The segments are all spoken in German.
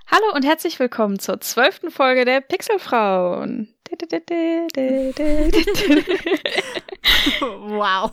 Hallo und herzlich willkommen zur 12. Folge der Pixelfrauen. Wow.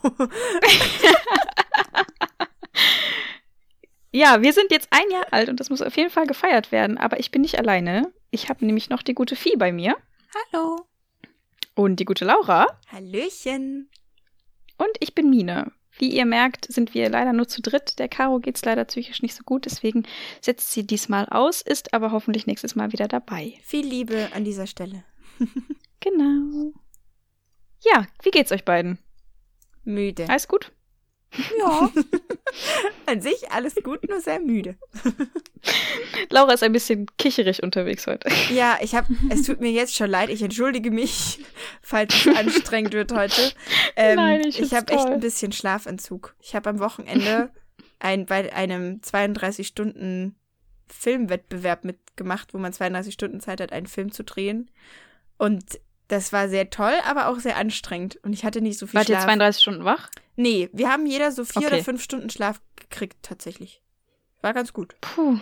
Ja, wir sind jetzt 1 Jahr alt und das muss auf jeden Fall gefeiert werden, aber ich bin nicht alleine. Ich habe nämlich noch die gute Vieh bei mir. Hallo. Und die gute Laura. Hallöchen. Und ich bin Mine. Wie ihr merkt, sind wir leider nur zu dritt. Der Caro geht's leider psychisch nicht so gut, deswegen setzt sie diesmal aus, ist aber hoffentlich nächstes Mal wieder dabei. Viel Liebe an dieser Stelle. Genau. Ja, wie geht's euch beiden? Müde. Alles gut? Ja. An sich alles gut, nur sehr müde. Laura ist ein bisschen kicherig unterwegs heute. Ja, es tut mir jetzt schon leid. Ich entschuldige mich, falls es anstrengend wird heute. Nein, ich habe echt ein bisschen Schlafentzug. Ich habe am Wochenende bei einem 32-Stunden-Filmwettbewerb mitgemacht, wo man 32 Stunden Zeit hat, einen Film zu drehen. Und das war sehr toll, aber auch sehr anstrengend. Und ich hatte nicht so viel Schlaf. Wart ihr 32 Stunden wach? Nee, wir haben jeder so 4 oder 5 Stunden Schlaf gekriegt, tatsächlich. War ganz gut. Puh.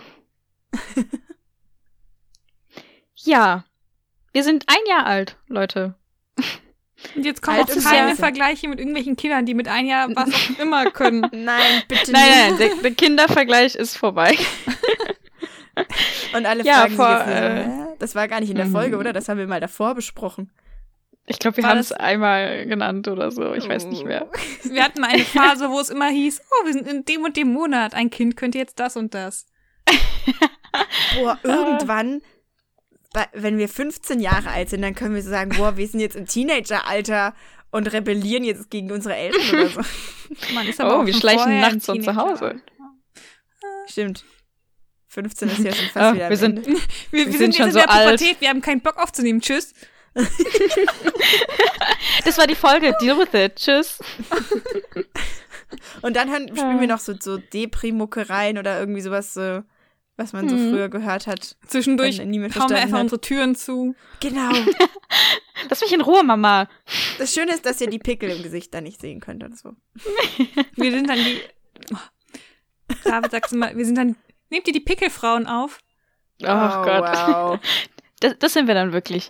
Ja, wir sind 1 Jahr alt, Leute. Und jetzt kommen auch keine Vergleiche mit irgendwelchen Kindern, die mit 1 Jahr was auch immer können. Nein, bitte nicht. Nein, der Kindervergleich ist vorbei. Und alle fragen sich jetzt, das war gar nicht in der Folge, oder? Das haben wir mal davor besprochen. Ich glaube, wir haben es einmal genannt oder so. Ich weiß nicht mehr. Wir hatten mal eine Phase, wo es immer hieß, wir sind in dem und dem Monat. Ein Kind könnte jetzt das und das. Boah, irgendwann, wenn wir 15 Jahre alt sind, dann können wir so sagen, wir sind jetzt im Teenageralter und rebellieren jetzt gegen unsere Eltern oder so. Man ist aber auch wir schleichen nachts von zu Hause. Stimmt. 15 ist ja schon fast wieder wir sind sind schon jetzt so in der alt. Pubertät, wir haben keinen Bock aufzunehmen. Tschüss. Das war die Folge. Deal with it. Tschüss. Und dann spielen wir noch so Depri-Mucke rein oder irgendwie sowas, was man so früher gehört hat. Zwischendurch hauen wir einfach unsere Türen zu. Genau. Lass mich in Ruhe, Mama. Das Schöne ist, dass ihr die Pickel im Gesicht da nicht sehen könnt und so. Wir sind dann David, sagst du mal, wir sind dann, nehmt ihr die Pickelfrauen auf? Oh Gott. Wow. Das sind wir dann wirklich.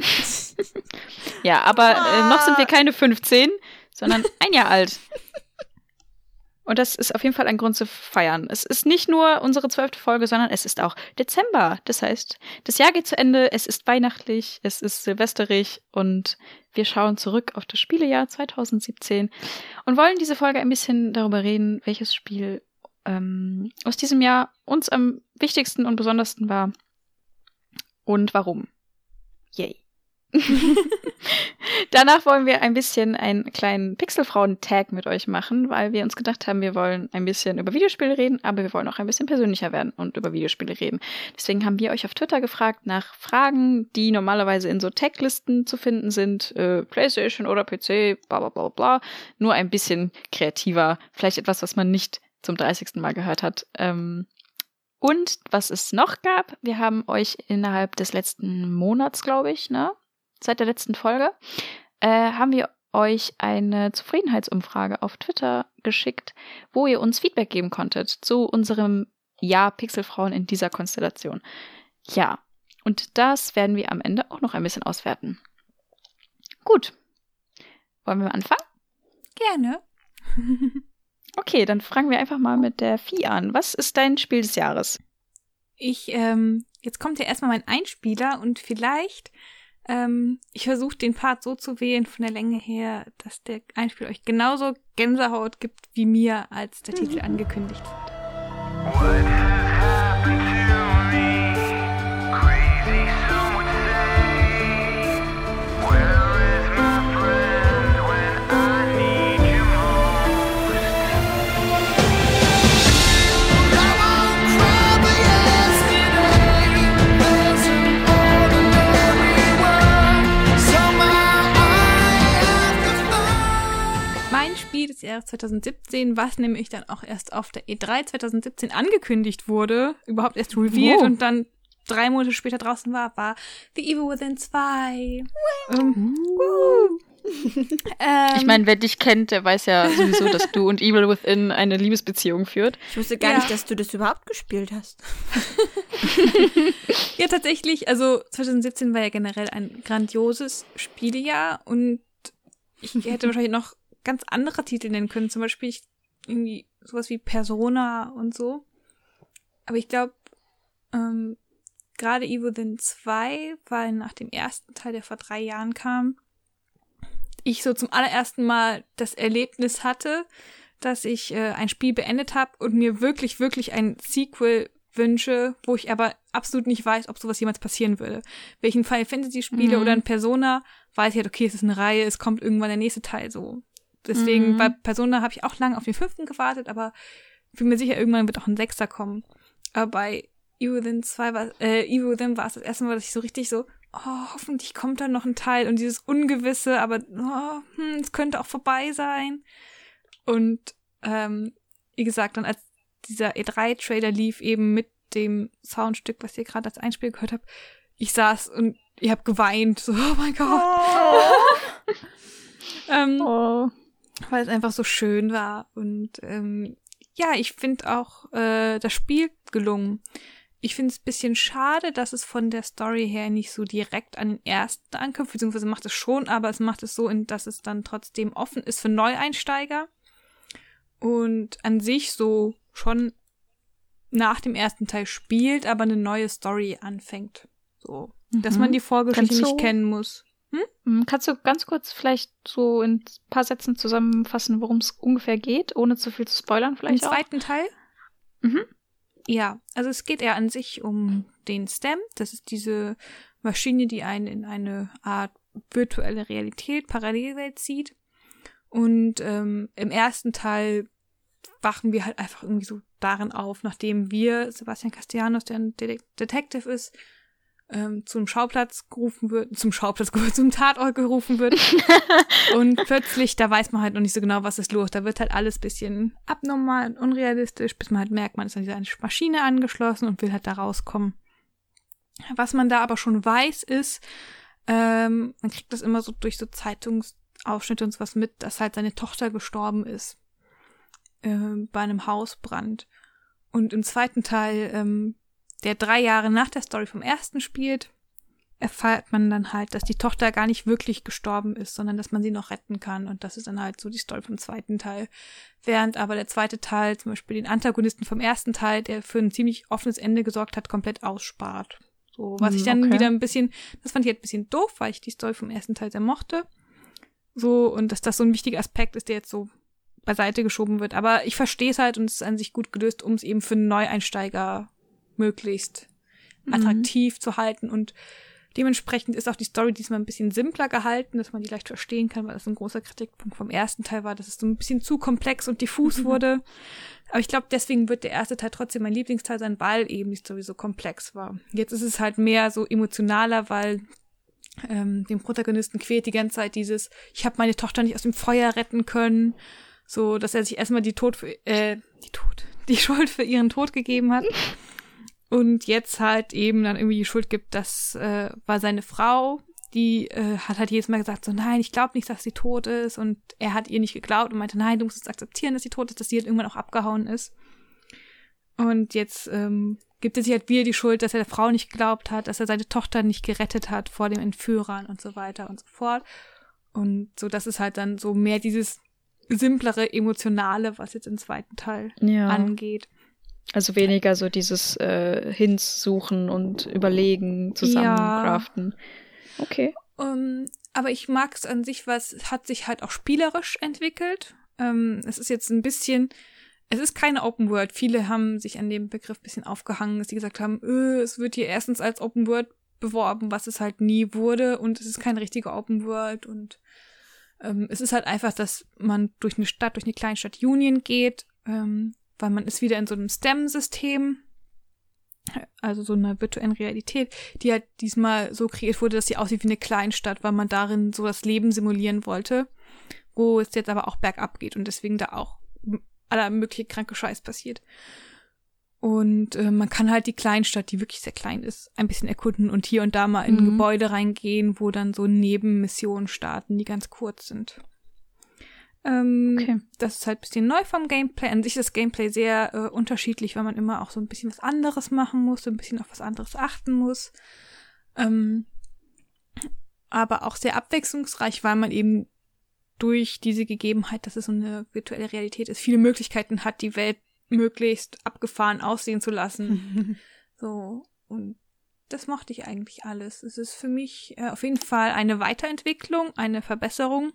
Ja, aber noch sind wir keine 15, sondern 1 Jahr alt. Und das ist auf jeden Fall ein Grund zu feiern. Es ist nicht nur unsere 12. Folge, sondern es ist auch Dezember. Das heißt, das Jahr geht zu Ende, es ist weihnachtlich, es ist silvesterig und wir schauen zurück auf das Spielejahr 2017 und wollen diese Folge ein bisschen darüber reden, welches Spiel aus diesem Jahr uns am wichtigsten und besondersten war und warum. Yay. Danach wollen wir ein bisschen einen kleinen Pixelfrauen-Tag mit euch machen, weil wir uns gedacht haben, wir wollen ein bisschen über Videospiele reden, aber wir wollen auch ein bisschen persönlicher werden und über Videospiele reden. Deswegen haben wir euch auf Twitter gefragt nach Fragen, die normalerweise in so Taglisten zu finden sind, PlayStation oder PC, bla bla bla bla, nur ein bisschen kreativer, vielleicht etwas, was man nicht zum 30. Mal gehört hat. Und was es noch gab, wir haben euch innerhalb des letzten Monats, glaube ich, seit der letzten Folge, haben wir euch eine Zufriedenheitsumfrage auf Twitter geschickt, wo ihr uns Feedback geben konntet zu unserem Jahr Pixelfrauen in dieser Konstellation. Ja, und das werden wir am Ende auch noch ein bisschen auswerten. Gut. Wollen wir mal anfangen? Gerne. Okay, dann fangen wir einfach mal mit der Vieh an. Was ist dein Spiel des Jahres? Jetzt kommt ja erstmal mein Einspieler und vielleicht, ich versuche den Part so zu wählen von der Länge her, dass der Einspieler euch genauso Gänsehaut gibt wie mir, als der Titel angekündigt wird. Des Jahres 2017, was nämlich dann auch erst auf der E3 2017 angekündigt wurde, überhaupt erst revealed und dann 3 Monate später draußen war The Evil Within 2. Ich meine, wer dich kennt, der weiß ja sowieso, dass du und Evil Within eine Liebesbeziehung führt. Ich wusste gar nicht, dass du das überhaupt gespielt hast. Ja, tatsächlich. Also 2017 war ja generell ein grandioses Spielejahr und ich hätte wahrscheinlich noch ganz andere Titel nennen können. Zum Beispiel irgendwie sowas wie Persona und so. Aber ich glaube, gerade Evil Within 2, weil nach dem ersten Teil, der vor 3 Jahren kam, ich so zum allerersten Mal das Erlebnis hatte, dass ich ein Spiel beendet habe und mir wirklich, wirklich ein Sequel wünsche, wo ich aber absolut nicht weiß, ob sowas jemals passieren würde. Wenn ich ein Final Fantasy spiele oder ein Persona, weiß ich halt, okay, es ist eine Reihe, es kommt irgendwann der nächste Teil so. Deswegen, bei Persona habe ich auch lange auf den 5. gewartet, aber bin mir sicher, irgendwann wird auch ein 6. kommen. Aber bei Evil Within war es das erste Mal, dass ich so richtig so, hoffentlich kommt da noch ein Teil und dieses Ungewisse, aber es könnte auch vorbei sein. Und wie gesagt, dann als dieser E3-Trailer lief, eben mit dem Soundstück, was ihr gerade als Einspiel gehört habt, ich saß und ich habe geweint, so, oh mein Gott. Weil es einfach so schön war. Und ja, ich finde auch das Spiel gelungen. Ich finde es ein bisschen schade, dass es von der Story her nicht so direkt an den ersten anknüpft, beziehungsweise macht es schon, aber es macht es so, dass es dann trotzdem offen ist für Neueinsteiger und an sich so schon nach dem ersten Teil spielt, aber eine neue Story anfängt. So, dass man die Vorgeschichte nicht kennen muss. Kannst du ganz kurz vielleicht so in ein paar Sätzen zusammenfassen, worum es ungefähr geht, ohne zu viel zu spoilern vielleicht auch? Im zweiten Teil? Ja, also es geht eher an sich um den Stem. Das ist diese Maschine, die einen in eine Art virtuelle Realität, Parallelwelt zieht. Und im ersten Teil wachen wir halt einfach irgendwie so darin auf, nachdem wir, Sebastian Castellanos, der ein Detective ist, zum Tatort gerufen wird. Und plötzlich, da weiß man halt noch nicht so genau, was ist los. Da wird halt alles bisschen abnormal und unrealistisch, bis man halt merkt, man ist an diese Maschine angeschlossen und will halt da rauskommen. Was man da aber schon weiß, ist, man kriegt das immer so durch so Zeitungsausschnitte und sowas mit, dass halt seine Tochter gestorben ist bei einem Hausbrand. Und im zweiten Teil, der 3 Jahre nach der Story vom ersten spielt, erfährt man dann halt, dass die Tochter gar nicht wirklich gestorben ist, sondern dass man sie noch retten kann. Und das ist dann halt so die Story vom zweiten Teil. Während aber der zweite Teil zum Beispiel den Antagonisten vom ersten Teil, der für ein ziemlich offenes Ende gesorgt hat, komplett ausspart. So, was ich dann wieder ein bisschen, das fand ich halt ein bisschen doof, weil ich die Story vom ersten Teil sehr mochte. So, und dass das so ein wichtiger Aspekt ist, der jetzt so beiseite geschoben wird. Aber ich verstehe es halt und es ist an sich gut gelöst, um es eben für einen Neueinsteiger möglichst attraktiv zu halten. Und dementsprechend ist auch die Story diesmal ein bisschen simpler gehalten, dass man die leicht verstehen kann, weil das ein großer Kritikpunkt vom ersten Teil war, dass es so ein bisschen zu komplex und diffus wurde. Aber ich glaube, deswegen wird der erste Teil trotzdem mein Lieblingsteil sein, weil eben die Story so komplex war. Jetzt ist es halt mehr so emotionaler, weil dem Protagonisten quält die ganze Zeit dieses, ich habe meine Tochter nicht aus dem Feuer retten können, so, dass er sich erstmal die Schuld für ihren Tod gegeben hat. Und jetzt halt eben dann irgendwie die Schuld gibt, das war seine Frau, die hat halt jedes Mal gesagt, so nein, ich glaube nicht, dass sie tot ist. Und er hat ihr nicht geglaubt und meinte, nein, du musst es akzeptieren, dass sie tot ist, dass sie halt irgendwann auch abgehauen ist. Und jetzt gibt es sich halt wieder die Schuld, dass er der Frau nicht geglaubt hat, dass er seine Tochter nicht gerettet hat vor den Entführern und so weiter und so fort. Und so, das ist halt dann so mehr dieses simplere, emotionale, was jetzt im zweiten Teil angeht. Also weniger so dieses Hints suchen und überlegen, zusammencraften. Ja. Okay. Aber ich mag es an sich, weil es hat sich halt auch spielerisch entwickelt. Es ist jetzt ein bisschen, es ist keine Open World. Viele haben sich an dem Begriff ein bisschen aufgehangen, dass sie gesagt haben, es wird hier erstens als Open World beworben, was es halt nie wurde. Und es ist keine richtige Open World. Und es ist halt einfach, dass man durch eine Kleinstadt Union geht, weil man ist wieder in so einem STEM-System, also so einer virtuellen Realität, die halt diesmal so kreiert wurde, dass sie aussieht wie eine Kleinstadt, weil man darin so das Leben simulieren wollte, wo es jetzt aber auch bergab geht und deswegen da auch aller mögliche kranke Scheiß passiert. Und man kann halt die Kleinstadt, die wirklich sehr klein ist, ein bisschen erkunden und hier und da mal in Gebäude reingehen, wo dann so Nebenmissionen starten, die ganz kurz sind. Okay. Das ist halt ein bisschen neu vom Gameplay. An sich ist das Gameplay sehr unterschiedlich, weil man immer auch so ein bisschen was anderes machen muss, so ein bisschen auf was anderes achten muss. Aber auch sehr abwechslungsreich, weil man eben durch diese Gegebenheit, dass es so eine virtuelle Realität ist, viele Möglichkeiten hat, die Welt möglichst abgefahren aussehen zu lassen. So, und das mochte ich eigentlich alles. Es ist für mich auf jeden Fall eine Weiterentwicklung, eine Verbesserung.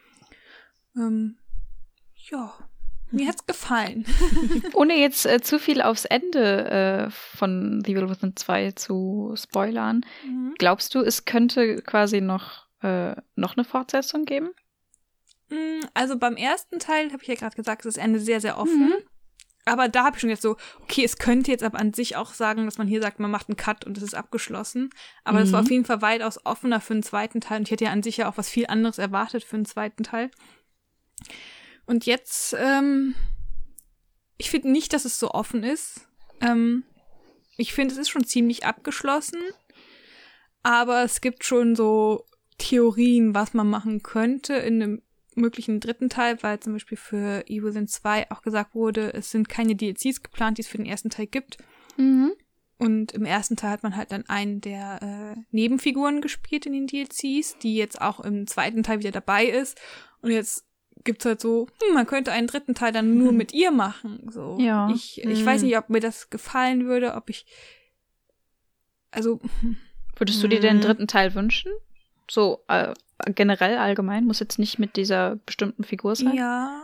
Ja, mir hat's gefallen. Ohne jetzt zu viel aufs Ende von The Evil Within 2 zu spoilern, glaubst du, es könnte quasi noch eine Fortsetzung geben? Also beim ersten Teil, habe ich ja gerade gesagt, ist das Ende sehr, sehr offen. Aber da habe ich schon jetzt so, okay, es könnte jetzt aber an sich auch sagen, dass man hier sagt, man macht einen Cut und es ist abgeschlossen. Aber das war auf jeden Fall weitaus offener für einen zweiten Teil. Und ich hätte ja an sich ja auch was viel anderes erwartet für einen zweiten Teil. Und jetzt, ich finde nicht, dass es so offen ist. Ich finde, es ist schon ziemlich abgeschlossen. Aber es gibt schon so Theorien, was man machen könnte in einem möglichen dritten Teil, weil zum Beispiel für Evil Within 2 auch gesagt wurde, es sind keine DLCs geplant, die es für den ersten Teil gibt. Und im ersten Teil hat man halt dann einen der Nebenfiguren gespielt in den DLCs, die jetzt auch im zweiten Teil wieder dabei ist. Und jetzt gibt's halt so, man könnte einen dritten Teil dann nur mit ihr machen. So. Ja. Ich weiß nicht, ob mir das gefallen würde, Würdest du dir den dritten Teil wünschen? So, generell allgemein, muss jetzt nicht mit dieser bestimmten Figur sein? Ja.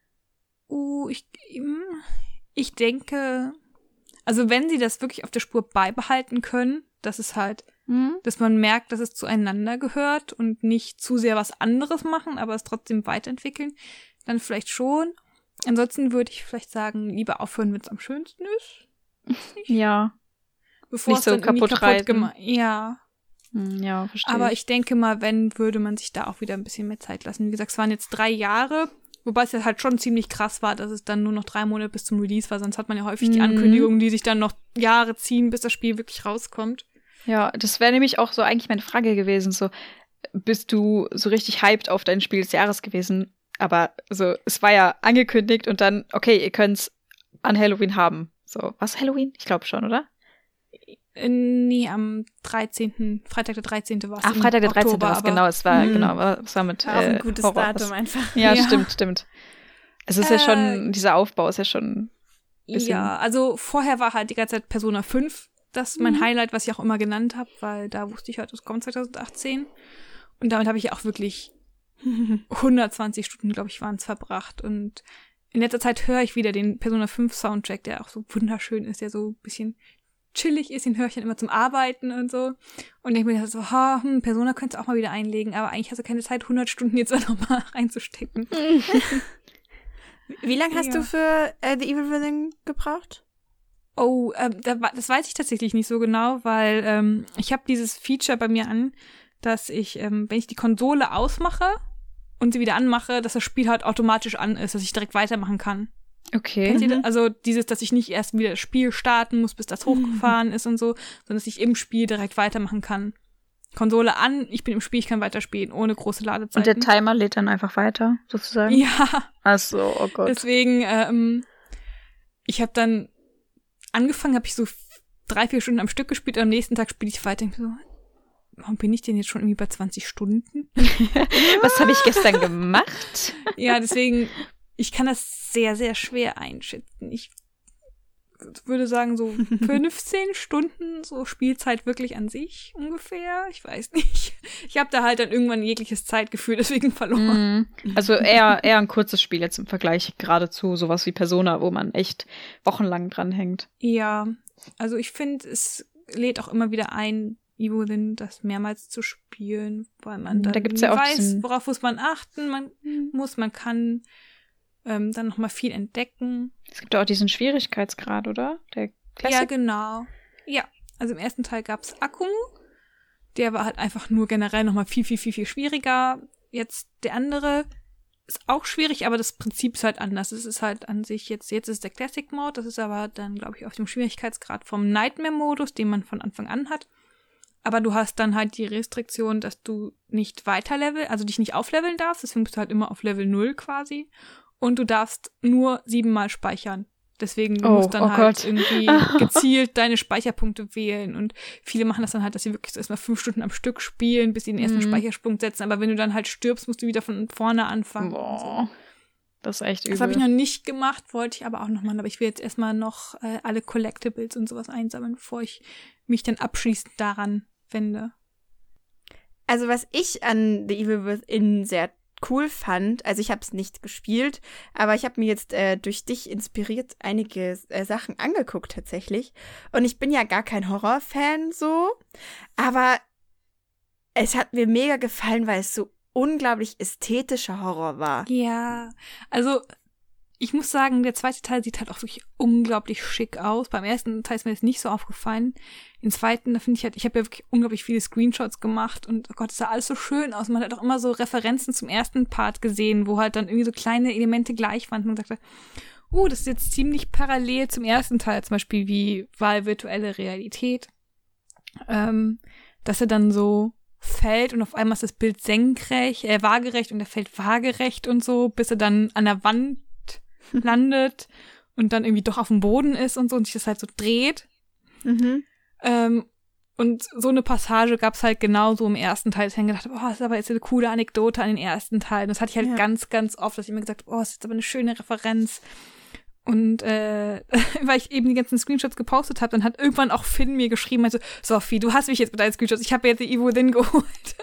Ich denke, also wenn sie das wirklich auf der Spur beibehalten können, dass es halt, dass man merkt, dass es zueinander gehört und nicht zu sehr was anderes machen, aber es trotzdem weiterentwickeln, dann vielleicht schon. Ansonsten würde ich vielleicht sagen, lieber aufhören, wenn es am schönsten ist. Ja. Bevor nicht es so dann irgendwie kaputt gemacht. Ja. Ja, verstehe. Aber ich denke mal, wenn, würde man sich da auch wieder ein bisschen mehr Zeit lassen. Wie gesagt, es waren jetzt 3 Jahre, wobei es ja halt schon ziemlich krass war, dass es dann nur noch 3 Monate bis zum Release war. Sonst hat man ja häufig die Ankündigungen, die sich dann noch Jahre ziehen, bis das Spiel wirklich rauskommt. Ja, das wäre nämlich auch so eigentlich meine Frage gewesen. So, bist du so richtig hyped auf dein Spiel des Jahres gewesen? Aber so, es war ja angekündigt und dann, okay, ihr könnt's an Halloween haben. So, was Halloween? Ich glaube schon, oder? Nee, am 13., Freitag der 13. war es. Freitag der 13. war es, genau. Es war mit auch ein gutes Horror. Datum einfach. Ja, stimmt. Es ist ja schon, dieser Aufbau ist ja schon ein bisschen. Ja, also vorher war halt die ganze Zeit Persona 5, das mein Highlight, was ich auch immer genannt habe, weil da wusste ich halt, es kommt 2018. Und damit habe ich ja auch wirklich 120 Stunden, glaube ich, waren es verbracht. Und in letzter Zeit höre ich wieder den Persona 5 Soundtrack, der auch so wunderschön ist, der so ein bisschen chillig ist, den höre ich dann immer zum Arbeiten und so. Und ich mir so, Persona könntest du auch mal wieder einlegen, aber eigentlich hast du keine Zeit, 100 Stunden jetzt auch noch mal reinzustecken. Wie lange hast du für The Evil Within gebraucht? Oh, das weiß ich tatsächlich nicht so genau, weil ich habe dieses Feature bei mir an, dass ich, wenn ich die Konsole ausmache und sie wieder anmache, dass das Spiel halt automatisch an ist, dass ich direkt weitermachen kann. Okay. Kennt ihr das? Also dieses, dass ich nicht erst wieder das Spiel starten muss, bis das hochgefahren ist und so, sondern dass ich im Spiel direkt weitermachen kann. Konsole an, ich bin im Spiel, ich kann weiterspielen, ohne große Ladezeiten. Und der Timer lädt dann einfach weiter, sozusagen? Ja. Ach so, oh Gott. Deswegen, ich habe dann angefangen, habe ich so 3-4 Stunden am Stück gespielt und am nächsten Tag spiele ich weiter. Und so, warum bin ich denn jetzt schon irgendwie bei 20 Stunden? Was habe ich gestern gemacht? Ja, deswegen, ich kann das sehr, sehr schwer einschätzen. Ich würde sagen, so 15 Stunden so Spielzeit wirklich an sich ungefähr. Ich weiß nicht. Ich habe da halt dann irgendwann jegliches Zeitgefühl deswegen verloren. Also eher ein kurzes Spiel jetzt im Vergleich gerade zu sowas wie Persona, wo man echt wochenlang dranhängt. Ja, also ich finde, es lädt auch immer wieder ein, Evil Within das mehrmals zu spielen, weil man dann da gibt's ja auch weiß, worauf muss man achten, man kann dann noch mal viel entdecken. Es gibt auch diesen Schwierigkeitsgrad, oder? Der Classic? Ja, genau. Ja, also im ersten Teil gab's Akumu. Der war halt einfach nur generell noch mal viel, viel, viel, viel schwieriger. Jetzt der andere, ist auch schwierig, aber das Prinzip ist halt anders. Es ist halt an sich jetzt ist der Classic Mode, das ist aber dann, glaube ich, auf dem Schwierigkeitsgrad vom Nightmare-Modus, den man von Anfang an hat. Aber du hast dann halt die Restriktion, dass du nicht dich nicht aufleveln darfst, deswegen bist du halt immer auf Level 0 quasi. Und du darfst nur 7-mal speichern. Deswegen du musst dann halt irgendwie gezielt deine Speicherpunkte wählen. Und viele machen das dann halt, dass sie wirklich so erstmal 5 Stunden am Stück spielen, bis sie den ersten Speicherpunkt setzen. Aber wenn du dann halt stirbst, musst du wieder von vorne anfangen. Boah, so. Das ist echt übel. Das habe ich noch nicht gemacht, wollte ich aber auch noch machen. Aber ich will jetzt erstmal noch alle Collectibles und sowas einsammeln, bevor ich mich dann abschließend daran wende. Also was ich an The Evil Within sehr cool fand, also ich habe es nicht gespielt, aber ich habe mir jetzt durch dich inspiriert einige Sachen angeguckt tatsächlich. Und ich bin ja gar kein Horrorfan so, aber es hat mir mega gefallen, weil es so unglaublich ästhetischer Horror war. Ja, also ich muss sagen, der zweite Teil sieht halt auch wirklich unglaublich schick aus. Beim ersten Teil ist mir das nicht so aufgefallen. Im zweiten, da finde ich halt, ich habe ja wirklich unglaublich viele Screenshots gemacht und oh Gott, das sah alles so schön aus. Man hat auch immer so Referenzen zum ersten Part gesehen, wo halt dann irgendwie so kleine Elemente gleich waren. Und man sagte, das ist jetzt ziemlich parallel zum ersten Teil, zum Beispiel wie virtuelle Realität. Dass er dann so fällt und auf einmal ist das Bild waagerecht und er fällt waagerecht und so, bis er dann an der Wand landet und dann irgendwie doch auf dem Boden ist und so und sich das halt so dreht. Mhm. Und so eine Passage gab es halt genauso im ersten Teil. Ich habe gedacht, das ist aber jetzt eine coole Anekdote an den ersten Teil. Und das hatte ich halt ganz, ganz oft, dass ich immer gesagt habe, das ist jetzt aber eine schöne Referenz. Und weil ich eben die ganzen Screenshots gepostet habe, dann hat irgendwann auch Finn mir geschrieben, also Sophie, du hast mich jetzt mit deinen Screenshots, ich habe jetzt die Evil Within geholt.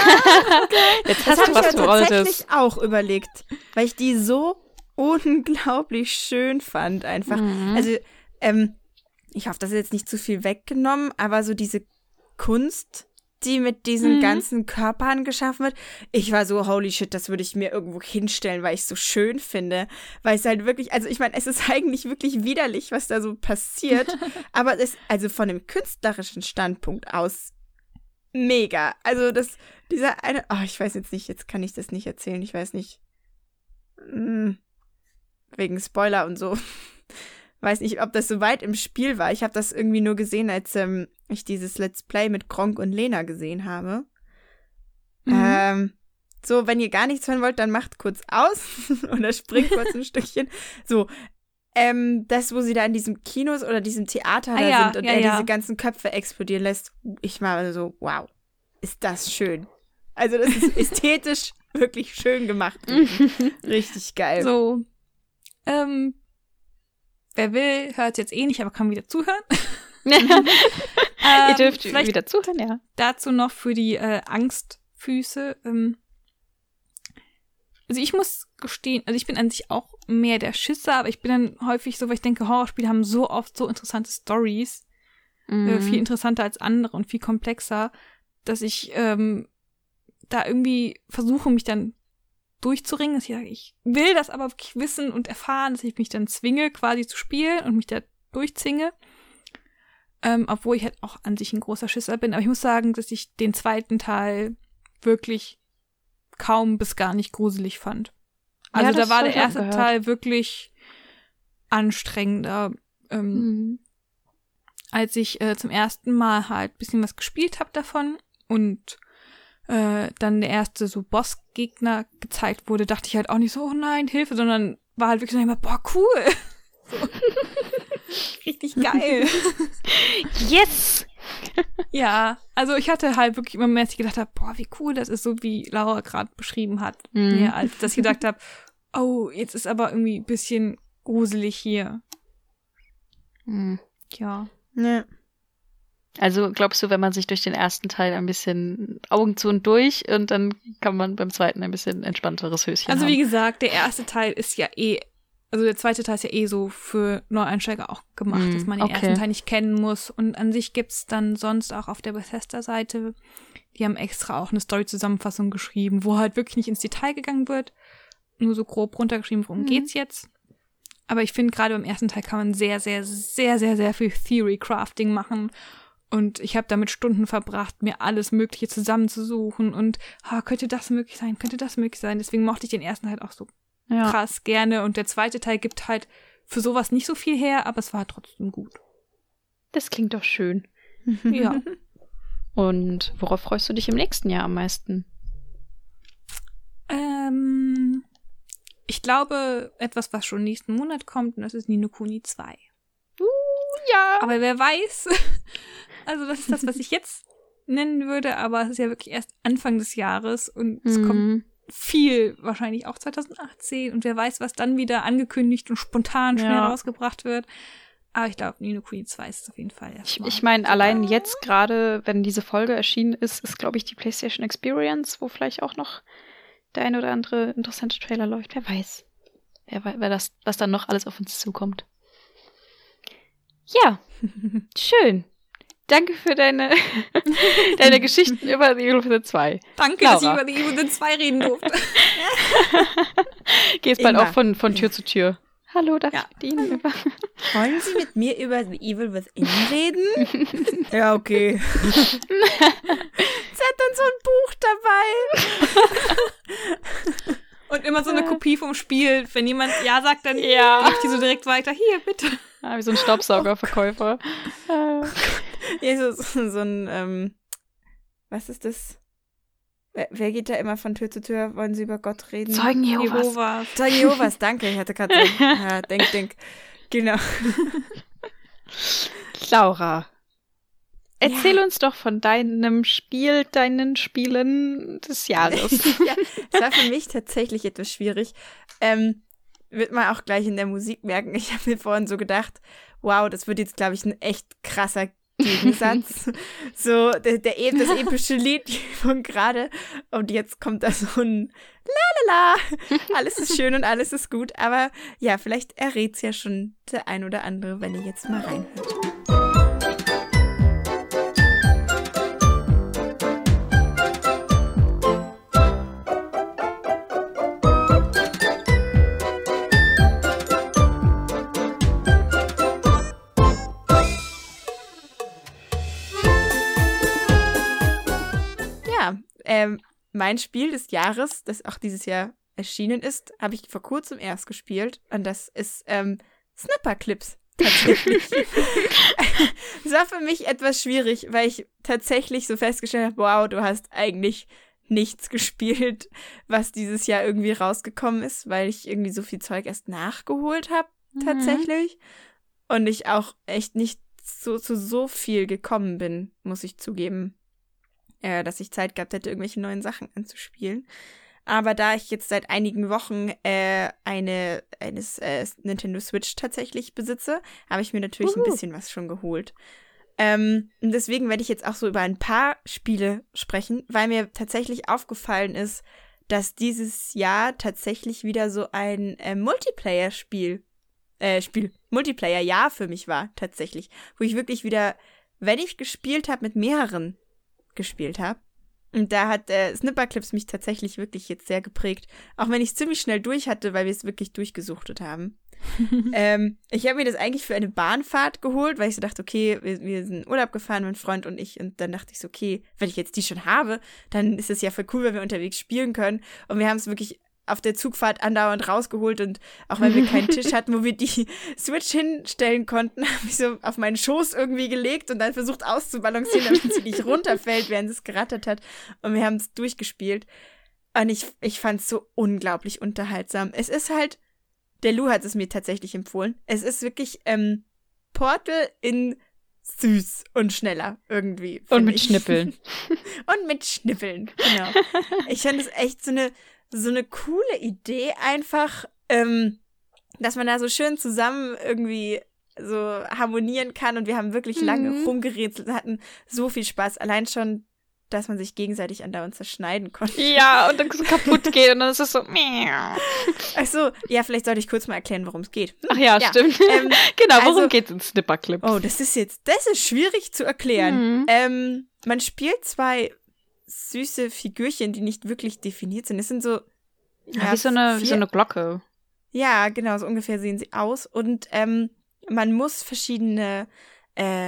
Jetzt Das hast habe du ich was ja du wolltest. tatsächlich auch überlegt, weil ich die so unglaublich schön fand einfach. Also, ich hoffe, das ist jetzt nicht zu viel weggenommen, aber so diese Kunst, die mit diesen ganzen Körpern geschaffen wird, ich war so, holy shit, das würde ich mir irgendwo hinstellen, weil ich es so schön finde, weil es halt wirklich, also ich meine, es ist eigentlich wirklich widerlich, was da so passiert, aber es, also von dem künstlerischen Standpunkt aus, mega. Also dieser eine, ich weiß jetzt nicht, jetzt kann ich das nicht erzählen, ich weiß nicht, wegen Spoiler und so. Weiß nicht, ob das so weit im Spiel war. Ich habe das irgendwie nur gesehen, als ich dieses Let's Play mit Gronkh und Lena gesehen habe. So, wenn ihr gar nichts hören wollt, dann macht kurz aus oder springt kurz ein Stückchen. So, das, wo sie da in diesem Kinos oder diesem Theater sind und er diese ganzen Köpfe explodieren lässt. Ich war so, wow, ist das schön. Also das ist ästhetisch wirklich schön gemacht. Richtig geil. So, wer will, hört jetzt nicht, aber kann wieder zuhören. Ihr dürft wieder zuhören, ja. Dazu noch für die Angstfüße. Also ich muss gestehen, also ich bin an sich auch mehr der Schisser, aber ich bin dann häufig so, weil ich denke, Horrorspiele haben so oft so interessante Storys, viel interessanter als andere und viel komplexer, dass ich da irgendwie versuche, mich dann durchzuringen, dass ich sage, ich will das aber wirklich wissen und erfahren, dass ich mich dann zwinge, quasi zu spielen und mich da durchzinge. Obwohl ich halt auch an sich ein großer Schisser bin. Aber ich muss sagen, dass ich den zweiten Teil wirklich kaum bis gar nicht gruselig fand. Also da war der erste Teil wirklich anstrengender. Als ich zum ersten Mal halt ein bisschen was gespielt habe davon und dann der erste so Bossgegner gezeigt wurde, dachte ich halt auch nicht so, oh nein, Hilfe, sondern war halt wirklich so immer, boah, cool. So. Richtig geil. Yes! Ja, also ich hatte halt wirklich immer mehr, dass ich gedacht habe, boah, wie cool das ist, so wie Laura gerade beschrieben hat. Ja, als dass ich gedacht habe, oh, jetzt ist aber irgendwie ein bisschen gruselig hier. Ja. Also glaubst du, wenn man sich durch den ersten Teil ein bisschen Augen zu und durch und dann kann man beim zweiten ein bisschen entspannteres Höschen haben? Also wie gesagt, der erste Teil ist ja also der zweite Teil ist ja so für Neueinsteiger auch gemacht, dass man den ersten Teil nicht kennen muss. Und an sich gibt's dann sonst auch auf der Bethesda-Seite, die haben extra auch eine Story-Zusammenfassung geschrieben, wo halt wirklich nicht ins Detail gegangen wird, nur so grob runtergeschrieben, worum geht's jetzt. Aber ich finde, gerade beim ersten Teil kann man sehr, sehr, sehr, sehr, sehr viel Theory-Crafting machen. Und ich habe damit Stunden verbracht, mir alles Mögliche zusammenzusuchen und könnte das möglich sein, könnte das möglich sein. Deswegen mochte ich den ersten halt auch so krass gerne. Und der zweite Teil gibt halt für sowas nicht so viel her, aber es war trotzdem gut. Das klingt doch schön. Ja. Und worauf freust du dich im nächsten Jahr am meisten? Ich glaube, etwas, was schon nächsten Monat kommt, und das ist Ni no Kuni 2. Ja. Aber wer weiß, also das ist das, was ich jetzt nennen würde, aber es ist ja wirklich erst Anfang des Jahres und es kommt viel, wahrscheinlich auch 2018 und wer weiß, was dann wieder angekündigt und spontan schnell rausgebracht wird. Aber ich glaube, Ni no Kuni 2 ist auf jeden Fall erstmal. Ich meine, allein jetzt gerade, wenn diese Folge erschienen ist, glaube ich, die PlayStation Experience, wo vielleicht auch noch der ein oder andere interessante Trailer läuft. Wer weiß. Was dann noch alles auf uns zukommt. Ja, schön. Danke für deine Geschichten über The Evil Within 2. Danke, Laura, dass ich über The Evil Within 2 reden durfte. Gehst bald auch von Tür zu Tür. Hallo, darf ich mit Ihnen Wollen Sie mit mir über The Evil Within reden? Ja, okay. Sie hat dann so ein Buch dabei. Und immer so eine Kopie vom Spiel. Wenn jemand Ja sagt, dann gebe ich die so direkt weiter. Hier, bitte. Wie so ein Staubsaugerverkäufer. Ja, so ein, was ist das? Wer geht da immer von Tür zu Tür? Wollen Sie über Gott reden? Zeugen Jehovas. Zeugen Jehovas, danke. Ich hatte gerade denk. Genau. Laura, erzähl uns doch von deinen Spielen des Jahres. Ja, es war für mich tatsächlich etwas schwierig. Wird man auch gleich in der Musik merken. Ich habe mir vorhin so gedacht, wow, das wird jetzt, glaube ich, ein echt krasser Gegensatz. So, das epische Lied von gerade. Und jetzt kommt da so ein Lalala. Alles ist schön und alles ist gut. Aber ja, vielleicht errät's ja schon der ein oder andere, wenn ihr jetzt mal reinhört. Mein Spiel des Jahres, das auch dieses Jahr erschienen ist, habe ich vor kurzem erst gespielt. Und das ist Snipperclips. Tatsächlich. Es war für mich etwas schwierig, weil ich tatsächlich so festgestellt habe, wow, du hast eigentlich nichts gespielt, was dieses Jahr irgendwie rausgekommen ist, weil ich irgendwie so viel Zeug erst nachgeholt habe, tatsächlich. Und ich auch echt nicht zu so viel gekommen bin, muss ich zugeben. Dass ich Zeit gehabt hätte, irgendwelche neuen Sachen anzuspielen. Aber da ich jetzt seit einigen Wochen eine Nintendo Switch tatsächlich besitze, habe ich mir natürlich ein bisschen was schon geholt. Und deswegen werde ich jetzt auch so über ein paar Spiele sprechen, weil mir tatsächlich aufgefallen ist, dass dieses Jahr tatsächlich wieder so ein Multiplayer-Jahr für mich war, tatsächlich. Wo ich wirklich wieder, wenn ich gespielt habe, mit mehreren gespielt habe. Und da hat Snipperclips mich tatsächlich wirklich jetzt sehr geprägt. Auch wenn ich es ziemlich schnell durch hatte, weil wir es wirklich durchgesuchtet haben. Ich habe mir das eigentlich für eine Bahnfahrt geholt, weil ich so dachte, okay, wir sind in Urlaub gefahren, mein Freund und ich. Und dann dachte ich so, okay, wenn ich jetzt die schon habe, dann ist es ja voll cool, wenn wir unterwegs spielen können. Und wir haben es wirklich auf der Zugfahrt andauernd rausgeholt und auch wenn wir keinen Tisch hatten, wo wir die Switch hinstellen konnten, habe ich so auf meinen Schoß irgendwie gelegt und dann versucht auszubalancieren, damit sie nicht runterfällt, während es gerattert hat. Und wir haben es durchgespielt. Und ich fand es so unglaublich unterhaltsam. Es ist halt, der Lou hat es mir tatsächlich empfohlen, es ist wirklich Portal in süß und schneller irgendwie. Und mit Schnippeln. Und mit Schnippeln, genau. Ich fand es echt so eine coole Idee einfach, dass man da so schön zusammen irgendwie so harmonieren kann und wir haben wirklich lange rumgerätselt und hatten so viel Spaß. Allein schon, dass man sich gegenseitig andauernd zerschneiden konnte. Ja, und dann so kaputt geht und dann ist es so Ach so, ja, vielleicht sollte ich kurz mal erklären, worum es geht. Ach ja, stimmt. Genau, worum geht's in Snipperclips? Oh, das ist schwierig zu erklären. Man spielt zwei süße Figürchen, die nicht wirklich definiert sind. Es sind so wie so eine Glocke. Ja, genau, so ungefähr sehen sie aus. Und man muss verschiedene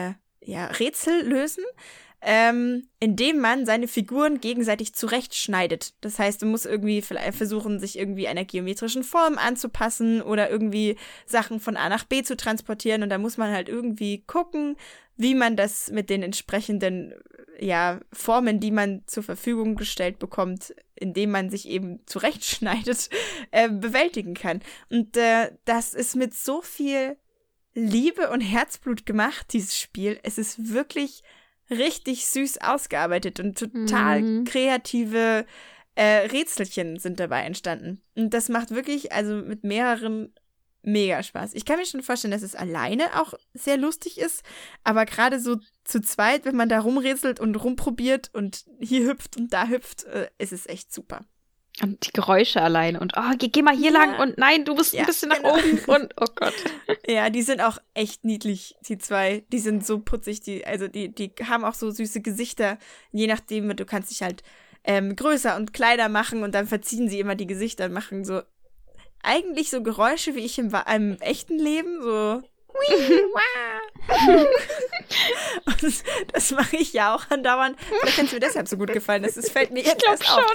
Rätsel lösen, indem man seine Figuren gegenseitig zurechtschneidet. Das heißt, du musst irgendwie vielleicht versuchen, sich irgendwie einer geometrischen Form anzupassen oder irgendwie Sachen von A nach B zu transportieren. Und da muss man halt irgendwie gucken, wie man das mit den entsprechenden Formen, die man zur Verfügung gestellt bekommt, indem man sich eben zurechtschneidet, bewältigen kann. Und das ist mit so viel Liebe und Herzblut gemacht, dieses Spiel. Es ist wirklich richtig süß ausgearbeitet und total kreative Rätselchen sind dabei entstanden. Und das macht wirklich, also mit mehreren, mega Spaß. Ich kann mir schon vorstellen, dass es alleine auch sehr lustig ist, aber gerade so zu zweit, wenn man da rumrätselt und rumprobiert und hier hüpft und da hüpft, ist es echt super. Und die Geräusche alleine und geh mal hier lang und nein, du musst ein bisschen nach oben und oh Gott. Ja, die sind auch echt niedlich, die zwei. Die sind so putzig, die haben auch so süße Gesichter. Je nachdem, du kannst dich halt größer und kleiner machen und dann verziehen sie immer die Gesichter und machen so eigentlich so Geräusche wie ich im echten Leben, so und das mache ich ja auch andauernd. Vielleicht hat es mir deshalb so gut gefallen. Das fällt mir jetzt erst auf.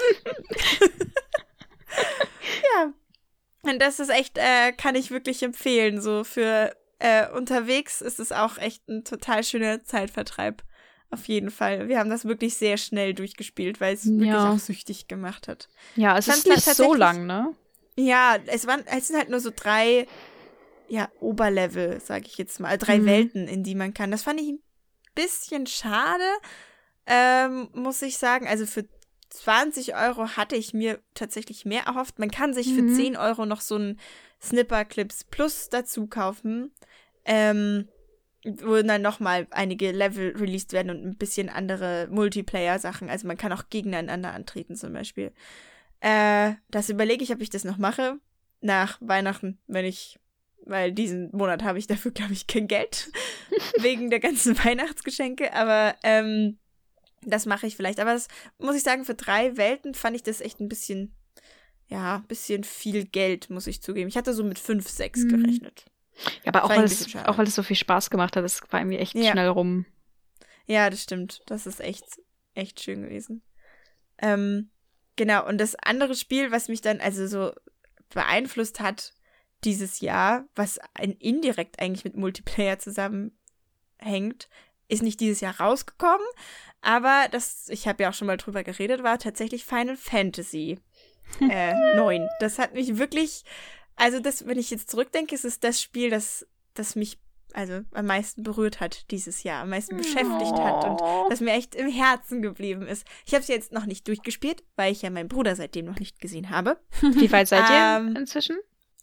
Ja. Und das ist echt, kann ich wirklich empfehlen. So für unterwegs ist es auch echt ein total schöner Zeitvertreib. Auf jeden Fall. Wir haben das wirklich sehr schnell durchgespielt, weil es wirklich auch süchtig gemacht hat. Ja, es ist nicht so lang, ne? Ja, es sind halt nur so 3 Oberlevel, sage ich jetzt mal. 3 Welten, in die man kann. Das fand ich ein bisschen schade, muss ich sagen. Also für 20 € hatte ich mir tatsächlich mehr erhofft. Man kann sich für 10 € noch so ein Snipper-Clips Plus dazu kaufen, wo dann nochmal einige Level released werden und ein bisschen andere Multiplayer-Sachen. Also man kann auch gegeneinander antreten zum Beispiel. Das überlege ich, ob ich das noch mache. Nach Weihnachten, weil diesen Monat habe ich dafür, glaube ich, kein Geld. Wegen der ganzen Weihnachtsgeschenke. Aber das mache ich vielleicht. Aber das muss ich sagen, für 3 Welten fand ich das echt ein bisschen viel Geld, muss ich zugeben. Ich hatte so mit 5, 6 gerechnet. Ja, aber auch weil es so viel Spaß gemacht hat, das war irgendwie echt schnell rum. Ja, das stimmt. Das ist echt schön gewesen. Genau, und das andere Spiel, was mich dann also so beeinflusst hat dieses Jahr, was indirekt eigentlich mit Multiplayer zusammenhängt, ist nicht dieses Jahr rausgekommen, aber ich habe ja auch schon mal drüber geredet, war tatsächlich Final Fantasy 9. Das hat mich wirklich, also wenn ich jetzt zurückdenke, ist es das Spiel, das mich also am meisten berührt hat dieses Jahr, am meisten beschäftigt hat und das mir echt im Herzen geblieben ist. Ich habe es jetzt noch nicht durchgespielt, weil ich ja meinen Bruder seitdem noch nicht gesehen habe. Wie weit seid ihr inzwischen?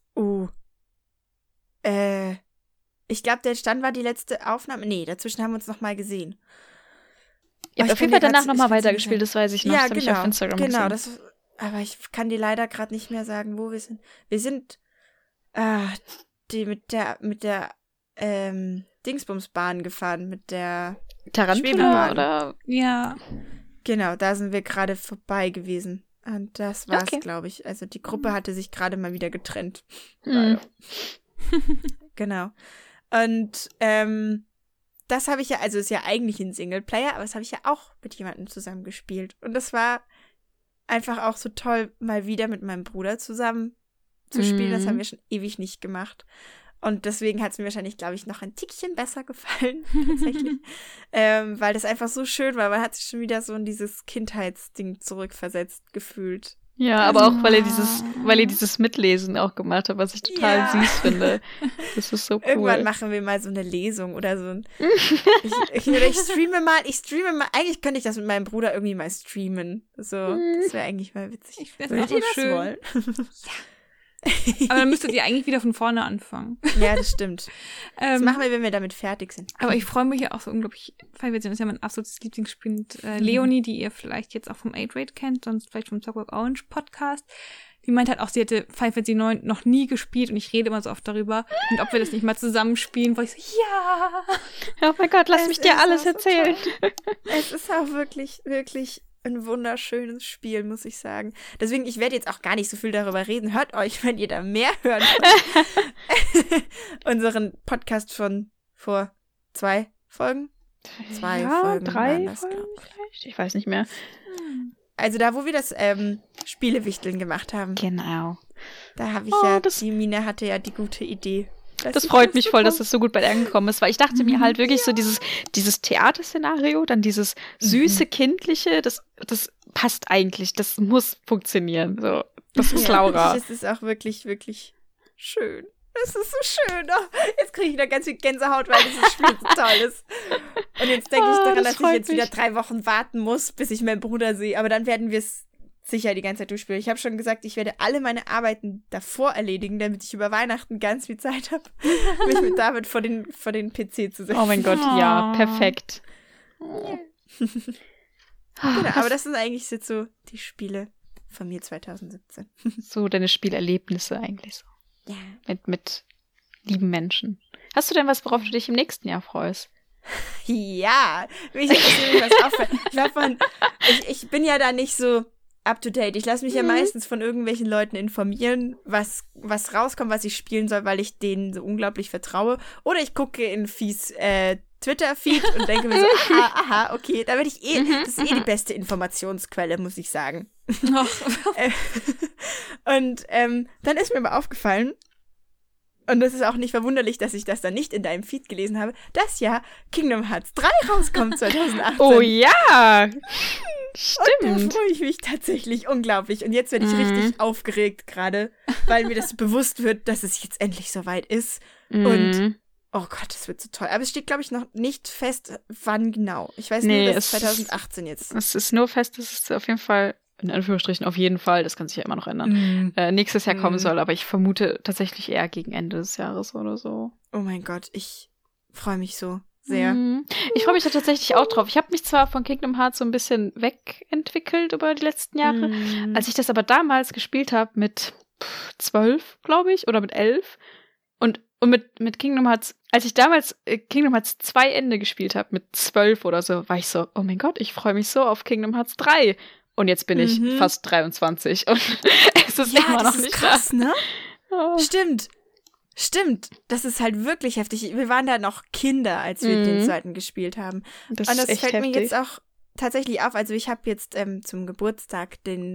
Ich glaube, der Stand war die letzte Aufnahme. Nee, dazwischen haben wir uns noch mal gesehen. Ihr habt auf jeden Fall danach noch mal weitergespielt, das weiß ich noch. Ja, das habe ich auf Instagram gesehen. Aber ich kann dir leider gerade nicht mehr sagen, wo wir sind. Wir sind die mit der Dingsbumsbahn gefahren, mit der Tarantula oder? Ja. Genau, da sind wir gerade vorbei gewesen. Und das war's, glaube ich. Also die Gruppe hatte sich gerade mal wieder getrennt. Genau. Und das habe ich ja, also ist ja eigentlich ein Singleplayer, aber das habe ich ja auch mit jemandem zusammen gespielt. Und das war einfach auch so toll, mal wieder mit meinem Bruder zusammen zu spielen. Das haben wir schon ewig nicht gemacht. Und deswegen hat es mir wahrscheinlich, glaube ich, noch ein Tickchen besser gefallen, tatsächlich. Weil das einfach so schön war. Man hat sich schon wieder so in dieses Kindheitsding zurückversetzt gefühlt. Ja, aber auch, weil ihr dieses Mitlesen auch gemacht habt, was ich total süß finde. Das ist so cool. Irgendwann machen wir mal so eine Lesung oder so ein ich streame mal, eigentlich könnte ich das mit meinem Bruder irgendwie mal streamen. So, das wäre eigentlich mal witzig. Ich würde das schön. Wollen? Ja. Aber dann müsstet ihr eigentlich wieder von vorne anfangen. Ja, das stimmt. Das machen wir, wenn wir damit fertig sind. Aber ich freue mich ja auch so unglaublich. Final Fantasy ist ja mein absolutes Lieblingsspiel mit Leonie, die ihr vielleicht jetzt auch vom 8-Rate kennt, sonst vielleicht vom Clockwork Orange Podcast. Die meint halt auch, sie hätte Final Fantasy 9 noch nie gespielt und ich rede immer so oft darüber. Und ob wir das nicht mal zusammenspielen, wo ich so, ja. Oh mein Gott, lass mich dir alles erzählen. Es ist auch wirklich, wirklich ein wunderschönes Spiel, muss ich sagen. Deswegen, ich werde jetzt auch gar nicht so viel darüber reden. Hört euch, wenn ihr da mehr hören wollt, unseren Podcast von vor 2 Folgen 2 Folgen 3 waren das, Folgen glaube ich. vielleicht? Ich weiß nicht mehr. Also da, wo wir das Spielewichteln gemacht haben. Genau. Da habe ich die Mine hatte ja die gute Idee. Das freut mich voll, dass das so gut bei dir angekommen ist, weil ich dachte mir halt wirklich so dieses Theaterszenario, dann dieses süße, kindliche, das passt eigentlich, das muss funktionieren. So, das ist Laura. Es ist auch wirklich, wirklich schön. Das ist so schön. Oh, jetzt kriege ich wieder ganz viel Gänsehaut, weil dieses Spiel so toll ist. Und jetzt denke ich daran, dass ich jetzt wieder 3 Wochen warten muss, bis ich meinen Bruder sehe. Aber dann werden wir es sicher die ganze Zeit durchspielen. Ich habe schon gesagt, ich werde alle meine Arbeiten davor erledigen, damit ich über Weihnachten ganz viel Zeit habe, mich mit David vor den PC zu setzen. Oh mein Gott, ja, perfekt. Genau, aber das sind eigentlich jetzt so die Spiele von mir 2017. So deine Spielerlebnisse eigentlich so. Ja. Mit lieben Menschen. Hast du denn was, worauf du dich im nächsten Jahr freust? Ja, mir ist was auffallen. Ich bin ja da nicht so up to date. Ich lasse mich ja meistens von irgendwelchen Leuten informieren, was rauskommt, was ich spielen soll, weil ich denen so unglaublich vertraue. Oder ich gucke in Fies Twitter-Feed und denke mir so, aha, okay, da werde ich das ist die beste Informationsquelle, muss ich sagen. Und dann ist mir aber aufgefallen, und das ist auch nicht verwunderlich, dass ich das dann nicht in deinem Feed gelesen habe, dass ja Kingdom Hearts 3 rauskommt 2018. Oh ja! Stimmt. Und da freue ich mich tatsächlich unglaublich. Und jetzt werde ich richtig aufgeregt gerade, weil mir das bewusst wird, dass es jetzt endlich soweit ist. Und oh Gott, das wird so toll. Aber es steht, glaube ich, noch nicht fest, wann genau. Ich weiß nur, dass 2018 jetzt. Es ist nur fest, dass es auf jeden Fall, in Anführungsstrichen auf jeden Fall, das kann sich ja immer noch ändern, nächstes Jahr kommen soll. Aber ich vermute tatsächlich eher gegen Ende des Jahres oder so. Oh mein Gott, ich freue mich so sehr. Ich freue mich da tatsächlich auch drauf. Ich habe mich zwar von Kingdom Hearts so ein bisschen wegentwickelt über die letzten Jahre. Als ich das aber damals gespielt habe mit 12, glaube ich, oder mit 11 und mit Kingdom Hearts, als ich damals Kingdom Hearts 2 Ende gespielt habe, mit 12 oder so, war ich so, oh mein Gott, ich freue mich so auf Kingdom Hearts 3. Und jetzt bin ich fast 23 und es ist immer noch nicht krass, da. Ne? Oh. Stimmt, das ist halt wirklich heftig. Wir waren da noch Kinder, als wir den zweiten gespielt haben. Und das fällt mir jetzt auch tatsächlich auf. Also ich habe jetzt zum Geburtstag den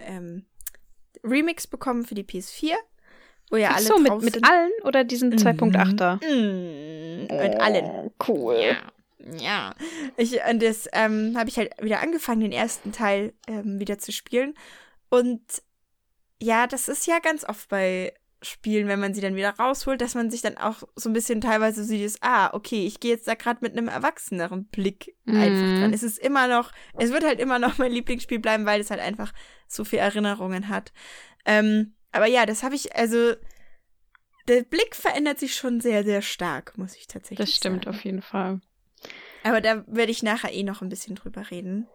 Remix bekommen für die PS4, wo ja alle drauf sind. Mit allen oder diesen 2.8er? Mit allen. Cool. Ja. Und das habe ich halt wieder angefangen, den ersten Teil wieder zu spielen. Und ja, das ist ja ganz oft bei Spielen, wenn man sie dann wieder rausholt, dass man sich dann auch so ein bisschen teilweise sieht, okay, ich gehe jetzt da gerade mit einem erwachseneren Blick einfach dran. Es wird halt immer noch mein Lieblingsspiel bleiben, weil es halt einfach so viele Erinnerungen hat. Aber ja, das habe ich, also der Blick verändert sich schon sehr, sehr stark, muss ich tatsächlich sagen. Das stimmt auf jeden Fall. Aber da werde ich nachher noch ein bisschen drüber reden.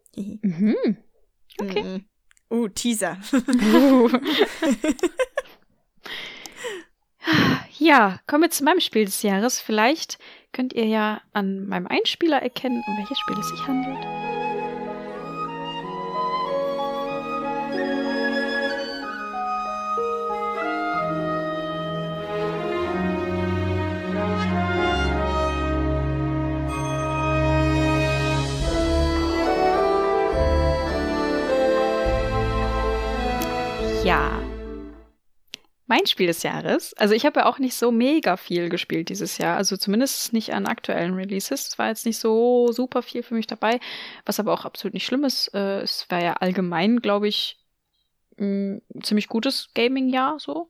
Okay. Teaser. Ja, kommen wir zu meinem Spiel des Jahres. Vielleicht könnt ihr ja an meinem Einspieler erkennen, um welches Spiel es sich handelt. Ja. Mein Spiel des Jahres, also ich habe ja auch nicht so mega viel gespielt dieses Jahr, also zumindest nicht an aktuellen Releases. Es war jetzt nicht so super viel für mich dabei, was aber auch absolut nicht schlimm ist. Es war ja allgemein, glaube ich, ein ziemlich gutes Gaming-Jahr so.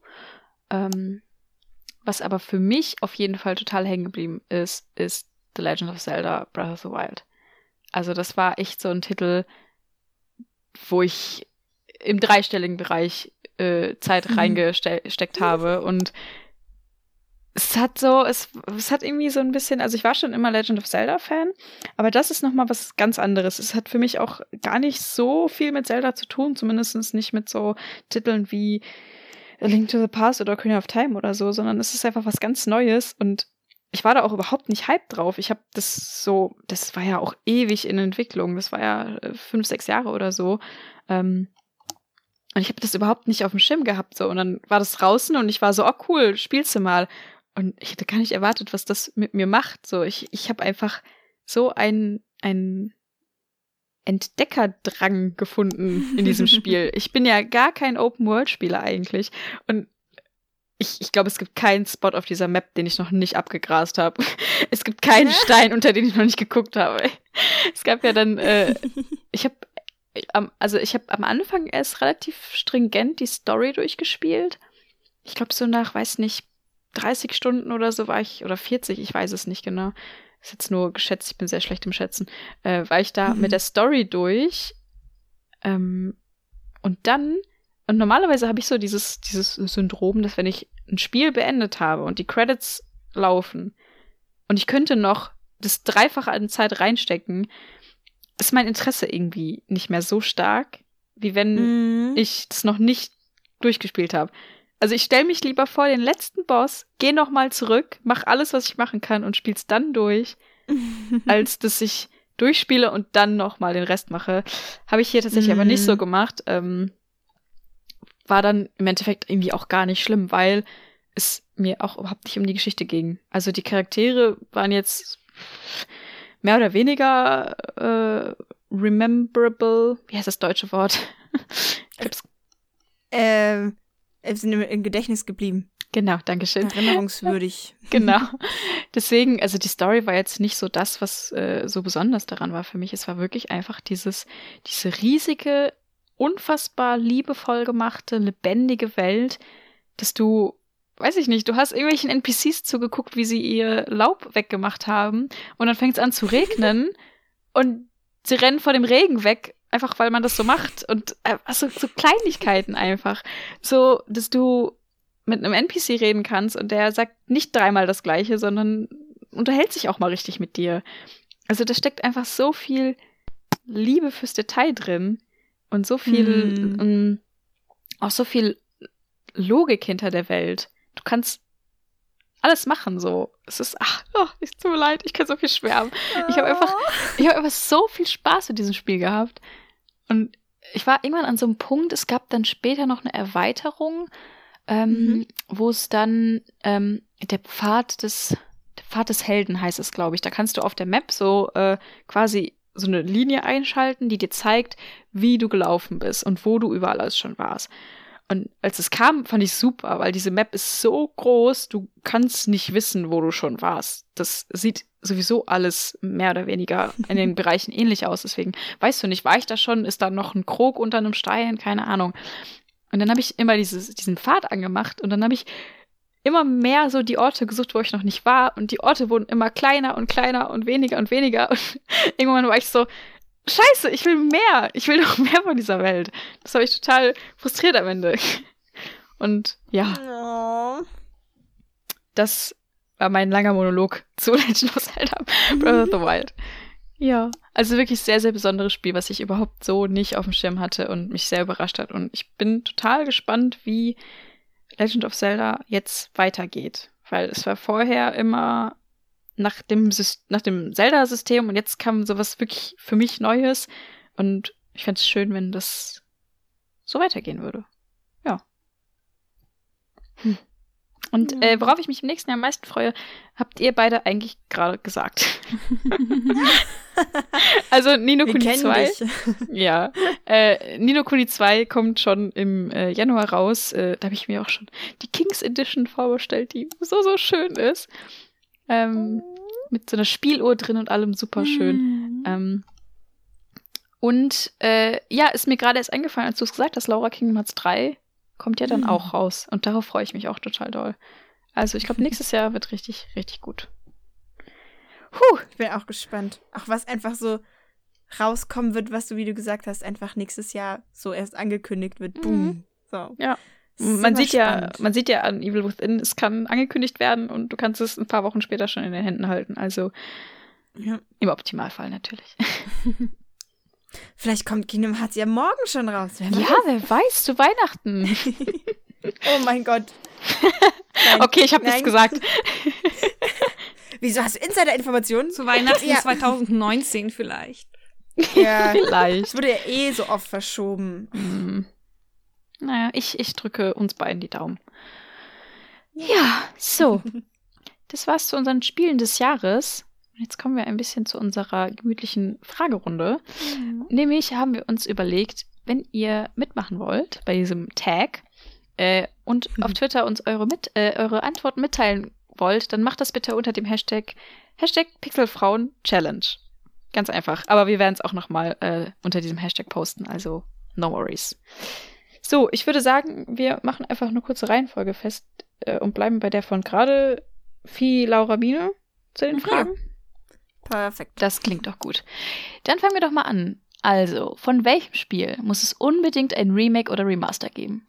Was aber für mich auf jeden Fall total hängen geblieben ist The Legend of Zelda Breath of the Wild. Also das war echt so ein Titel, wo ich im dreistelligen Bereich Zeit reingesteckt habe und es hat irgendwie so ein bisschen, also ich war schon immer Legend of Zelda Fan, aber das ist nochmal was ganz anderes. Es hat für mich auch gar nicht so viel mit Zelda zu tun, zumindest nicht mit so Titeln wie A Link to the Past oder Ocarina of Time oder so, sondern es ist einfach was ganz Neues und ich war da auch überhaupt nicht hyped drauf. Ich habe das war ja auch ewig in Entwicklung, das war ja 5-6 Jahre oder so. Und ich habe das überhaupt nicht auf dem Schirm gehabt, so. Und dann war das draußen und ich war so, oh cool, spielst du mal. Und ich hätte gar nicht erwartet, was das mit mir macht, so. Ich habe einfach so einen Entdeckerdrang gefunden in diesem Spiel. Ich bin ja gar kein Open-World-Spieler eigentlich. Und ich glaube, es gibt keinen Spot auf dieser Map, den ich noch nicht abgegrast habe. Es gibt keinen Stein, unter den ich noch nicht geguckt habe. Es gab ja dann, ich habe am Anfang erst relativ stringent die Story durchgespielt. Ich glaube, so nach, weiß nicht, 30 Stunden oder so war ich, oder 40, ich weiß es nicht genau. Ist jetzt nur geschätzt, ich bin sehr schlecht im Schätzen. War ich da mit der Story durch. Und normalerweise habe ich so dieses Syndrom, dass wenn ich ein Spiel beendet habe und die Credits laufen und ich könnte noch das Dreifache an Zeit reinstecken, ist mein Interesse irgendwie nicht mehr so stark, wie wenn ich das noch nicht durchgespielt habe. Also ich stelle mich lieber vor den letzten Boss, gehe nochmal zurück, mache alles, was ich machen kann und spiel's dann durch, als dass ich durchspiele und dann nochmal den Rest mache. Habe ich hier tatsächlich aber nicht so gemacht. War dann im Endeffekt irgendwie auch gar nicht schlimm, weil es mir auch überhaupt nicht um die Geschichte ging. Also die Charaktere waren jetzt mehr oder weniger rememberable. Wie heißt das deutsche Wort? Sind im Gedächtnis geblieben. Genau, dankeschön. Erinnerungswürdig. Genau. Deswegen, also die Story war jetzt nicht so das, was so besonders daran war für mich. Es war wirklich einfach diese riesige, unfassbar liebevoll gemachte, lebendige Welt, dass du, weiß ich nicht, du hast irgendwelchen NPCs zugeguckt, wie sie ihr Laub weggemacht haben und dann fängt es an zu regnen und sie rennen vor dem Regen weg, einfach weil man das so macht und so Kleinigkeiten einfach. So, dass du mit einem NPC reden kannst und der sagt nicht dreimal das Gleiche, sondern unterhält sich auch mal richtig mit dir. Also da steckt einfach so viel Liebe fürs Detail drin und so viel, auch so viel Logik hinter der Welt. Du kannst alles machen so. Es ist, es tut mir leid, ich kann so viel schwärmen. Ich habe einfach so viel Spaß mit diesem Spiel gehabt. Und ich war irgendwann an so einem Punkt, es gab dann später noch eine Erweiterung, wo es dann der Pfad des Helden heißt es, glaube ich. Da kannst du auf der Map so quasi so eine Linie einschalten, die dir zeigt, wie du gelaufen bist und wo du überall alles schon warst. Und als es kam, fand ich super, weil diese Map ist so groß, du kannst nicht wissen, wo du schon warst. Das sieht sowieso alles mehr oder weniger in den Bereichen ähnlich aus. Deswegen weißt du nicht, war ich da schon? Ist da noch ein Krog unter einem Stein? Keine Ahnung. Und dann habe ich immer diesen Pfad angemacht und dann habe ich immer mehr so die Orte gesucht, wo ich noch nicht war. Und die Orte wurden immer kleiner und kleiner und weniger und weniger. Und irgendwann war ich so, Scheiße, ich will mehr. Ich will noch mehr von dieser Welt. Das habe ich total frustriert am Ende. Und ja, das war mein langer Monolog zu Legend of Zelda Breath of the Wild. Ja, also wirklich sehr, sehr besonderes Spiel, was ich überhaupt so nicht auf dem Schirm hatte und mich sehr überrascht hat. Und ich bin total gespannt, wie Legend of Zelda jetzt weitergeht. Weil es war vorher immer nach dem Zelda-System und jetzt kam sowas wirklich für mich Neues. Und ich fände es schön, wenn das so weitergehen würde. Ja. Und worauf ich mich im nächsten Jahr am meisten freue, habt ihr beide eigentlich gerade gesagt. Also Ni no Kuni 2. Ja. Ni no Kuni 2 kommt schon im Januar raus. Da habe ich mir auch schon die Kings Edition vorbestellt, die so schön ist. Mit so einer Spieluhr drin und allem super schön. Und ist mir gerade erst eingefallen, als du es gesagt hast, Laura, Kingdom Hearts 3 kommt ja dann auch raus. Und darauf freue ich mich auch total doll. Also ich glaube, nächstes Jahr wird richtig, richtig gut. Ich bin auch gespannt. Auch was einfach so rauskommen wird, was du, wie du gesagt hast, einfach nächstes Jahr so erst angekündigt wird. Boom. So. Ja. Man sieht ja an Evil Within, es kann angekündigt werden und du kannst es ein paar Wochen später schon in den Händen halten. Also im Optimalfall natürlich. Vielleicht kommt Kingdom Hearts ja morgen schon raus. Wer weiß, zu Weihnachten. Oh mein Gott. Nein, okay, ich habe nichts gesagt. Wieso hast du Insider-Informationen? Zu Weihnachten 2019 vielleicht. Ja, vielleicht. Es wurde ja so oft verschoben. Naja, ich drücke uns beiden die Daumen. Ja, so. Das war's zu unseren Spielen des Jahres. Jetzt kommen wir ein bisschen zu unserer gemütlichen Fragerunde. Nämlich haben wir uns überlegt, wenn ihr mitmachen wollt bei diesem Tag und auf Twitter uns eure Antworten mitteilen wollt, dann macht das bitte unter dem Hashtag PixelfrauenChallenge. Ganz einfach. Aber wir werden es auch nochmal unter diesem Hashtag posten, also no worries. So, ich würde sagen, wir machen einfach eine kurze Reihenfolge fest und bleiben bei der von gerade. Vieh, Laura, Biene zu den Fragen. Perfekt. Das klingt doch gut. Dann fangen wir doch mal an. Also, von welchem Spiel muss es unbedingt ein Remake oder Remaster geben?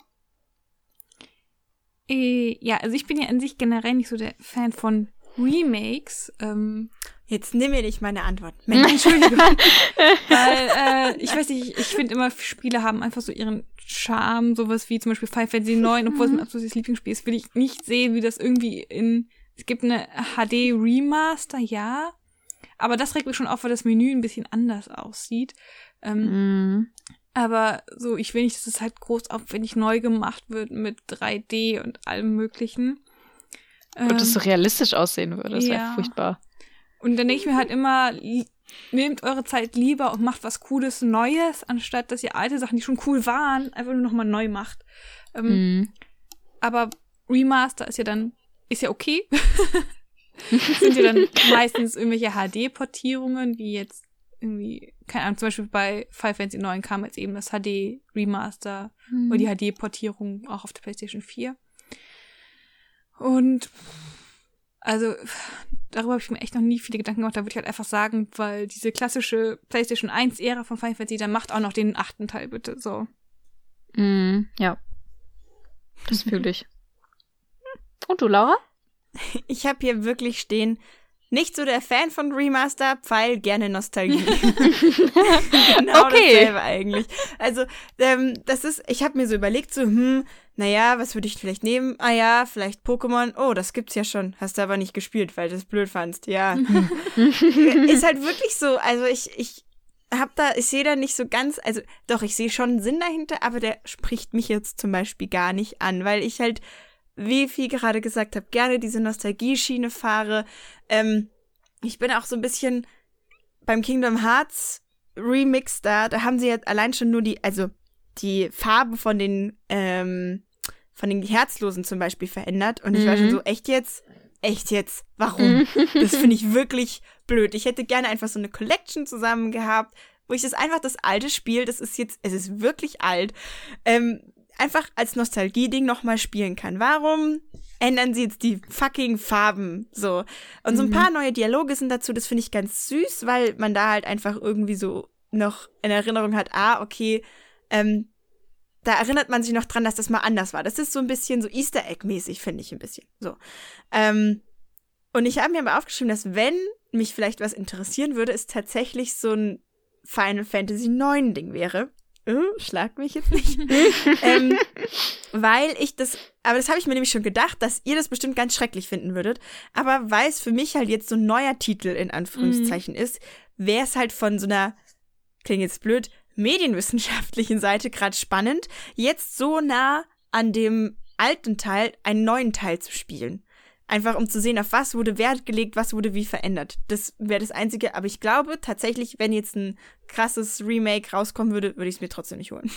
Ja, also ich bin ja an sich generell nicht so der Fan von Remakes. Jetzt nimm mir nicht meine Antwort. Entschuldigung. Weil, ich weiß nicht, ich finde immer, Spiele haben einfach so ihren Charme, sowas wie zum Beispiel Final Fantasy 9, obwohl es mein absolutes Lieblingsspiel ist, will ich nicht sehen, wie das irgendwie es gibt eine HD-Remaster, ja, aber das regt mich schon auf, weil das Menü ein bisschen anders aussieht. Aber so, ich will nicht, dass es halt groß aufwendig neu gemacht wird mit 3D und allem Möglichen. Und das so realistisch aussehen würde, das wäre furchtbar. Und dann denke ich mir halt immer, nehmt eure Zeit lieber und macht was Cooles, Neues, anstatt dass ihr alte Sachen, die schon cool waren, einfach nur nochmal neu macht. Aber Remaster ist ja okay. Sind ja dann meistens irgendwelche HD-Portierungen, wie jetzt irgendwie, keine Ahnung, zum Beispiel bei Final Fantasy 9 kam jetzt eben das HD-Remaster oder die HD-Portierung auch auf der PlayStation 4. Und also darüber habe ich mir echt noch nie viele Gedanken gemacht. Da würde ich halt einfach sagen, weil diese klassische PlayStation 1-Ära von Final Fantasy, dann macht auch noch den 8. Teil bitte, so. Ja. Das fühle ich. Und du, Laura? Ich habe hier wirklich stehen, nicht so der Fan von Remaster, Pfeil, gerne Nostalgie. Genau okay. Dasselbe eigentlich. Also, ich habe mir so überlegt, so, naja, was würde ich vielleicht nehmen? Ah ja, vielleicht Pokémon. Oh, das gibt's ja schon. Hast du aber nicht gespielt, weil du es blöd fandst. Ja. Ist halt wirklich so, also ich sehe da nicht so ganz, also doch, ich sehe schon einen Sinn dahinter, aber der spricht mich jetzt zum Beispiel gar nicht an, weil ich halt, wie viel gerade gesagt habe, gerne diese Nostalgie-Schiene fahre. Ich bin auch so ein bisschen beim Kingdom Hearts Remix da haben sie jetzt allein schon nur die Farben von den Herzlosen zum Beispiel verändert. Und ich war schon so, echt jetzt? Echt jetzt? Warum? Das finde ich wirklich blöd. Ich hätte gerne einfach so eine Collection zusammen gehabt, wo ich das alte Spiel, es ist wirklich alt, einfach als Nostalgie-Ding nochmal spielen kann. Warum ändern sie jetzt die fucking Farben so? Und so ein paar neue Dialoge sind dazu, das finde ich ganz süß, weil man da halt einfach irgendwie so noch in Erinnerung hat, okay, da erinnert man sich noch dran, dass das mal anders war. Das ist so ein bisschen so Easter Egg-mäßig, finde ich ein bisschen. So. Und ich habe mir aber aufgeschrieben, dass wenn mich vielleicht was interessieren würde, es tatsächlich so ein Final Fantasy 9 Ding wäre. Schlag mich jetzt nicht. Weil aber das habe ich mir nämlich schon gedacht, dass ihr das bestimmt ganz schrecklich finden würdet. Aber weil es für mich halt jetzt so ein neuer Titel in Anführungszeichen ist, wäre es halt von so einer, klingt jetzt blöd, medienwissenschaftlichen Seite gerade spannend, jetzt so nah an dem alten Teil einen neuen Teil zu spielen. Einfach um zu sehen, auf was wurde Wert gelegt, was wurde wie verändert. Das wäre das Einzige, aber ich glaube tatsächlich, wenn jetzt ein krasses Remake rauskommen würde, würde ich es mir trotzdem nicht holen.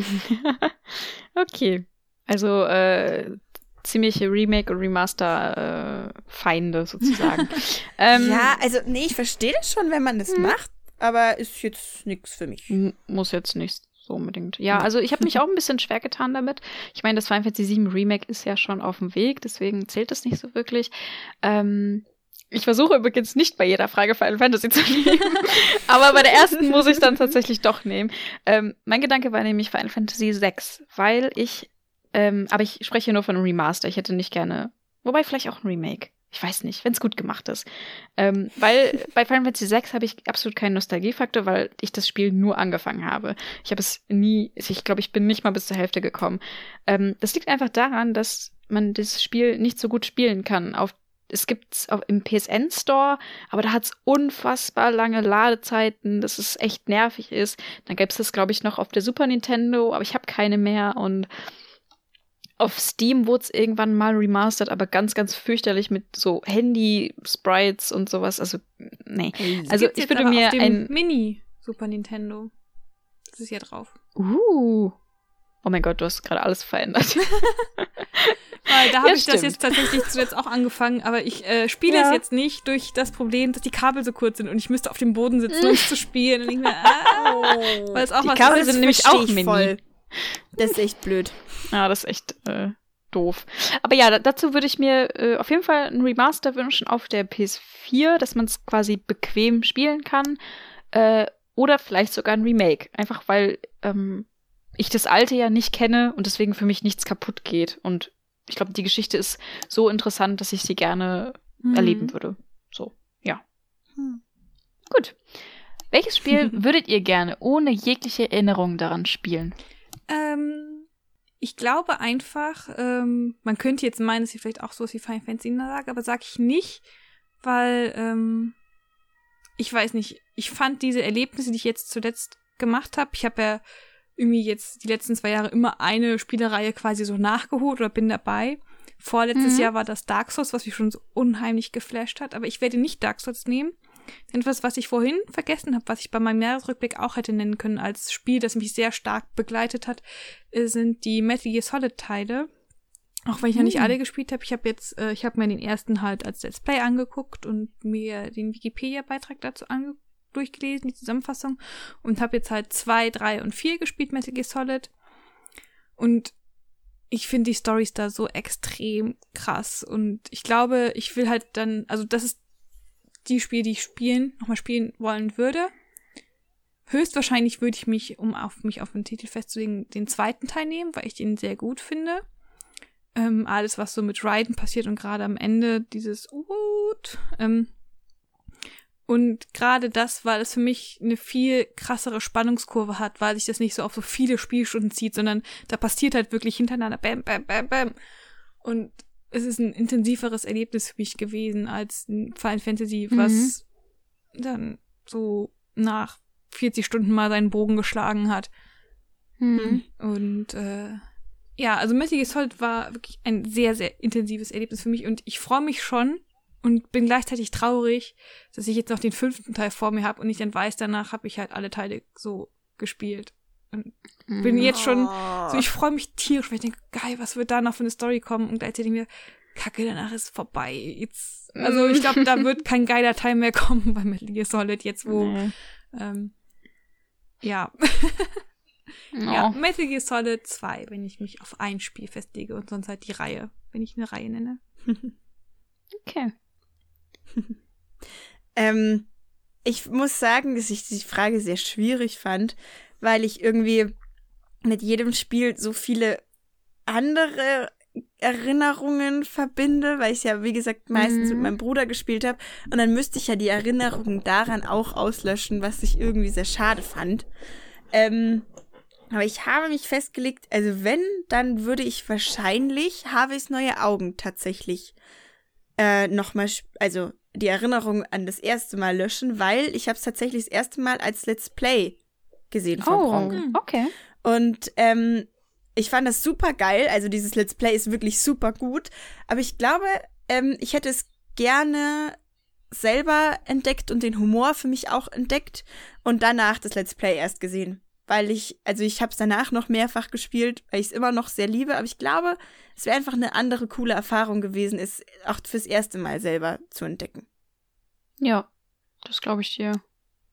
Okay. Also ziemliche Remake- und Remaster-Feinde sozusagen. Ja, also nee, ich verstehe das schon, wenn man das macht, aber ist jetzt nichts für mich. Muss jetzt nicht so unbedingt. Ja, also ich habe mich auch ein bisschen schwer getan damit. Ich meine, das Final Fantasy VII Remake ist ja schon auf dem Weg, deswegen zählt das nicht so wirklich. Ich versuche übrigens nicht bei jeder Frage Final Fantasy zu nehmen, aber bei der ersten muss ich dann tatsächlich doch nehmen. Mein Gedanke war nämlich Final Fantasy VI, weil aber ich spreche nur von einem Remaster. Ich hätte nicht gerne, wobei vielleicht auch ein Remake. Ich weiß nicht, wenn es gut gemacht ist. Weil bei Final Fantasy VI habe ich absolut keinen Nostalgiefaktor, weil ich das Spiel nur angefangen habe. Ich glaube, ich bin nicht mal bis zur Hälfte gekommen. Das liegt einfach daran, dass man das Spiel nicht so gut spielen kann. Es gibt's im PSN-Store, aber da hat's unfassbar lange Ladezeiten, dass es echt nervig ist. Dann gäbe es das, glaube ich, noch auf der Super Nintendo, aber ich habe keine mehr und auf Steam wurde es irgendwann mal remastered, aber ganz, ganz fürchterlich mit so Handy-Sprites und sowas. Also, nee. Also ich würde mir auf dem Mini Super Nintendo. Das ist ja drauf. Oh mein Gott, du hast gerade alles verändert. Weil da habe ich das jetzt tatsächlich zuletzt auch angefangen, aber ich spiele es jetzt nicht durch das Problem, dass die Kabel so kurz sind und ich müsste auf dem Boden sitzen, um es zu spielen. Und ich mir, weil es auch die Kabel sind nämlich auch mini. Voll. Das ist echt blöd. Ja, das ist echt doof. Aber ja, dazu würde ich mir auf jeden Fall ein Remaster wünschen auf der PS4, dass man es quasi bequem spielen kann. Oder vielleicht sogar ein Remake. Einfach weil ich das Alte ja nicht kenne und deswegen für mich nichts kaputt geht. Und ich glaube, die Geschichte ist so interessant, dass ich sie gerne erleben würde. So, ja. Gut. Welches Spiel würdet ihr gerne ohne jegliche Erinnerung daran spielen? Ich glaube einfach, man könnte jetzt meinen, dass ich vielleicht auch sowas wie Final Fantasy sage, aber sage ich nicht, weil ich weiß nicht, ich fand diese Erlebnisse, die ich jetzt zuletzt gemacht habe, ich habe ja irgendwie jetzt die letzten 2 Jahre immer eine Spielereihe quasi so nachgeholt oder bin dabei. Vorletztes Jahr war das Dark Souls, was mich schon so unheimlich geflasht hat, aber ich werde nicht Dark Souls nehmen. Etwas, was ich vorhin vergessen habe, was ich bei meinem Jahresrückblick auch hätte nennen können als Spiel, das mich sehr stark begleitet hat, sind die Metal Gear Solid Teile. Auch wenn ich ja nicht alle gespielt habe. Ich habe mir den ersten halt als Let's Play angeguckt und mir den Wikipedia-Beitrag dazu durchgelesen, die Zusammenfassung, und habe jetzt halt 2, 3 und 4 gespielt, Metal Gear Solid. Und ich finde die Storys da so extrem krass. Und ich glaube, ich will halt dann, also das ist die Spiele, die ich nochmal spielen wollen würde. Höchstwahrscheinlich würde ich mich, um mich auf den Titel festzulegen, den zweiten Teil nehmen, weil ich den sehr gut finde. Alles, was so mit Raiden passiert und gerade am Ende dieses und gerade das, weil es für mich eine viel krassere Spannungskurve hat, weil sich das nicht so auf so viele Spielstunden zieht, sondern da passiert halt wirklich hintereinander bam, bam, bam, bam. Und es ist ein intensiveres Erlebnis für mich gewesen als ein Final Fantasy, was dann so nach 40 Stunden mal seinen Bogen geschlagen hat. Und ja, also Metal Gear Solid war wirklich ein sehr, sehr intensives Erlebnis für mich und ich freue mich schon und bin gleichzeitig traurig, dass ich jetzt noch den 5. Teil vor mir habe und ich dann weiß, danach habe ich halt alle Teile so gespielt. Und bin jetzt schon so, ich freue mich tierisch, weil ich denke, geil, was wird da noch für eine Story kommen? Und gleichzeitig mir, Kacke, danach ist vorbei. Jetzt, also ich glaube, da wird kein geiler Teil mehr kommen bei Metal Gear Solid, jetzt wo, ja. Ja, Metal Gear Solid 2, wenn ich mich auf ein Spiel festlege und sonst halt die Reihe, wenn ich eine Reihe nenne. Okay. Ich muss sagen, dass ich die Frage sehr schwierig fand, weil ich irgendwie mit jedem Spiel so viele andere Erinnerungen verbinde, weil ich ja, wie gesagt, meistens mit meinem Bruder gespielt habe. Und dann müsste ich ja die Erinnerungen daran auch auslöschen, was ich irgendwie sehr schade fand. Aber ich habe mich festgelegt, also wenn, dann würde ich wahrscheinlich Harveys neue Augen tatsächlich nochmal, also die Erinnerung an das erste Mal löschen, weil ich habe es tatsächlich das erste Mal als Let's Play gesehen von Gronkh. Okay. Und ich fand das super geil, also dieses Let's Play ist wirklich super gut, aber ich glaube, ich hätte es gerne selber entdeckt und den Humor für mich auch entdeckt und danach das Let's Play erst gesehen. Weil ich habe es danach noch mehrfach gespielt, weil ich es immer noch sehr liebe, aber ich glaube, es wäre einfach eine andere coole Erfahrung gewesen, es auch fürs erste Mal selber zu entdecken. Ja, das glaube ich dir.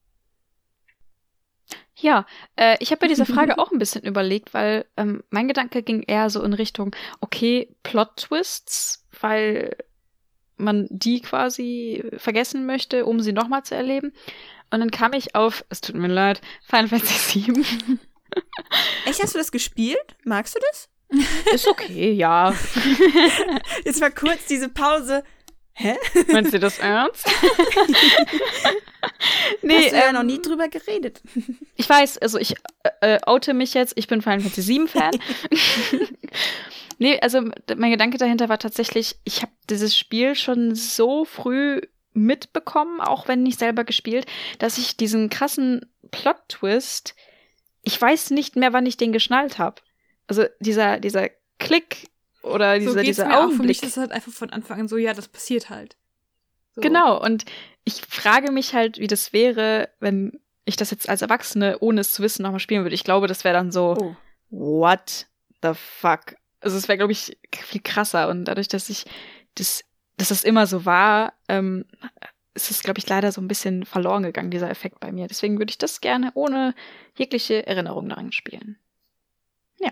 Ja, ich habe bei dieser Frage auch ein bisschen überlegt, weil mein Gedanke ging eher so in Richtung, okay, Plot-Twists, weil man die quasi vergessen möchte, um sie nochmal zu erleben. Und dann kam ich auf, es tut mir leid, Final Fantasy VII. Echt, hast du das gespielt? Magst du das? Ist okay, ja. Jetzt war kurz diese Pause. Hä? Meinst du das ernst? Nee, hast du ja noch nie drüber geredet. Ich weiß, also ich oute mich jetzt, ich bin Final Fantasy VII-Fan. Nee, also mein Gedanke dahinter war tatsächlich, ich habe dieses Spiel schon so früh mitbekommen, auch wenn nicht selber gespielt, dass ich diesen krassen Plot-Twist, ich weiß nicht mehr, wann ich den geschnallt habe. Also dieser Klick oder so geht's dieser mir auch. Für Augenblick. mich ist es halt einfach von Anfang an so, ja, das passiert halt. So. Genau, und ich frage mich halt, wie das wäre, wenn ich das jetzt als Erwachsene, ohne es zu wissen, nochmal spielen würde. Ich glaube, das wäre dann so, what the fuck? Also es wäre, glaube ich, viel krasser. Und dadurch, dass das immer so war, ist es, glaube ich, leider so ein bisschen verloren gegangen, dieser Effekt bei mir. Deswegen würde ich das gerne ohne jegliche Erinnerung daran spielen. Ja.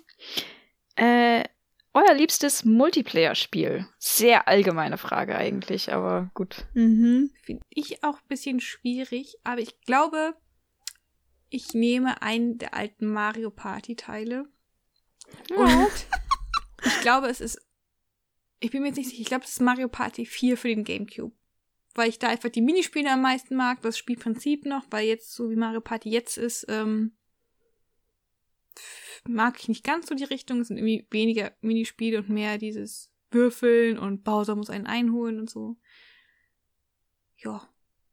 Euer liebstes Multiplayer-Spiel? Sehr allgemeine Frage eigentlich, aber gut. Finde ich auch ein bisschen schwierig, aber ich glaube, ich nehme einen der alten Mario Party-Teile. Und ich glaube, ich bin mir jetzt nicht sicher, ich glaube, es ist Mario Party 4 für den GameCube. Weil ich da einfach die Minispiele am meisten mag, das Spielprinzip noch, weil jetzt, so wie Mario Party jetzt ist, mag ich nicht ganz so die Richtung. Es sind irgendwie weniger Minispiele und mehr dieses Würfeln und Bowser muss einen einholen und so. Ja.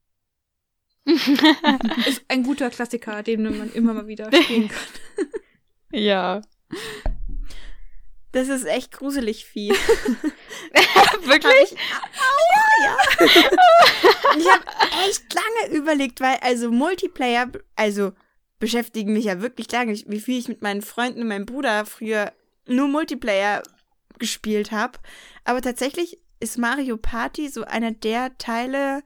Ist ein guter Klassiker, den man immer mal wieder spielen kann. Ja. Das ist echt gruselig viel. Wirklich? Ja. Ich habe echt lange überlegt, weil also Multiplayer, also beschäftigen mich ja wirklich lange, wie viel ich mit meinen Freunden und meinem Bruder früher nur Multiplayer gespielt habe. Aber tatsächlich ist Mario Party so einer der Teile,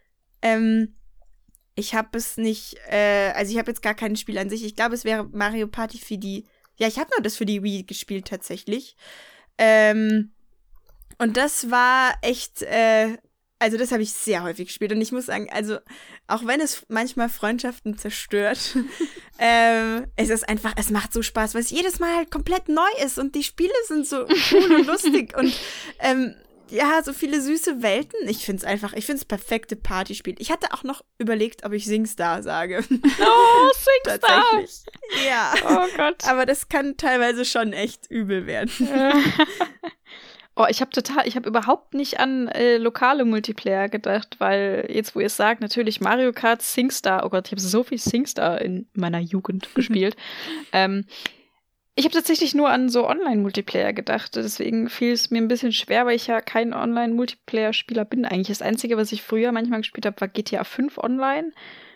ich habe es nicht, also ich habe jetzt gar kein Spiel an sich. Ich glaube, es wäre Mario Party für die, ja, ich habe nur das für die Wii gespielt tatsächlich. Und das war echt, also das habe ich sehr häufig gespielt. Und ich muss sagen, also auch wenn es manchmal Freundschaften zerstört, es ist einfach, es macht so Spaß, weil es jedes Mal halt komplett neu ist und die Spiele sind so cool und lustig und ja, so viele süße Welten. Ich finde es das perfekte Partyspiel. Ich hatte auch noch überlegt, ob ich SingStar sage. Oh, SingStar! Tatsächlich. Ja. Oh Gott. Aber das kann teilweise schon echt übel werden. Oh, ich habe überhaupt nicht an lokale Multiplayer gedacht, weil jetzt, wo ihr es sagt, natürlich Mario Kart, SingStar, oh Gott, ich habe so viel SingStar in meiner Jugend gespielt. Ich habe tatsächlich nur an so Online-Multiplayer gedacht, deswegen fiel es mir ein bisschen schwer, weil ich ja kein Online-Multiplayer-Spieler bin eigentlich. Das Einzige, was ich früher manchmal gespielt habe, war GTA 5 Online.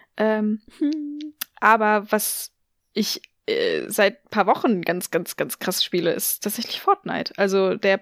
Aber was ich seit ein paar Wochen ganz, ganz, ganz krass spiele, ist tatsächlich Fortnite. Also der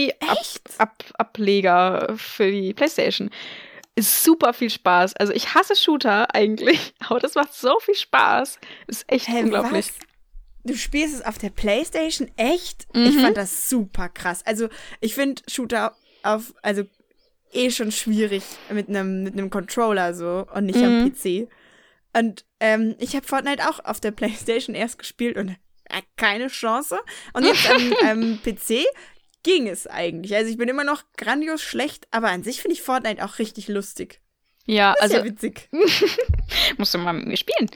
PUBG-Ableger für die PlayStation. Ist super viel Spaß. Also ich hasse Shooter eigentlich, aber das macht so viel Spaß. Ist echt unglaublich. Was? Du spielst es auf der PlayStation? Echt? Ich fand das super krass. Also ich finde Shooter also schon schwierig mit einem Controller so und nicht am PC. Und ich habe Fortnite auch auf der PlayStation erst gespielt und keine Chance. Und jetzt am PC ging es eigentlich. Also ich bin immer noch grandios schlecht, aber an sich finde ich Fortnite auch richtig lustig. Ja, das ist also ja witzig. Musst du mal mit mir spielen.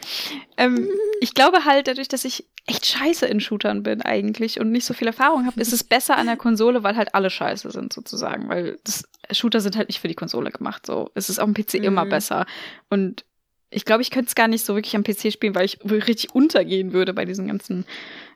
Ich glaube halt, dadurch, dass ich echt scheiße in Shootern bin eigentlich und nicht so viel Erfahrung habe, ist es besser an der Konsole, weil halt alle scheiße sind sozusagen. Weil Shooter sind halt nicht für die Konsole gemacht. So, es ist auf dem PC immer besser. Und ich glaube, ich könnte es gar nicht so wirklich am PC spielen, weil ich richtig untergehen würde bei diesen ganzen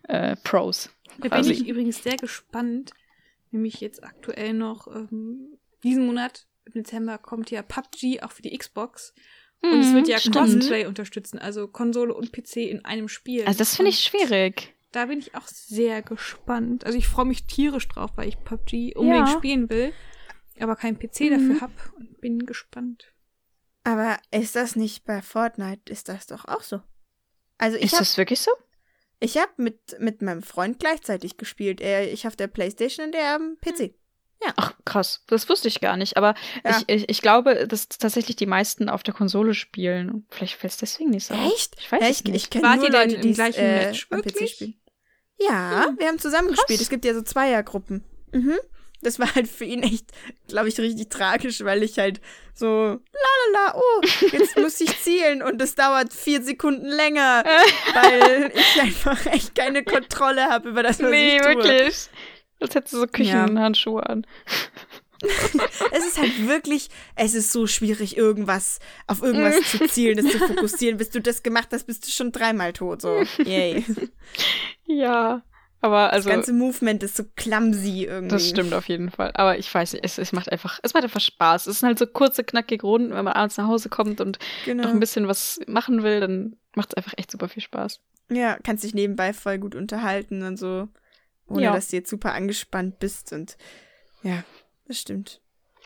Pros. Da bin ich übrigens sehr gespannt. Nämlich jetzt aktuell noch diesen Monat, im Dezember, kommt ja PUBG auch für die Xbox. Und es wird ja Crossplay unterstützen, also Konsole und PC in einem Spiel. Also das finde ich schwierig. Da bin ich auch sehr gespannt. Also ich freue mich tierisch drauf, weil ich PUBG unbedingt spielen will, aber keinen PC dafür habe und bin gespannt. Aber ist das nicht bei Fortnite? Ist das doch auch so? Also ist das wirklich so? Ich habe mit meinem Freund gleichzeitig gespielt. Ich auf der PlayStation und der am PC. Ja. Ach, krass. Das wusste ich gar nicht. Aber ja. ich glaube, dass tatsächlich die meisten auf der Konsole spielen. Vielleicht fällt es deswegen nicht so auf. Echt? Ich weiß es nicht. Ich kenne nur Leute, die gleichen Match am PC spielen. Ja, wir haben zusammen gespielt. Es gibt ja so Zweiergruppen. Das war halt für ihn echt, glaube ich, richtig tragisch, weil ich halt so, oh, jetzt muss ich zielen und es dauert 4 Sekunden länger, weil ich einfach echt keine Kontrolle habe über das, was ich tue. Nee, wirklich. Als hättest du so Küchenhandschuhe an. Es ist halt wirklich, es ist so schwierig, auf irgendwas zu zielen, das zu fokussieren. Bis du das gemacht hast, bist du schon 3-mal tot, so. Yay. Ja. Aber also, das ganze Movement ist so clumsy irgendwie. das stimmt auf jeden Fall. Aber ich weiß nicht, es macht einfach Spaß. Es sind halt so kurze, knackige Runden, wenn man abends nach Hause kommt und noch ein bisschen was machen will, dann macht es einfach echt super viel Spaß. Ja, kannst dich nebenbei voll gut unterhalten und so, ohne dass du jetzt super angespannt bist und ja, das stimmt.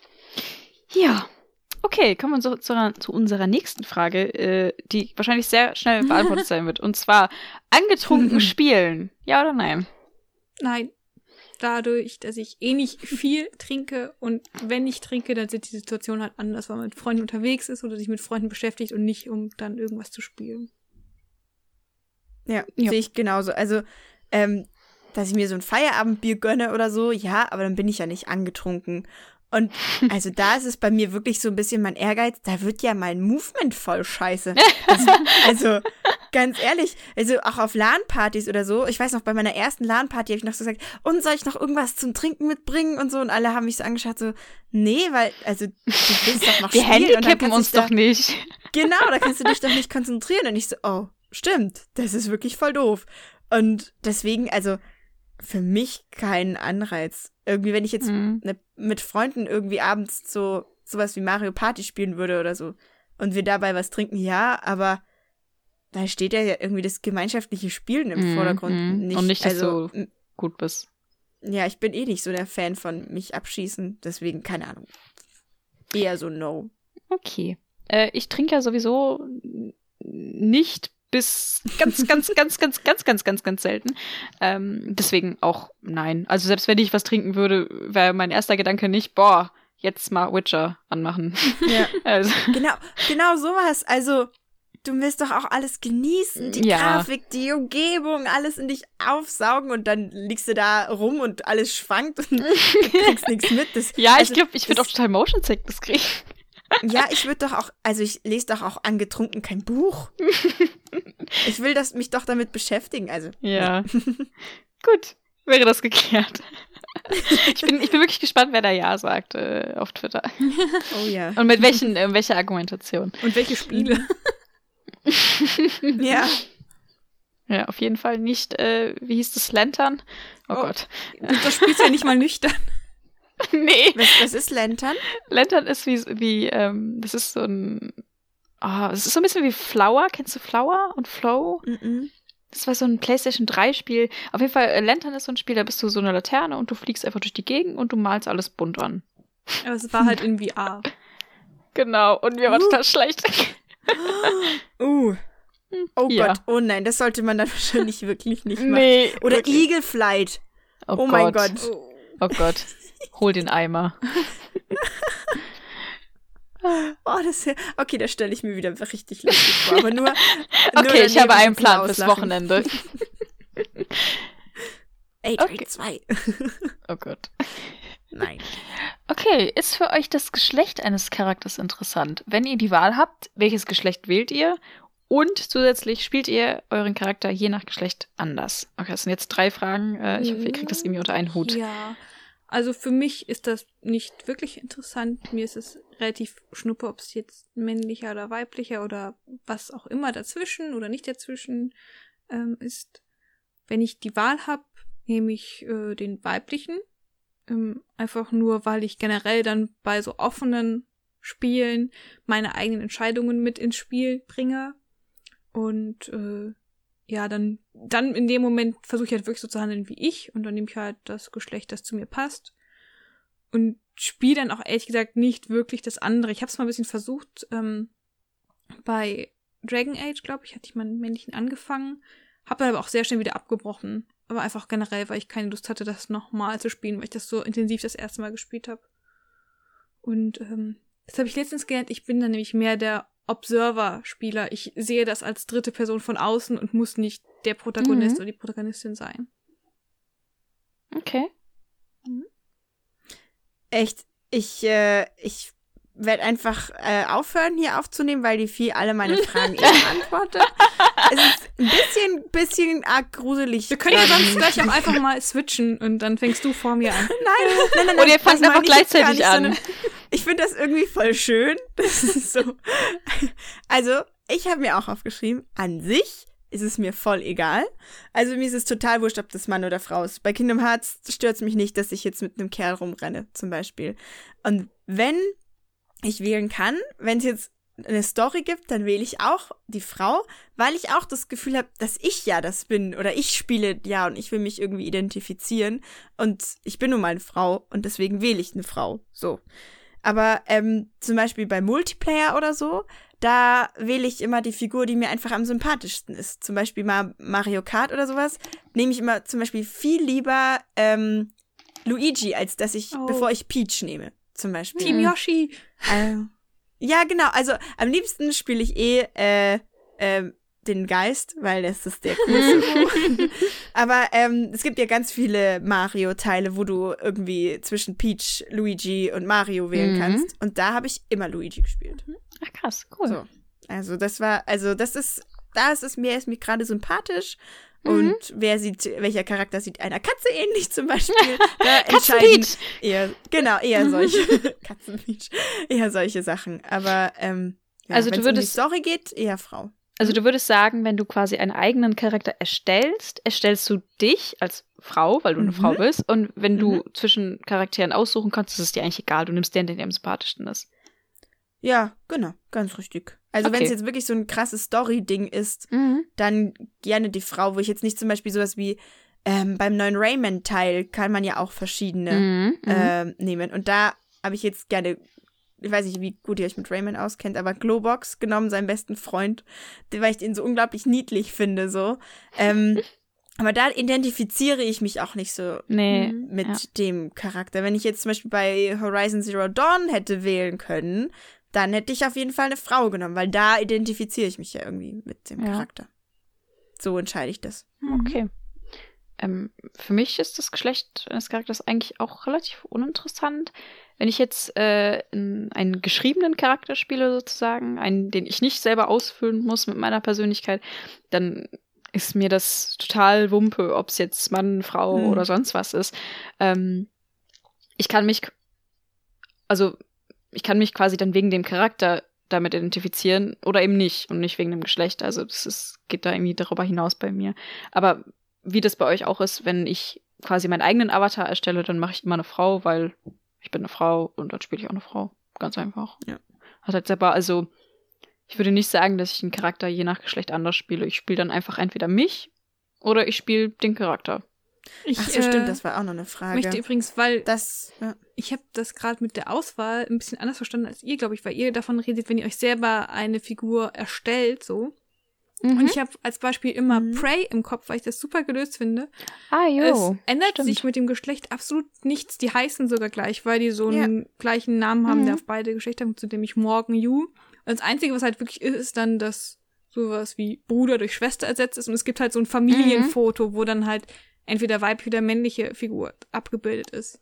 Ja, okay, kommen wir zu unserer nächsten Frage, die wahrscheinlich sehr schnell beantwortet sein wird. Und zwar, angetrunken spielen, ja oder nein? Nein. Dadurch, dass ich nicht viel trinke und wenn ich trinke, dann sind die Situationen halt anders, weil man mit Freunden unterwegs ist oder sich mit Freunden beschäftigt und nicht, um dann irgendwas zu spielen. Ja, sehe ich genauso. Also, dass ich mir so ein Feierabendbier gönne oder so, ja, aber dann bin ich ja nicht angetrunken. Und also da ist es bei mir wirklich so ein bisschen mein Ehrgeiz, da wird ja mein Movement voll scheiße. Also ganz ehrlich, also auch auf LAN-Partys oder so, ich weiß noch, bei meiner ersten LAN-Party habe ich noch so gesagt, und soll ich noch irgendwas zum Trinken mitbringen und so, und alle haben mich so angeschaut, so, nee, weil, also du willst doch noch Wir spielen. Wir handicappen uns doch nicht. Genau, da kannst du dich doch nicht konzentrieren. Und ich so, oh, stimmt, das ist wirklich voll doof. Und deswegen, also für mich kein Anreiz. Irgendwie, wenn ich jetzt mit Freunden irgendwie abends sowas wie Mario Party spielen würde oder so und wir dabei was trinken, ja, aber da steht ja irgendwie das gemeinschaftliche Spielen im Vordergrund. Nicht, und nicht, dass du gut bist. Ja, ich bin nicht so der Fan von mich abschießen, deswegen, keine Ahnung. Eher so no. Okay. Ich trinke ja sowieso nicht bis ganz selten. Deswegen auch nein. Also selbst wenn ich was trinken würde, wäre mein erster Gedanke nicht, boah, jetzt mal Witcher anmachen. Ja. Also. Genau sowas. Also du willst doch auch alles genießen, die Grafik, die Umgebung, alles in dich aufsaugen und dann liegst du da rum und alles schwankt und du kriegst nichts mit. Ich glaube, ich würde auch total Motion Sickness kriegen. Ja, ich würde doch auch, also ich lese doch auch angetrunken kein Buch. Ich will mich doch damit beschäftigen, also. Ja. Gut, wäre das geklärt. Ich bin wirklich gespannt, wer da Ja sagt auf Twitter. Oh ja. Und mit welcher Argumentation. Und welche Spiele. Ja. Ja, auf jeden Fall nicht, wie hieß das, Lantern? Oh Gott. Das spielst du ja nicht mal nüchtern. Nee. Was ist Lantern? Lantern ist wie das ist so ein, es ist so ein bisschen wie Flower. Kennst du Flower und Flow? Das war so ein PlayStation 3 Spiel. Auf jeden Fall, Lantern ist so ein Spiel, da bist du so eine Laterne und du fliegst einfach durch die Gegend und du malst alles bunt an. Aber es war halt in VR. Genau, und mir war total schlecht. Oh Ja. Gott, oh nein, das sollte man dann wahrscheinlich wirklich nicht machen. Nee. Oder wirklich. Eagle Flight. Oh mein Gott. Oh Gott. Hol den Eimer. Okay, das stelle ich mir wieder richtig lustig vor. Aber nur okay, ich habe einen Plan fürs Wochenende. Okay. 2. Oh Gott. Nein. Okay, ist für euch das Geschlecht eines Charakters interessant? Wenn ihr die Wahl habt, welches Geschlecht wählt ihr? Und zusätzlich spielt ihr euren Charakter je nach Geschlecht anders? Okay, das sind jetzt 3 Fragen. Ich hoffe, ihr kriegt das irgendwie unter einen Hut. Ja. Also für mich ist das nicht wirklich interessant. Mir ist es relativ schnuppe, ob es jetzt männlicher oder weiblicher oder was auch immer dazwischen oder nicht dazwischen ist. Wenn ich die Wahl habe, nehme ich den weiblichen. Einfach nur, weil ich generell dann bei so offenen Spielen meine eigenen Entscheidungen mit ins Spiel bringe. Und dann in dem Moment versuche ich halt wirklich so zu handeln wie ich und dann nehme ich halt das Geschlecht, das zu mir passt und spiele dann auch ehrlich gesagt nicht wirklich das andere. Ich habe es mal ein bisschen versucht, bei Dragon Age, glaube ich, hatte ich mal einen männlichen angefangen, habe dann aber auch sehr schnell wieder abgebrochen, aber einfach generell, weil ich keine Lust hatte, das nochmal zu spielen, weil ich das so intensiv das erste Mal gespielt habe. Und das habe ich letztens gelernt, ich bin dann nämlich mehr der Observer-Spieler. Ich sehe das als dritte Person von außen und muss nicht der Protagonist oder die Protagonistin sein. Okay. Echt, ich werde einfach aufhören, hier aufzunehmen, weil die Vieh alle meine Fragen beantwortet. Es ist ein bisschen arg gruselig. Wir können ja sonst gleich auch einfach mal switchen und dann fängst du vor mir an. Nein. Und ihr fangt einfach gleichzeitig an. Ich finde das irgendwie voll schön. Das ist so. Also, ich habe mir auch aufgeschrieben, an sich ist es mir voll egal. Also mir ist es total wurscht, ob das Mann oder Frau ist. Bei Kingdom Hearts stört es mich nicht, dass ich jetzt mit einem Kerl rumrenne, zum Beispiel. Und wenn ich wählen kann, wenn es jetzt eine Story gibt, dann wähle ich auch die Frau, weil ich auch das Gefühl habe, dass ich ja das bin oder ich spiele ja und ich will mich irgendwie identifizieren und ich bin nun mal eine Frau und deswegen wähle ich eine Frau, so. Aber zum Beispiel bei Multiplayer oder so, da wähle ich immer die Figur, die mir einfach am sympathischsten ist. Zum Beispiel mal Mario Kart oder sowas, nehme ich immer zum Beispiel viel lieber Luigi, als dass ich, bevor ich Peach nehme, zum Beispiel. Team Yoshi. Ja, genau. Also am liebsten spiele ich den Geist, weil das ist der coolste. Aber es gibt ja ganz viele Mario-Teile, wo du irgendwie zwischen Peach, Luigi und Mario wählen kannst. Und da habe ich immer Luigi gespielt. Ach krass, cool. So. Also da ist es mir gerade sympathisch. Und welcher Charakter sieht einer Katze ähnlich zum Beispiel? Da entscheiden eher solche Katzenpeach, eher solche Sachen. Aber also wenn es um die Story geht, eher Frau. Also du würdest sagen, wenn du quasi einen eigenen Charakter erstellst du dich als Frau, weil du eine Frau bist. Und wenn du zwischen Charakteren aussuchen kannst, ist es dir eigentlich egal. Du nimmst den dir am sympathischsten ist. Ja, genau, ganz richtig. Also wenn es jetzt wirklich so ein krasses Story-Ding ist, dann gerne die Frau, wo ich jetzt nicht zum Beispiel sowas wie beim neuen Rayman-Teil kann man ja auch verschiedene nehmen. Und da habe ich jetzt gerne, ich weiß nicht, wie gut ihr euch mit Rayman auskennt, aber Globox genommen, seinen besten Freund, weil ich den so unglaublich niedlich finde, so. Aber da identifiziere ich mich auch nicht so mit dem Charakter. Wenn ich jetzt zum Beispiel bei Horizon Zero Dawn hätte wählen können, dann hätte ich auf jeden Fall eine Frau genommen, weil da identifiziere ich mich ja irgendwie mit dem Charakter. So entscheide ich das. Okay. Für mich ist das Geschlecht eines Charakters eigentlich auch relativ uninteressant. Wenn ich jetzt einen geschriebenen Charakter spiele sozusagen, einen, den ich nicht selber ausfüllen muss mit meiner Persönlichkeit, dann ist mir das total Wumpe, ob es jetzt Mann, Frau oder sonst was ist. Ich kann mich quasi dann wegen dem Charakter damit identifizieren oder eben nicht und nicht wegen dem Geschlecht. Also geht da irgendwie darüber hinaus bei mir. Aber wie das bei euch auch ist, wenn ich quasi meinen eigenen Avatar erstelle, dann mache ich immer eine Frau, weil ich bin eine Frau und dann spiele ich auch eine Frau. Ganz einfach. Ja. Hat halt selber, also ich würde nicht sagen, dass ich einen Charakter je nach Geschlecht anders spiele. Ich spiele dann einfach entweder mich oder ich spiele den Charakter. Ach so, stimmt, das war auch noch eine Frage. Ich möchte übrigens, weil ja. Ich habe das gerade mit der Auswahl ein bisschen anders verstanden als ihr, glaube ich, weil ihr davon redet, wenn ihr euch selber eine Figur erstellt, so. Und ich habe als Beispiel immer Prey im Kopf, weil ich das super gelöst finde. Es ändert sich mit dem Geschlecht absolut nichts. Die heißen sogar gleich, weil die so einen gleichen Namen haben, der auf beide Geschlechter kommt, nämlich Morgan Yu. Und das Einzige, was halt wirklich ist dann, dass sowas wie Bruder durch Schwester ersetzt ist. Und es gibt halt so ein Familienfoto, wo dann halt entweder weibliche oder männliche Figur abgebildet ist.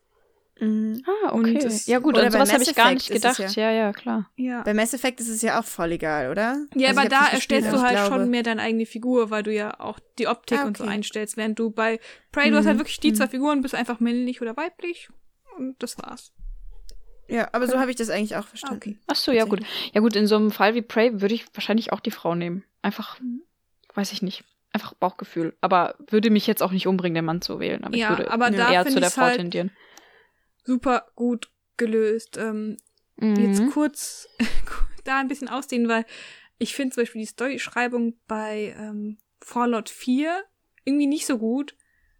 Okay. Ja gut, an sowas habe ich gar nicht gedacht. Ja, klar. Ja. Bei Mass Effect ist es ja auch voll egal, oder? Ja, also aber da erstellst du halt schon mehr deine eigene Figur, weil du ja auch die Optik und so einstellst, während du bei Prey, du hast halt wirklich die zwei Figuren, bist einfach männlich oder weiblich und das war's. Ja, aber so habe ich das eigentlich auch verstanden. Okay. Ach so, ja gut. Ja gut, in so einem Fall wie Prey würde ich wahrscheinlich auch die Frau nehmen. Einfach, weiß ich nicht. Einfach Bauchgefühl. Aber würde mich jetzt auch nicht umbringen, den Mann zu wählen. Aber ich würde eher zu der Frau tendieren. Super gut gelöst. Jetzt kurz da ein bisschen ausdehnen, weil ich finde zum Beispiel die Storyschreibung bei Fallout 4 irgendwie nicht so gut.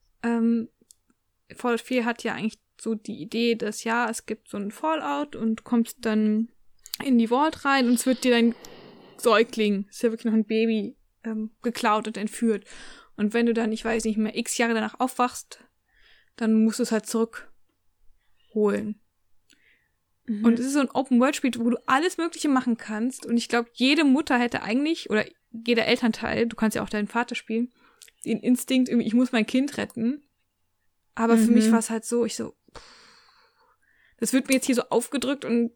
Fallout 4 hat ja eigentlich so die Idee, dass es gibt so einen Fallout und kommst dann in die Vault rein und es wird dir dein Säugling, ist ja wirklich noch ein Baby, geklaut und entführt. Und wenn du dann, ich weiß nicht mehr, x Jahre danach aufwachst, dann musst du es halt zurückholen. Und es ist so ein Open-World-Spiel, wo du alles Mögliche machen kannst. Und ich glaube, jede Mutter hätte eigentlich, oder jeder Elternteil, du kannst ja auch deinen Vater spielen, den Instinkt, irgendwie, ich muss mein Kind retten. Aber für mich war es halt so, das wird mir jetzt hier so aufgedrückt und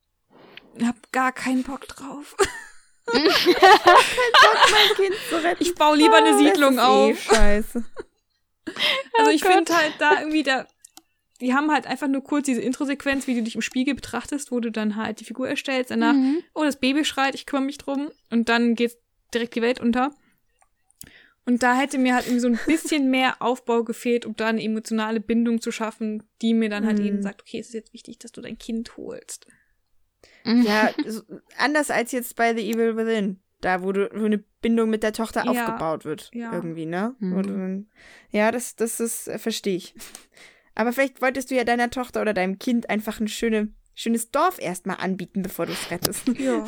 hab gar keinen Bock drauf. Kein Bock, mein Kind zu retten. Ich baue lieber eine Siedlung auf. Scheiße. Also ich finde halt da irgendwie, die haben halt einfach nur kurz diese Intro-Sequenz, wie du dich im Spiegel betrachtest, wo du dann halt die Figur erstellst. Danach, das Baby schreit, ich kümmere mich drum. Und dann geht direkt die Welt unter. Und da hätte mir halt irgendwie so ein bisschen mehr Aufbau gefehlt, um da eine emotionale Bindung zu schaffen, die mir dann halt eben sagt, okay, es ist jetzt wichtig, dass du dein Kind holst. Ja, anders als jetzt bei The Evil Within. Da, wo eine Bindung mit der Tochter aufgebaut wird. Ja. Irgendwie, ne? Ja, das ist, verstehe ich. Aber vielleicht wolltest du ja deiner Tochter oder deinem Kind einfach ein schönes Dorf erstmal anbieten, bevor du es rettest. Ja.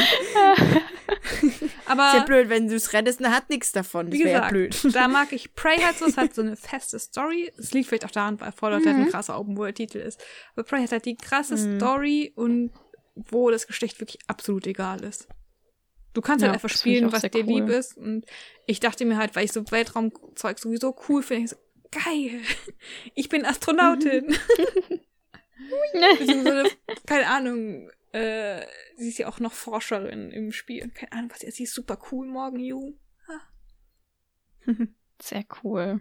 Aber ist ja blöd, wenn du es rettest, dann hat nichts davon. Das wie wäre ja gesagt, blöd. da mag ich Prey hat so eine feste Story. Es liegt vielleicht auch daran, weil Fallout halt ein krasser Open-World-Titel ist. Aber Prey hat halt die krasse Story und wo das Geschlecht wirklich absolut egal ist. Du kannst halt einfach spielen, was dir lieb ist. Und ich dachte mir halt, weil ich so Weltraumzeug sowieso cool finde, ich so, geil, ich bin Astronautin. Beziehungsweise, keine Ahnung, sie ist ja auch noch Forscherin im Spiel. Keine Ahnung, was sie ist. Sie ist super cool morgen, Ju. Sehr cool.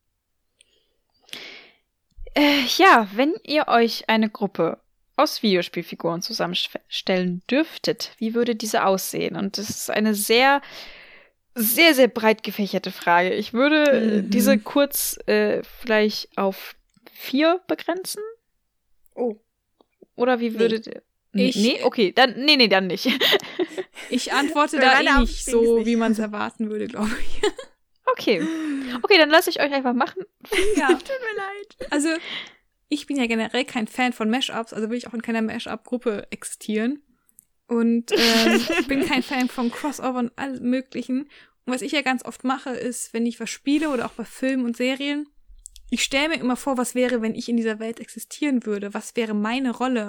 Ja, wenn ihr euch eine Gruppe aus Videospielfiguren zusammenstellen dürftet, wie würde diese aussehen? Und das ist eine sehr, sehr, sehr breit gefächerte Frage. Ich würde diese kurz vielleicht auf 4 begrenzen. Oh. Oder wie würdet ihr... Nee, okay, dann nicht. Ich antworte da nicht so, wie man es erwarten würde, glaube ich. Okay, dann lasse ich euch einfach machen. Ja, tut mir leid. Also, ich bin ja generell kein Fan von Mashups, also will ich auch in keiner Mashup-Gruppe existieren. Und bin kein Fan von Crossover und allem Möglichen. Und was ich ja ganz oft mache, ist, wenn ich was spiele oder auch bei Filmen und Serien, ich stelle mir immer vor, was wäre, wenn ich in dieser Welt existieren würde? Was wäre meine Rolle?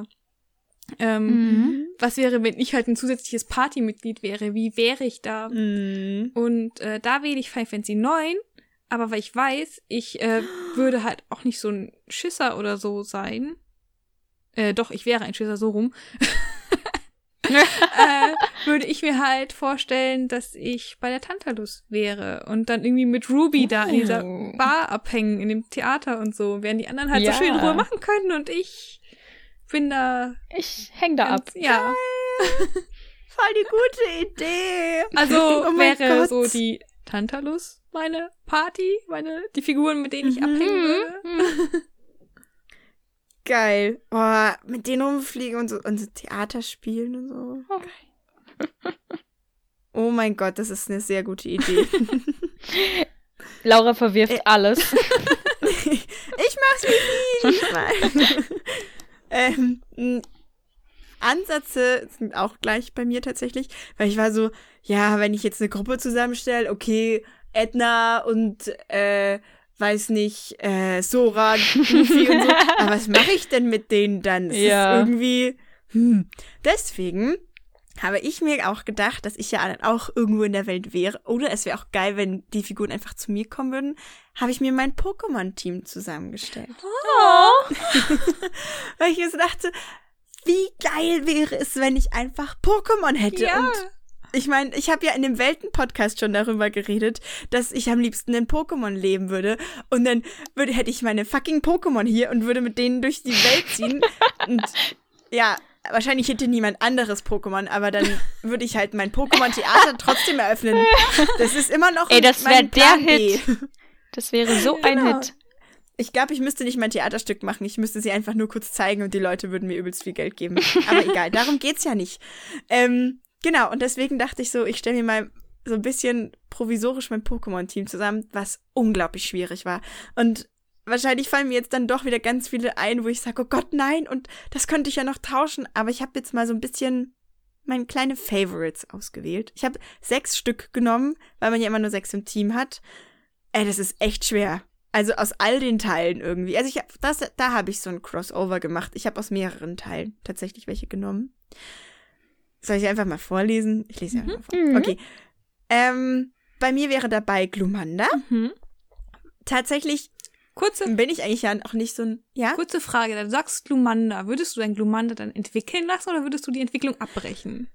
Was wäre, wenn ich halt ein zusätzliches Partymitglied wäre? Wie wäre ich da? Und da wähle ich Final Fantasy 9, aber weil ich weiß, ich würde halt auch nicht so ein Schisser oder so sein. Doch, ich wäre ein Schisser, so rum. Würde ich mir halt vorstellen, dass ich bei der Tantalus wäre und dann irgendwie mit Ruby da in dieser Bar abhängen, in dem Theater und so, während die anderen halt so schön in Ruhe machen können und ich bin da... Ich häng da ab. Ja. Voll die gute Idee. Also wäre so die Tantalus meine Party, die Figuren, mit denen ich abhängen würde. Geil. Boah, mit denen rumfliegen und so Theater spielen und so. Geil. Oh mein Gott, das ist eine sehr gute Idee. Laura verwirft alles. Ich mach's wie nie. Ansätze sind auch gleich bei mir tatsächlich, weil ich war so, ja, wenn ich jetzt eine Gruppe zusammenstelle, okay, Edna und weiß nicht, Sora, Goofy und so. Aber was mache ich denn mit denen dann? Das ist irgendwie, Deswegen habe ich mir auch gedacht, dass ich ja dann auch irgendwo in der Welt wäre. Oder es wäre auch geil, wenn die Figuren einfach zu mir kommen würden. Habe ich mir mein Pokémon-Team zusammengestellt. Oh. Weil ich mir so dachte, wie geil wäre es, wenn ich einfach Pokémon hätte. Ja. Und ich meine, ich habe ja in dem Welten-Podcast schon darüber geredet, dass ich am liebsten in Pokémon leben würde. Und dann hätte ich meine fucking Pokémon hier und würde mit denen durch die Welt ziehen. Und ja, wahrscheinlich hätte niemand anderes Pokémon, aber dann würde ich halt mein Pokémon-Theater trotzdem eröffnen. Das ist immer noch das wäre der Hit. Das wäre so ein Hit. Ich glaube, ich müsste nicht mein Theaterstück machen. Ich müsste sie einfach nur kurz zeigen und die Leute würden mir übelst viel Geld geben. Aber egal, darum geht's ja nicht. Genau, und deswegen dachte ich so, ich stelle mir mal so ein bisschen provisorisch mein Pokémon-Team zusammen, was unglaublich schwierig war. Und wahrscheinlich fallen mir jetzt dann doch wieder ganz viele ein, wo ich sage, oh Gott, nein, und das könnte ich ja noch tauschen. Aber ich habe jetzt mal so ein bisschen meine kleine Favorites ausgewählt. Ich habe 6 Stück genommen, weil man ja immer nur 6 im Team hat. Das ist echt schwer. Also aus all den Teilen irgendwie. Also da habe ich so ein Crossover gemacht. Ich habe aus mehreren Teilen tatsächlich welche genommen. Soll ich einfach mal vorlesen? Ich lese einfach mal vor. Okay. Bei mir wäre dabei Glumanda. Tatsächlich bin ich eigentlich ja auch nicht so ein... Ja? Kurze Frage, du sagst Glumanda. Würdest du dein Glumanda dann entwickeln lassen oder würdest du die Entwicklung abbrechen?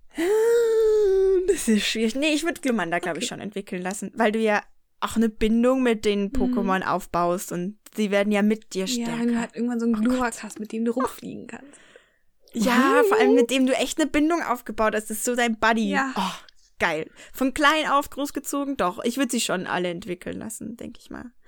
Das ist schwierig. Nee, ich würde Glumanda, glaube ich, schon entwickeln lassen. Weil du ja auch eine Bindung mit den Pokémon aufbaust und sie werden ja mit dir stärker. Ja, wenn du halt irgendwann so einen Glurak hast, mit dem du rumfliegen kannst. Ja, vor allem mit dem du echt eine Bindung aufgebaut hast. Das ist so dein Buddy. Ja. Oh, geil. Von klein auf großgezogen, doch. Ich würde sie schon alle entwickeln lassen, denke ich mal.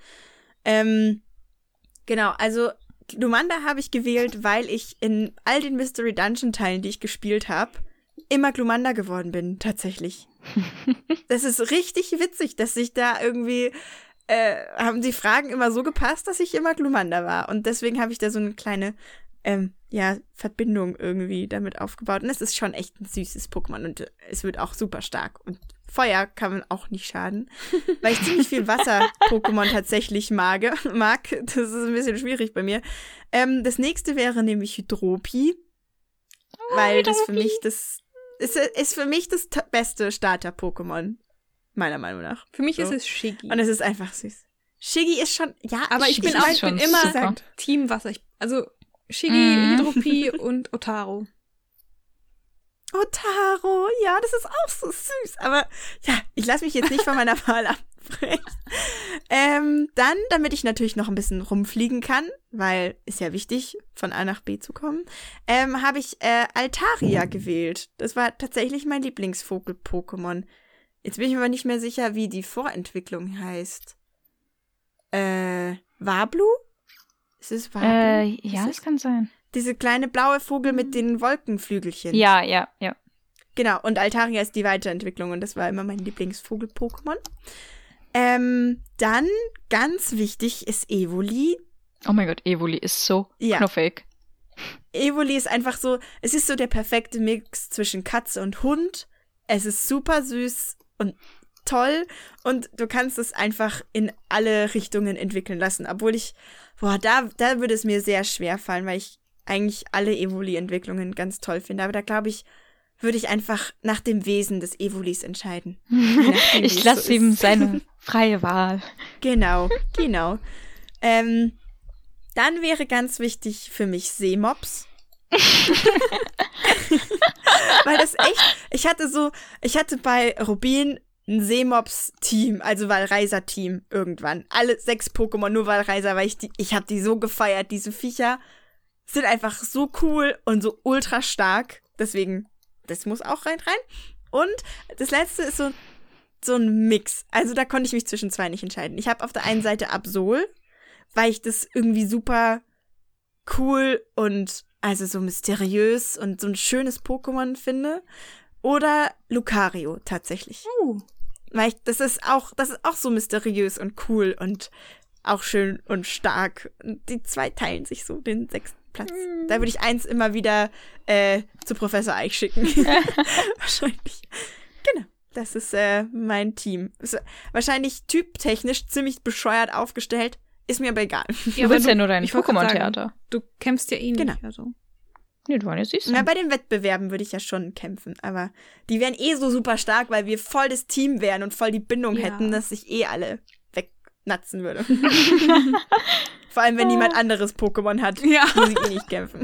Genau, also Glumanda habe ich gewählt, weil ich in all den Mystery Dungeon Teilen, die ich gespielt habe, immer Glumanda geworden bin, tatsächlich. Das ist richtig witzig, dass ich da irgendwie, haben die Fragen immer so gepasst, dass ich immer Glumanda war. Und deswegen habe ich da so eine kleine, Verbindung irgendwie damit aufgebaut. Und es ist schon echt ein süßes Pokémon und es wird auch super stark. Und Feuer kann man auch nicht schaden, weil ich ziemlich viel Wasser-Pokémon tatsächlich mag. Das ist ein bisschen schwierig bei mir. Das nächste wäre nämlich Hydropi, weil das für mich ist für mich das beste Starter-Pokémon, meiner Meinung nach. Für mich ist es Shiggy. Und es ist einfach süß. Shiggy ist schon, ja, aber ich bin immer super. Team Wasser. Also Shiggy, Hydropi und Otaro. Otaro, ja, das ist auch so süß. Aber ja, ich lasse mich jetzt nicht von meiner Wahl abbrechen. Dann, damit ich natürlich noch ein bisschen rumfliegen kann, weil ist ja wichtig, von A nach B zu kommen, habe ich Altaria gewählt. Das war tatsächlich mein Lieblingsvogel-Pokémon. Jetzt bin ich mir aber nicht mehr sicher, wie die Vorentwicklung heißt. Wablu? Ist es Wablu? Ja, das kann sein. Diese kleine blaue Vogel mit den Wolkenflügelchen. Ja. Genau, und Altaria ist die Weiterentwicklung und das war immer mein Lieblingsvogel-Pokémon. Dann, ganz wichtig, ist Evoli. Oh mein Gott, Evoli ist so knuffig. Evoli ist einfach so, es ist so der perfekte Mix zwischen Katze und Hund. Es ist super süß und toll und du kannst es einfach in alle Richtungen entwickeln lassen. Obwohl da würde es mir sehr schwer fallen, weil ich eigentlich alle Evoli-Entwicklungen ganz toll finde. Aber da glaube ich, würde ich einfach nach dem Wesen des Evolis entscheiden. Ich lasse ihm seine freie Wahl. Genau. Dann wäre ganz wichtig für mich Seemops. Weil das echt, ich hatte bei Rubin ein Seemops-Team, also Walreiser-Team irgendwann. Alle 6 Pokémon, nur Walreiser, weil ich habe die so gefeiert. Diese Viecher sind einfach so cool und so ultra stark. Deswegen, das muss auch rein. Und das letzte ist so ein Mix. Also da konnte ich mich zwischen 2 nicht entscheiden. Ich habe auf der einen Seite Absol, weil ich das irgendwie super cool und also so mysteriös und so ein schönes Pokémon finde. Oder Lucario tatsächlich. Weil das ist auch so mysteriös und cool und auch schön und stark. Und die 2 teilen sich so den 6. Platz. Da würde ich 1 immer wieder zu Professor Eich schicken. Wahrscheinlich. Genau. Das ist mein Team. Ist wahrscheinlich typtechnisch ziemlich bescheuert aufgestellt. Ist mir aber egal. Ja, du willst ja nur dein Pokémon-Theater. Du kämpfst ja eh nicht. Genau. Also. Nee, du warst ja süß. Na, bei den Wettbewerben würde ich ja schon kämpfen. Aber die wären so super stark, weil wir voll das Team wären und voll die Bindung hätten, dass ich alle wegnatzen würde. Vor allem, wenn niemand anderes Pokémon hat, muss ich nicht kämpfen.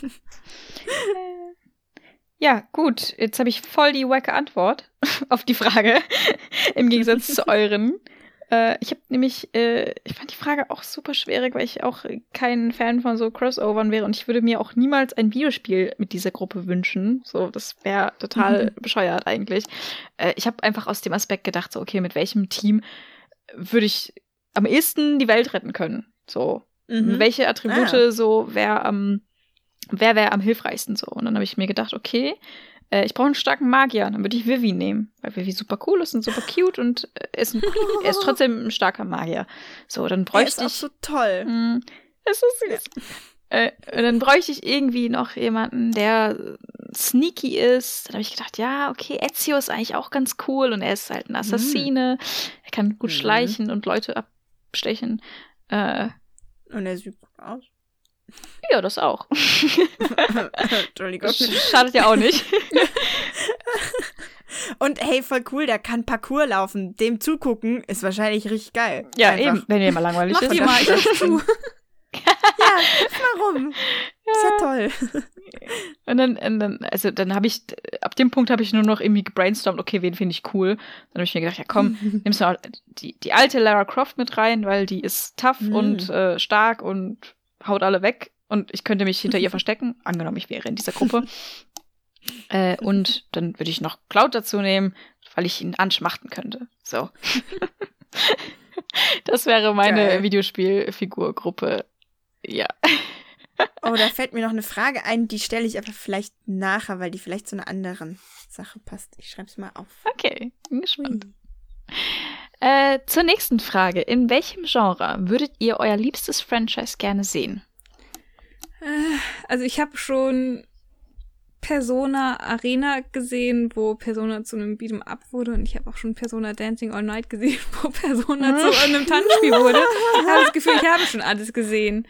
Ja, gut. Jetzt habe ich voll die wacke Antwort auf die Frage. Im Gegensatz zu euren. Ich habe nämlich, ich fand die Frage auch super schwierig, weil ich auch kein Fan von so Crossovern wäre und ich würde mir auch niemals ein Videospiel mit dieser Gruppe wünschen. So, das wäre total bescheuert eigentlich. Ich habe einfach aus dem Aspekt gedacht, so, okay, mit welchem Team würde ich am ehesten die Welt retten können? So, welche Attribute so wer wäre am hilfreichsten so? Und dann habe ich mir gedacht, okay, ich brauche einen starken Magier, dann würde ich Vivi nehmen, weil Vivi super cool ist und super cute und er ist trotzdem ein starker Magier. So, dann bräuchte ich... ist auch so toll. Ist so süß. Dann bräuchte ich irgendwie noch jemanden, der sneaky ist. Dann habe ich gedacht, ja, okay, Ezio ist eigentlich auch ganz cool und er ist halt ein Assassine. Er kann gut schleichen und Leute abstechen. Und er sieht gut aus. Ja, das auch. Entschuldigung. Schadet ja auch nicht. Und hey, voll cool, der kann Parkour laufen. Dem zugucken ist wahrscheinlich richtig geil. Ja, einfach. Eben, wenn ihr mal langweilig ist. Mach dir mal, ich hör zu. Ja, hüpf mal rum. Ist ja toll. Und dann habe ich, ab dem Punkt habe ich nur noch irgendwie gebrainstormt, okay, wen finde ich cool. Dann habe ich mir gedacht, ja komm, nimmst du mal die alte Lara Croft mit rein, weil die ist tough und stark und haut alle weg und ich könnte mich hinter ihr verstecken, angenommen ich wäre in dieser Gruppe. Und dann würde ich noch Cloud dazu nehmen, weil ich ihn anschmachten könnte. So. Das wäre meine Videospielfigurgruppe. Ja. Oh, da fällt mir noch eine Frage ein, die stelle ich aber vielleicht nachher, weil die vielleicht zu einer anderen Sache passt. Ich schreibe es mal auf. Okay, bin gespannt. Zur nächsten Frage. In welchem Genre würdet ihr euer liebstes Franchise gerne sehen? Also ich habe schon Persona Arena gesehen, wo Persona zu einem Beat'em-up wurde, und ich habe auch schon Persona Dancing All Night gesehen, wo Persona zu einem Tanzspiel wurde. Ich habe das Gefühl, ich habe schon alles gesehen.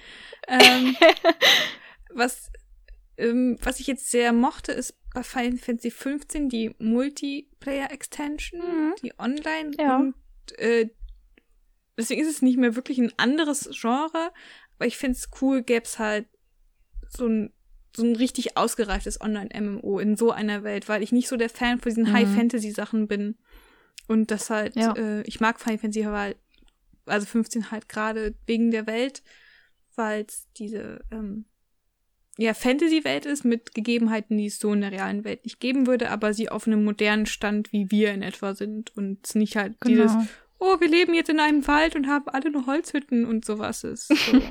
Was ich jetzt sehr mochte, ist bei Final Fantasy 15 die Multiplayer-Extension, die online. Ja. Und deswegen ist es nicht mehr wirklich ein anderes Genre, aber ich finde es cool, gäbe es halt so ein richtig ausgereiftes Online-MMO in so einer Welt, weil ich nicht so der Fan von diesen High-Fantasy-Sachen bin. Und das halt, ich mag Final Fantasy, aber also 15 halt gerade wegen der Welt, weil es diese Fantasy-Welt ist mit Gegebenheiten, die es so in der realen Welt nicht geben würde, aber sie auf einem modernen Stand, wie wir in etwa sind, und es nicht halt dieses, oh, wir leben jetzt in einem Wald und haben alle nur Holzhütten und sowas ist. So.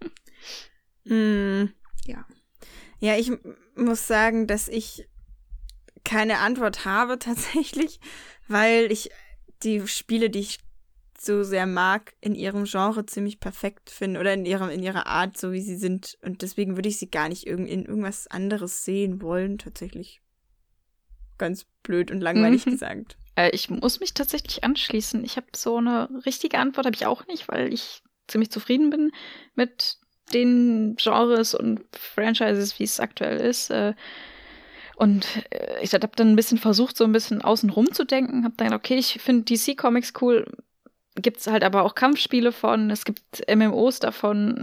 Ja. Ja, ich muss sagen, dass ich keine Antwort habe tatsächlich, weil ich die Spiele, die ich so sehr mag, in ihrem Genre ziemlich perfekt finde oder in ihrer Art, so wie sie sind. Und deswegen würde ich sie gar nicht in irgendwas anderes sehen wollen, tatsächlich. Ganz blöd und langweilig gesagt. Ich muss mich tatsächlich anschließen. Ich habe so eine richtige Antwort, habe ich auch nicht, weil ich ziemlich zufrieden bin mit den Genres und Franchises, wie es aktuell ist. Und ich habe dann ein bisschen versucht, so ein bisschen außen rum zu denken. Habe dann gedacht, okay, ich finde DC-Comics cool. Gibt es halt aber auch Kampfspiele von. Es gibt MMOs davon.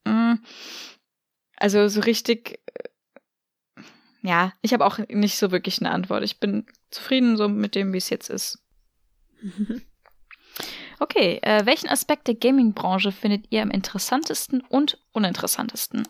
Also so richtig, ich habe auch nicht so wirklich eine Antwort. Ich bin zufrieden so mit dem, wie es jetzt ist. Okay, welchen Aspekt der Gaming-Branche findet ihr am interessantesten und uninteressantesten?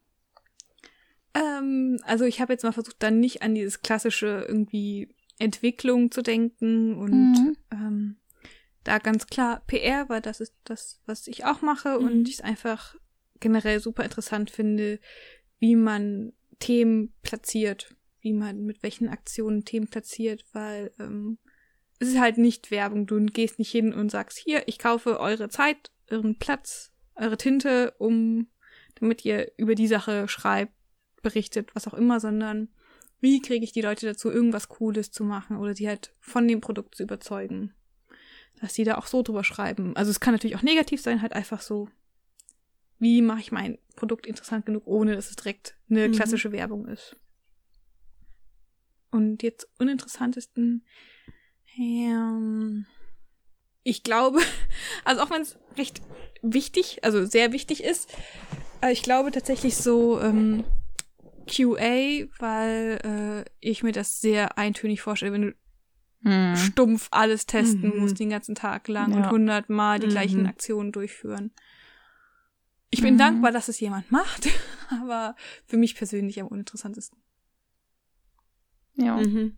Also ich habe jetzt mal versucht, dann nicht an dieses klassische irgendwie Entwicklung zu denken und da ganz klar PR, weil das ist das, was ich auch mache und ich es einfach generell super interessant finde, wie man Themen platziert, wie man mit welchen Aktionen Themen platziert, weil es ist halt nicht Werbung. Du gehst nicht hin und sagst, hier, ich kaufe eure Zeit, euren Platz, eure Tinte, damit ihr über die Sache schreibt, berichtet, was auch immer, sondern wie kriege ich die Leute dazu, irgendwas Cooles zu machen oder die halt von dem Produkt zu überzeugen, dass die da auch so drüber schreiben. Also es kann natürlich auch negativ sein, halt einfach so, wie mache ich mein Produkt interessant genug, ohne dass es direkt eine klassische Werbung ist. Und jetzt uninteressantesten, ich glaube, also auch wenn es recht wichtig, also sehr wichtig ist, ich glaube tatsächlich so QA, weil ich mir das sehr eintönig vorstelle, wenn du stumpf alles testen musst den ganzen Tag lang und 100 Mal die gleichen Aktionen durchführen. Ich bin dankbar, dass es jemand macht, aber für mich persönlich am uninteressantesten. Ja.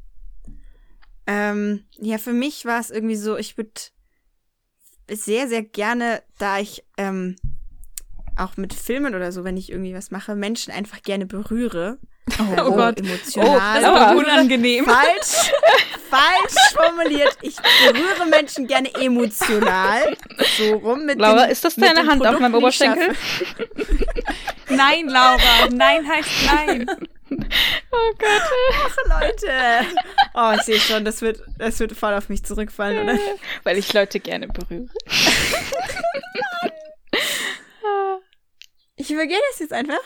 Ja, für mich war es irgendwie so, ich würde sehr, sehr gerne, da ich auch mit Filmen oder so, wenn ich irgendwie was mache, Menschen einfach gerne berühre. Oh Gott. Emotional. Das war unangenehm. Falsch formuliert. Ich berühre Menschen gerne emotional. So rum mit Laura, dem, ist das deine Hand auf meinem Oberschenkel? Nein, Laura. Nein heißt nein. Oh Gott. Ach, Leute. Oh, ich sehe schon, das wird voll auf mich zurückfallen, oder? Weil ich Leute gerne berühre. Ich übergehe das jetzt einfach.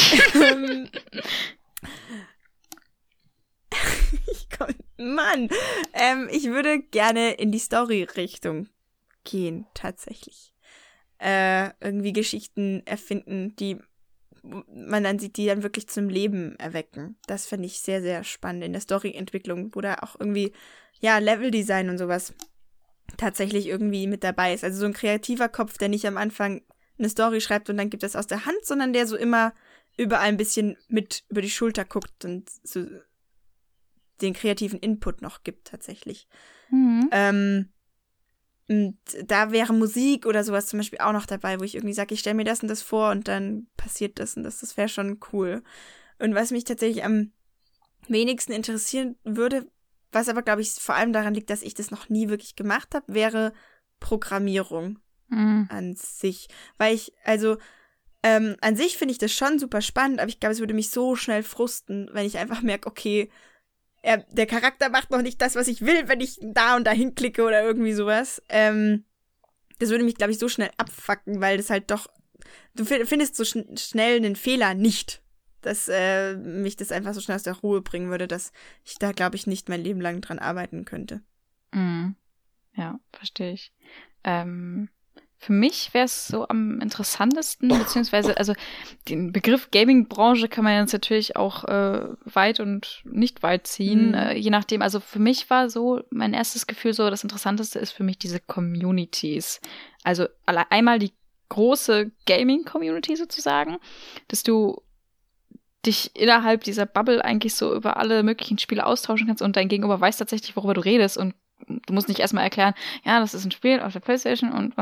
Ich würde gerne in die Story-Richtung gehen, tatsächlich. Irgendwie Geschichten erfinden, die man dann sieht, die dann wirklich zum Leben erwecken. Das fände ich sehr, sehr spannend in der Story-Entwicklung, wo da auch irgendwie, Leveldesign und sowas tatsächlich irgendwie mit dabei ist. Also so ein kreativer Kopf, der nicht am Anfang eine Story schreibt und dann gibt es aus der Hand, sondern der so immer überall ein bisschen mit über die Schulter guckt und so den kreativen Input noch gibt tatsächlich. Mhm. Und da wäre Musik oder sowas zum Beispiel auch noch dabei, wo ich irgendwie sage, ich stelle mir das und das vor und dann passiert das und das. Das wäre schon cool. Und was mich tatsächlich am wenigsten interessieren würde, was aber, glaube ich, vor allem daran liegt, dass ich das noch nie wirklich gemacht habe, wäre Programmierung an sich. Weil an sich finde ich das schon super spannend, aber ich glaube, es würde mich so schnell frusten, wenn ich einfach merke, okay, der Charakter macht noch nicht das, was ich will, wenn ich da und da hinklicke oder irgendwie sowas. Das würde mich, glaube ich, so schnell abfucken, weil das halt doch, du findest so schnell einen Fehler nicht, dass mich das einfach so schnell aus der Ruhe bringen würde, dass ich da, glaube ich, nicht mein Leben lang dran arbeiten könnte. Ja, verstehe ich. Für mich wäre es so am interessantesten, beziehungsweise, also den Begriff Gaming-Branche kann man jetzt natürlich auch weit und nicht weit ziehen, je nachdem. Also für mich war so mein erstes Gefühl so, das Interessanteste ist für mich diese Communities. Also einmal die große Gaming-Community sozusagen, dass du dich innerhalb dieser Bubble eigentlich so über alle möglichen Spiele austauschen kannst und dein Gegenüber weiß tatsächlich, worüber du redest und du musst nicht erstmal erklären, ja, das ist ein Spiel auf der PlayStation und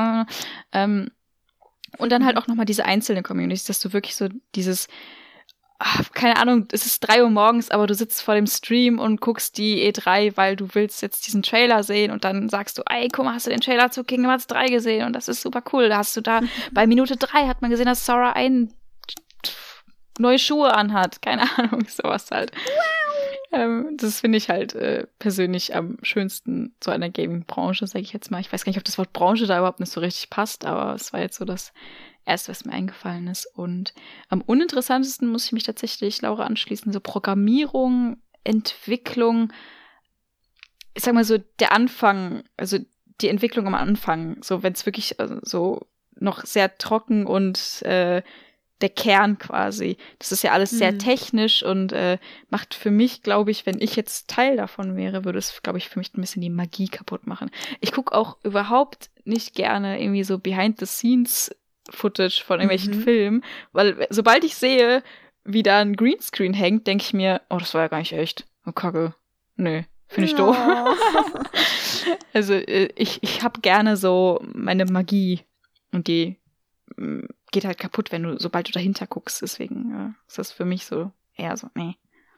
dann halt auch nochmal diese einzelnen Communities, dass du wirklich so dieses, keine Ahnung, es ist 3 Uhr morgens, aber du sitzt vor dem Stream und guckst die E3, weil du willst jetzt diesen Trailer sehen und dann sagst du, ey, guck mal, hast du den Trailer zu Kingdom Hearts 3 gesehen und das ist super cool. Da hast du bei Minute 3 hat man gesehen, dass Sora neue Schuhe anhat. Keine Ahnung, sowas halt. Das finde ich halt persönlich am schönsten so an der Gaming-Branche, sage ich jetzt mal. Ich weiß gar nicht, ob das Wort Branche da überhaupt nicht so richtig passt, aber es war jetzt so das Erste, was mir eingefallen ist. Und am uninteressantesten muss ich mich tatsächlich Laura anschließen. So Programmierung, Entwicklung, ich sag mal so der Anfang, also die Entwicklung am Anfang, so wenn es wirklich so noch sehr trocken und der Kern quasi. Das ist ja alles sehr technisch und macht für mich, glaube ich, wenn ich jetzt Teil davon wäre, würde es, glaube ich, für mich ein bisschen die Magie kaputt machen. Ich gucke auch überhaupt nicht gerne irgendwie so Behind-the-Scenes-Footage von irgendwelchen Filmen, weil sobald ich sehe, wie da ein Greenscreen hängt, denke ich mir, oh, das war ja gar nicht echt. Oh, Kacke. Nö, finde ich doof. Also ich habe gerne so meine Magie und die geht halt kaputt, sobald du dahinter guckst. Deswegen ist das für mich so eher so, nee.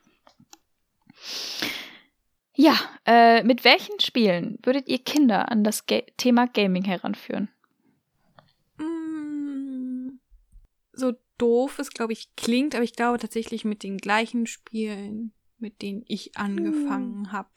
Ja, mit welchen Spielen würdet ihr Kinder an das Thema Gaming heranführen? So doof es, glaube ich, klingt, aber ich glaube tatsächlich mit den gleichen Spielen, mit denen ich angefangen habe.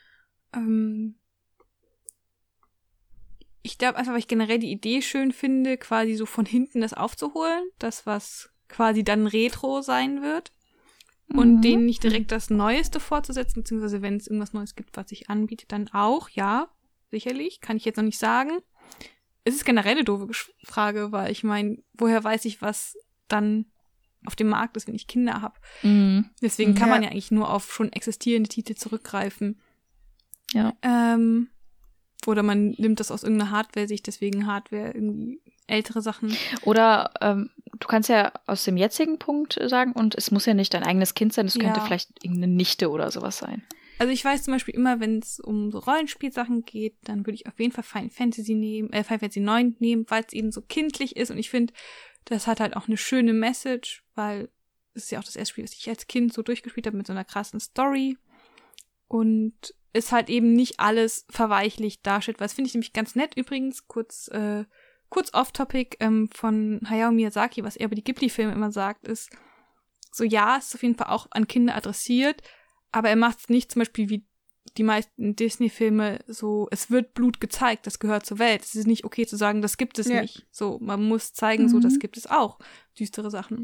Ich glaube einfach, weil ich generell die Idee schön finde, quasi so von hinten das aufzuholen, das, was quasi dann Retro sein wird. Und denen nicht direkt das Neueste fortzusetzen, beziehungsweise wenn es irgendwas Neues gibt, was sich anbietet, dann auch, ja, sicherlich, kann ich jetzt noch nicht sagen. Es ist generell eine doofe Frage, weil ich meine, woher weiß ich, was dann auf dem Markt ist, wenn ich Kinder habe. Deswegen kann man ja eigentlich nur auf schon existierende Titel zurückgreifen. Ja. Oder man nimmt das aus irgendeiner Hardware-Sicht, deswegen Hardware, irgendwie ältere Sachen. Oder du kannst ja aus dem jetzigen Punkt sagen, und es muss ja nicht dein eigenes Kind sein, es könnte vielleicht irgendeine Nichte oder sowas sein. Also ich weiß zum Beispiel immer, wenn es um so Rollenspielsachen geht, dann würde ich auf jeden Fall Final Fantasy 9 nehmen, weil es eben so kindlich ist und ich finde, das hat halt auch eine schöne Message, weil es ist ja auch das erste Spiel, das ich als Kind so durchgespielt habe mit so einer krassen Story und ist halt eben nicht alles verweichlicht darstellt, weil das finde ich nämlich ganz nett. Übrigens, kurz off-topic von Hayao Miyazaki, was er über die Ghibli-Filme immer sagt, ist so, ja, es ist auf jeden Fall auch an Kinder adressiert, aber er macht es nicht zum Beispiel wie die meisten Disney-Filme so, es wird Blut gezeigt, das gehört zur Welt. Es ist nicht okay zu sagen, das gibt es nicht. So, man muss zeigen, so, das gibt es auch. Düstere Sachen.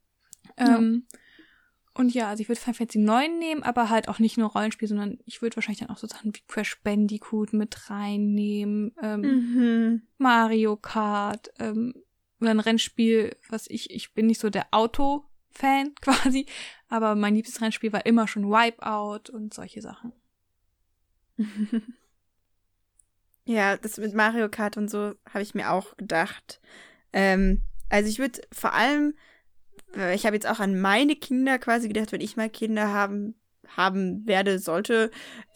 Und ja, also ich würde Final Fantasy 9 nehmen, aber halt auch nicht nur Rollenspiel, sondern ich würde wahrscheinlich dann auch so Sachen wie Crash Bandicoot mit reinnehmen, Mario Kart, oder ein Rennspiel, ich bin nicht so der Auto-Fan quasi, aber mein liebstes Rennspiel war immer schon Wipeout und solche Sachen. Ja, das mit Mario Kart und so habe ich mir auch gedacht. Also ich würde vor allem, ich habe jetzt auch an meine Kinder quasi gedacht, wenn ich mal Kinder haben haben werde, sollte,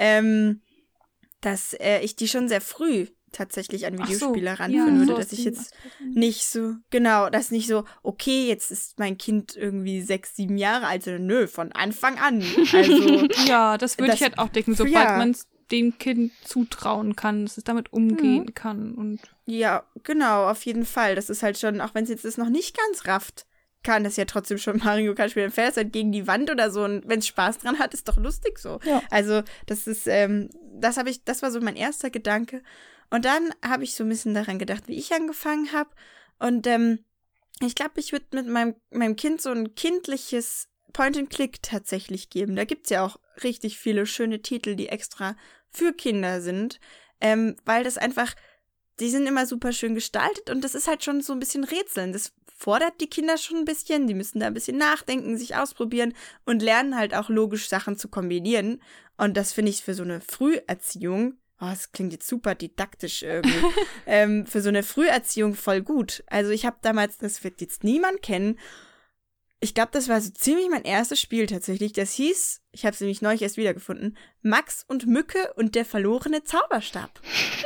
dass ich die schon sehr früh tatsächlich an Videospiele ranführen würde, dass ich jetzt nicht so, genau, das nicht so, okay, jetzt ist mein Kind irgendwie 6, 7 Jahre alt, sondern nö, von Anfang an. Also, ja, das würde ich halt auch denken, sobald man es dem Kind zutrauen kann, dass es damit umgehen kann. Und ja, genau, auf jeden Fall. Das ist halt schon, auch wenn es jetzt das noch nicht ganz rafft, kann das ja trotzdem schon Mario Kart spielen. Dann fährt es halt gegen die Wand oder so und wenn es Spaß dran hat, ist doch lustig so. Ja. Also das ist, das war so mein erster Gedanke. Und dann habe ich so ein bisschen daran gedacht, wie ich angefangen habe. Und ich glaube, ich würde mit meinem Kind so ein kindliches Point-and-Click tatsächlich geben. Da gibt's ja auch richtig viele schöne Titel, die extra für Kinder sind, weil das einfach, die sind immer super schön gestaltet und das ist halt schon so ein bisschen Rätseln. Das fordert die Kinder schon ein bisschen, die müssen da ein bisschen nachdenken, sich ausprobieren und lernen halt auch logisch Sachen zu kombinieren. Und das finde ich für so eine Früherziehung, das klingt jetzt super didaktisch irgendwie, für so eine Früherziehung voll gut. Also ich habe damals, das wird jetzt niemand kennen, ich glaube, das war so ziemlich mein erstes Spiel tatsächlich. Das hieß, ich habe es nämlich neulich erst wiedergefunden, Max und Mücke und der verlorene Zauberstab.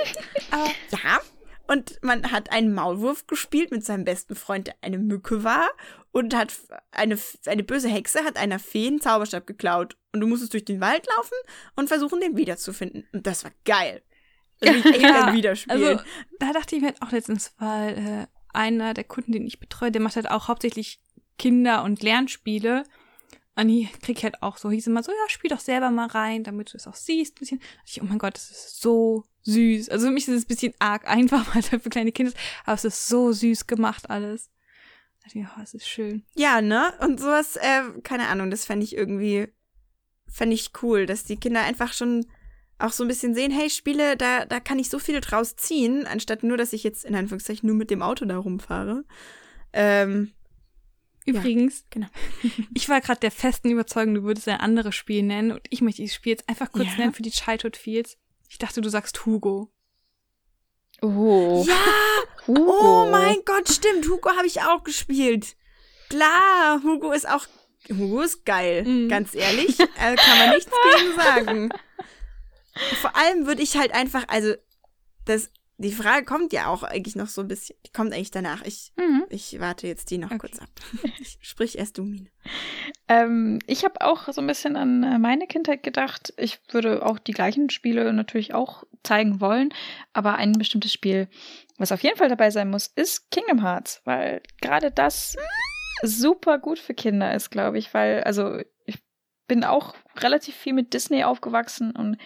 Ja, und man hat einen Maulwurf gespielt mit seinem besten Freund, der eine Mücke war, und hat eine böse Hexe hat einer Fee einen Zauberstab geklaut. Und du musstest durch den Wald laufen und versuchen, den wiederzufinden. Und das war geil. Das will ich echt gern wiederspielen. Also, da dachte ich mir halt auch letztens, weil einer der Kunden, den ich betreue, der macht halt auch hauptsächlich Kinder- und Lernspiele. Und die krieg ich halt auch so, hieß immer so, ja, spiel doch selber mal rein, damit du es auch siehst. Ein bisschen. Ich, oh mein Gott, das ist so süß. Also für mich ist es ein bisschen arg einfach, weil es halt für kleine Kinder ist. Aber es ist so süß gemacht alles. Ja, es ist schön. Ja, ne? Und sowas, keine Ahnung, das fände ich cool, dass die Kinder einfach schon auch so ein bisschen sehen, hey, Spiele, da kann ich so viel draus ziehen, anstatt nur, dass ich jetzt in Anführungszeichen nur mit dem Auto da rumfahre. Übrigens, ja, genau. Ich war gerade der festen Überzeugung, du würdest ein anderes Spiel nennen und ich möchte dieses Spiel jetzt einfach kurz nennen für die Childhood Feels. Ich dachte, du sagst Hugo. Oh. Ja! Hugo. Oh mein Gott, stimmt. Hugo habe ich auch gespielt. Klar, Hugo ist geil. Ganz ehrlich, kann man nichts gegen sagen. Vor allem würde ich halt einfach, also die Frage kommt ja auch eigentlich noch so ein bisschen, die kommt eigentlich danach. Ich warte jetzt die noch kurz ab. Sprich erst du, Mine. Ich habe auch so ein bisschen an meine Kindheit gedacht. Ich würde auch die gleichen Spiele natürlich auch zeigen wollen, aber ein bestimmtes Spiel, was auf jeden Fall dabei sein muss, ist Kingdom Hearts, weil gerade das super gut für Kinder ist, glaube ich, weil, also ich bin auch relativ viel mit Disney aufgewachsen und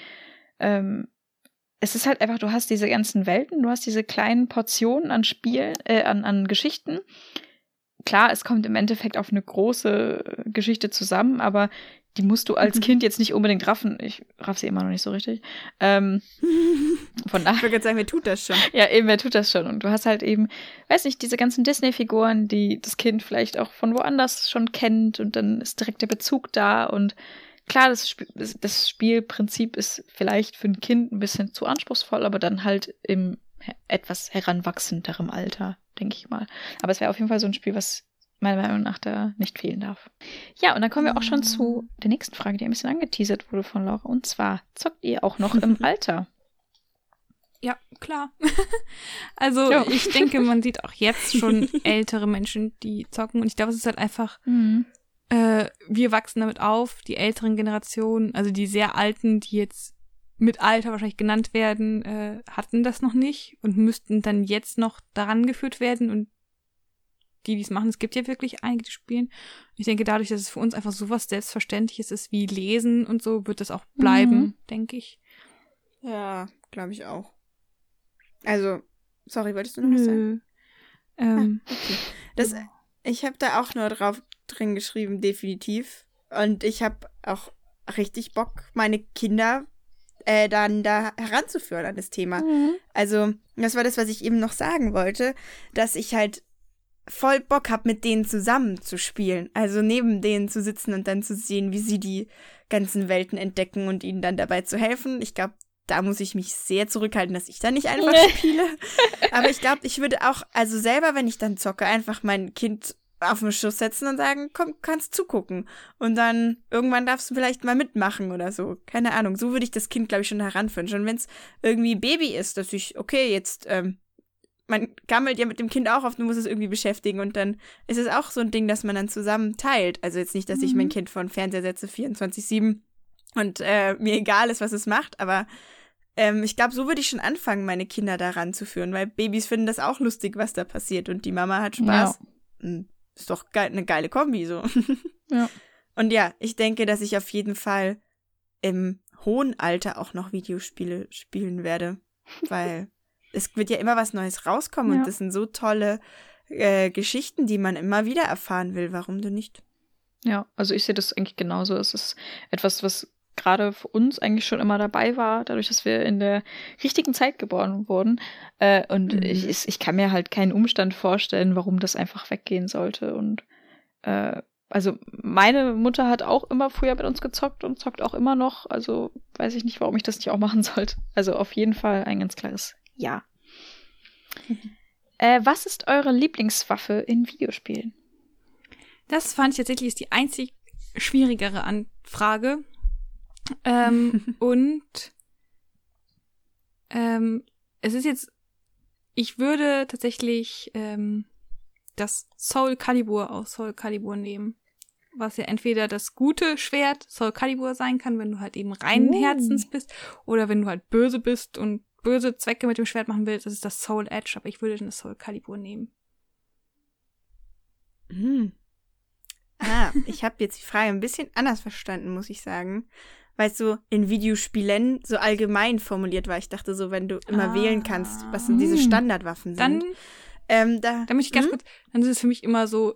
es ist halt einfach, du hast diese ganzen Welten, du hast diese kleinen Portionen an Spielen, an Geschichten. Klar, es kommt im Endeffekt auf eine große Geschichte zusammen, aber die musst du als Kind jetzt nicht unbedingt raffen. Ich raff sie immer noch nicht so richtig. Von daher. Ich würde jetzt sagen, wer tut das schon? Ja, eben, wer tut das schon? Und du hast halt eben, weiß nicht, diese ganzen Disney-Figuren, die das Kind vielleicht auch von woanders schon kennt und dann ist direkt der Bezug da und klar, das Spielprinzip ist vielleicht für ein Kind ein bisschen zu anspruchsvoll, aber dann halt im etwas heranwachsenderem Alter, denke ich mal. Aber es wäre auf jeden Fall so ein Spiel, was meiner Meinung nach da nicht fehlen darf. Ja, und dann kommen wir auch schon zu der nächsten Frage, die ein bisschen angeteasert wurde von Laura. Und zwar, zockt ihr auch noch im Alter? Ja, klar. Also ich denke, man sieht auch jetzt schon ältere Menschen, die zocken. Und ich glaube, es ist halt einfach wir wachsen damit auf, die älteren Generationen, also die sehr Alten, die jetzt mit Alter wahrscheinlich genannt werden, hatten das noch nicht und müssten dann jetzt noch daran geführt werden und die es machen, es gibt ja wirklich einige, die spielen. Ich denke, dadurch, dass es für uns einfach sowas Selbstverständliches ist wie Lesen und so, wird das auch bleiben, denke ich. Ja, glaube ich auch. Also, sorry, wolltest du noch was sagen? Okay. Ich habe da auch nur drin geschrieben, definitiv. Und ich habe auch richtig Bock, meine Kinder dann da heranzuführen an das Thema. Also, das war das, was ich eben noch sagen wollte, dass ich halt voll Bock habe, mit denen zusammen zu spielen. Also neben denen zu sitzen und dann zu sehen, wie sie die ganzen Welten entdecken und ihnen dann dabei zu helfen. Ich glaube, da muss ich mich sehr zurückhalten, dass ich da nicht einfach spiele. Aber ich glaube, ich würde auch, also selber, wenn ich dann zocke, einfach mein Kind auf den Schoß setzen und sagen, komm, kannst zugucken. Und dann irgendwann darfst du vielleicht mal mitmachen oder so. Keine Ahnung. So würde ich das Kind, glaube ich, schon heranführen. Schon wenn es irgendwie Baby ist, dass ich, okay, jetzt, man gammelt ja mit dem Kind auch oft, du musst es irgendwie beschäftigen. Und dann ist es auch so ein Ding, dass man dann zusammen teilt. Also jetzt nicht, dass ich mein Kind vor den Fernseher setze, 24/7 und mir egal ist, was es macht. Aber ich glaube, so würde ich schon anfangen, meine Kinder daran zu führen. Weil Babys finden das auch lustig, was da passiert. Und die Mama hat Spaß. Ja. Ist doch eine geile Kombi, so. Ja. Und ja, ich denke, dass ich auf jeden Fall im hohen Alter auch noch Videospiele spielen werde, weil es wird ja immer was Neues rauskommen und das sind so tolle Geschichten, die man immer wieder erfahren will. Warum denn nicht? Ja, also ich sehe das eigentlich genauso. Es ist etwas, was gerade für uns eigentlich schon immer dabei war, dadurch, dass wir in der richtigen Zeit geboren wurden. Und ich kann mir halt keinen Umstand vorstellen, warum das einfach weggehen sollte. Und also meine Mutter hat auch immer früher mit uns gezockt und zockt auch immer noch. Also weiß ich nicht, warum ich das nicht auch machen sollte. Also auf jeden Fall ein ganz klares Ja. Was ist eure Lieblingswaffe in Videospielen? Das fand ich tatsächlich ist die einzig schwierigere Anfrage. Und es ist jetzt, ich würde tatsächlich das Soul Calibur aus Soul Calibur nehmen, was ja entweder das gute Schwert Soul Calibur sein kann, wenn du halt eben reinen Herzens bist, oder wenn du halt böse bist und böse Zwecke mit dem Schwert machen willst, das ist das Soul Edge, aber ich würde dann das Soul Calibur nehmen. Ich habe jetzt die Frage ein bisschen anders verstanden, muss ich sagen. Weil es so in Videospielen so allgemein formuliert war. Ich dachte so, wenn du immer wählen kannst, was sind diese Standardwaffen sind. Dann möchte ich ganz kurz, dann ist es für mich immer so,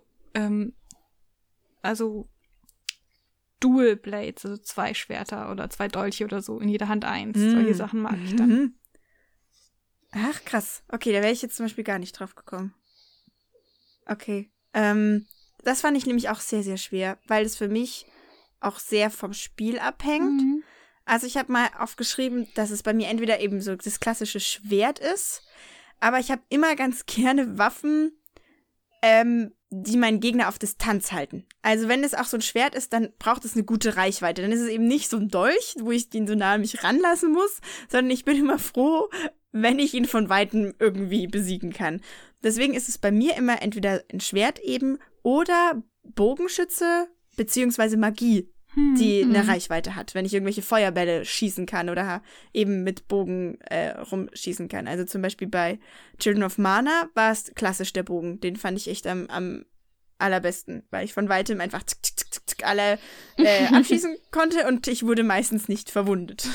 also Dual Blades, also 2 Schwerter oder 2 Dolche oder so, in jeder Hand 1. Solche Sachen mag ich dann. Ach, krass. Okay, da wäre ich jetzt zum Beispiel gar nicht drauf gekommen. Okay. Das fand ich nämlich auch sehr, sehr schwer, weil es für mich auch sehr vom Spiel abhängt. Also ich habe mal aufgeschrieben, dass es bei mir entweder eben so das klassische Schwert ist, aber ich habe immer ganz gerne Waffen, die meinen Gegner auf Distanz halten. Also wenn es auch so ein Schwert ist, dann braucht es eine gute Reichweite. Dann ist es eben nicht so ein Dolch, wo ich den so nah an mich ranlassen muss, sondern ich bin immer froh, wenn ich ihn von Weitem irgendwie besiegen kann. Deswegen ist es bei mir immer entweder ein Schwert eben oder Bogenschütze beziehungsweise Magie, die eine Reichweite hat, wenn ich irgendwelche Feuerbälle schießen kann oder eben mit Bogen rumschießen kann. Also zum Beispiel bei Children of Mana war es klassisch der Bogen. Den fand ich echt am allerbesten, weil ich von weitem einfach alle abschießen konnte und ich wurde meistens nicht verwundet.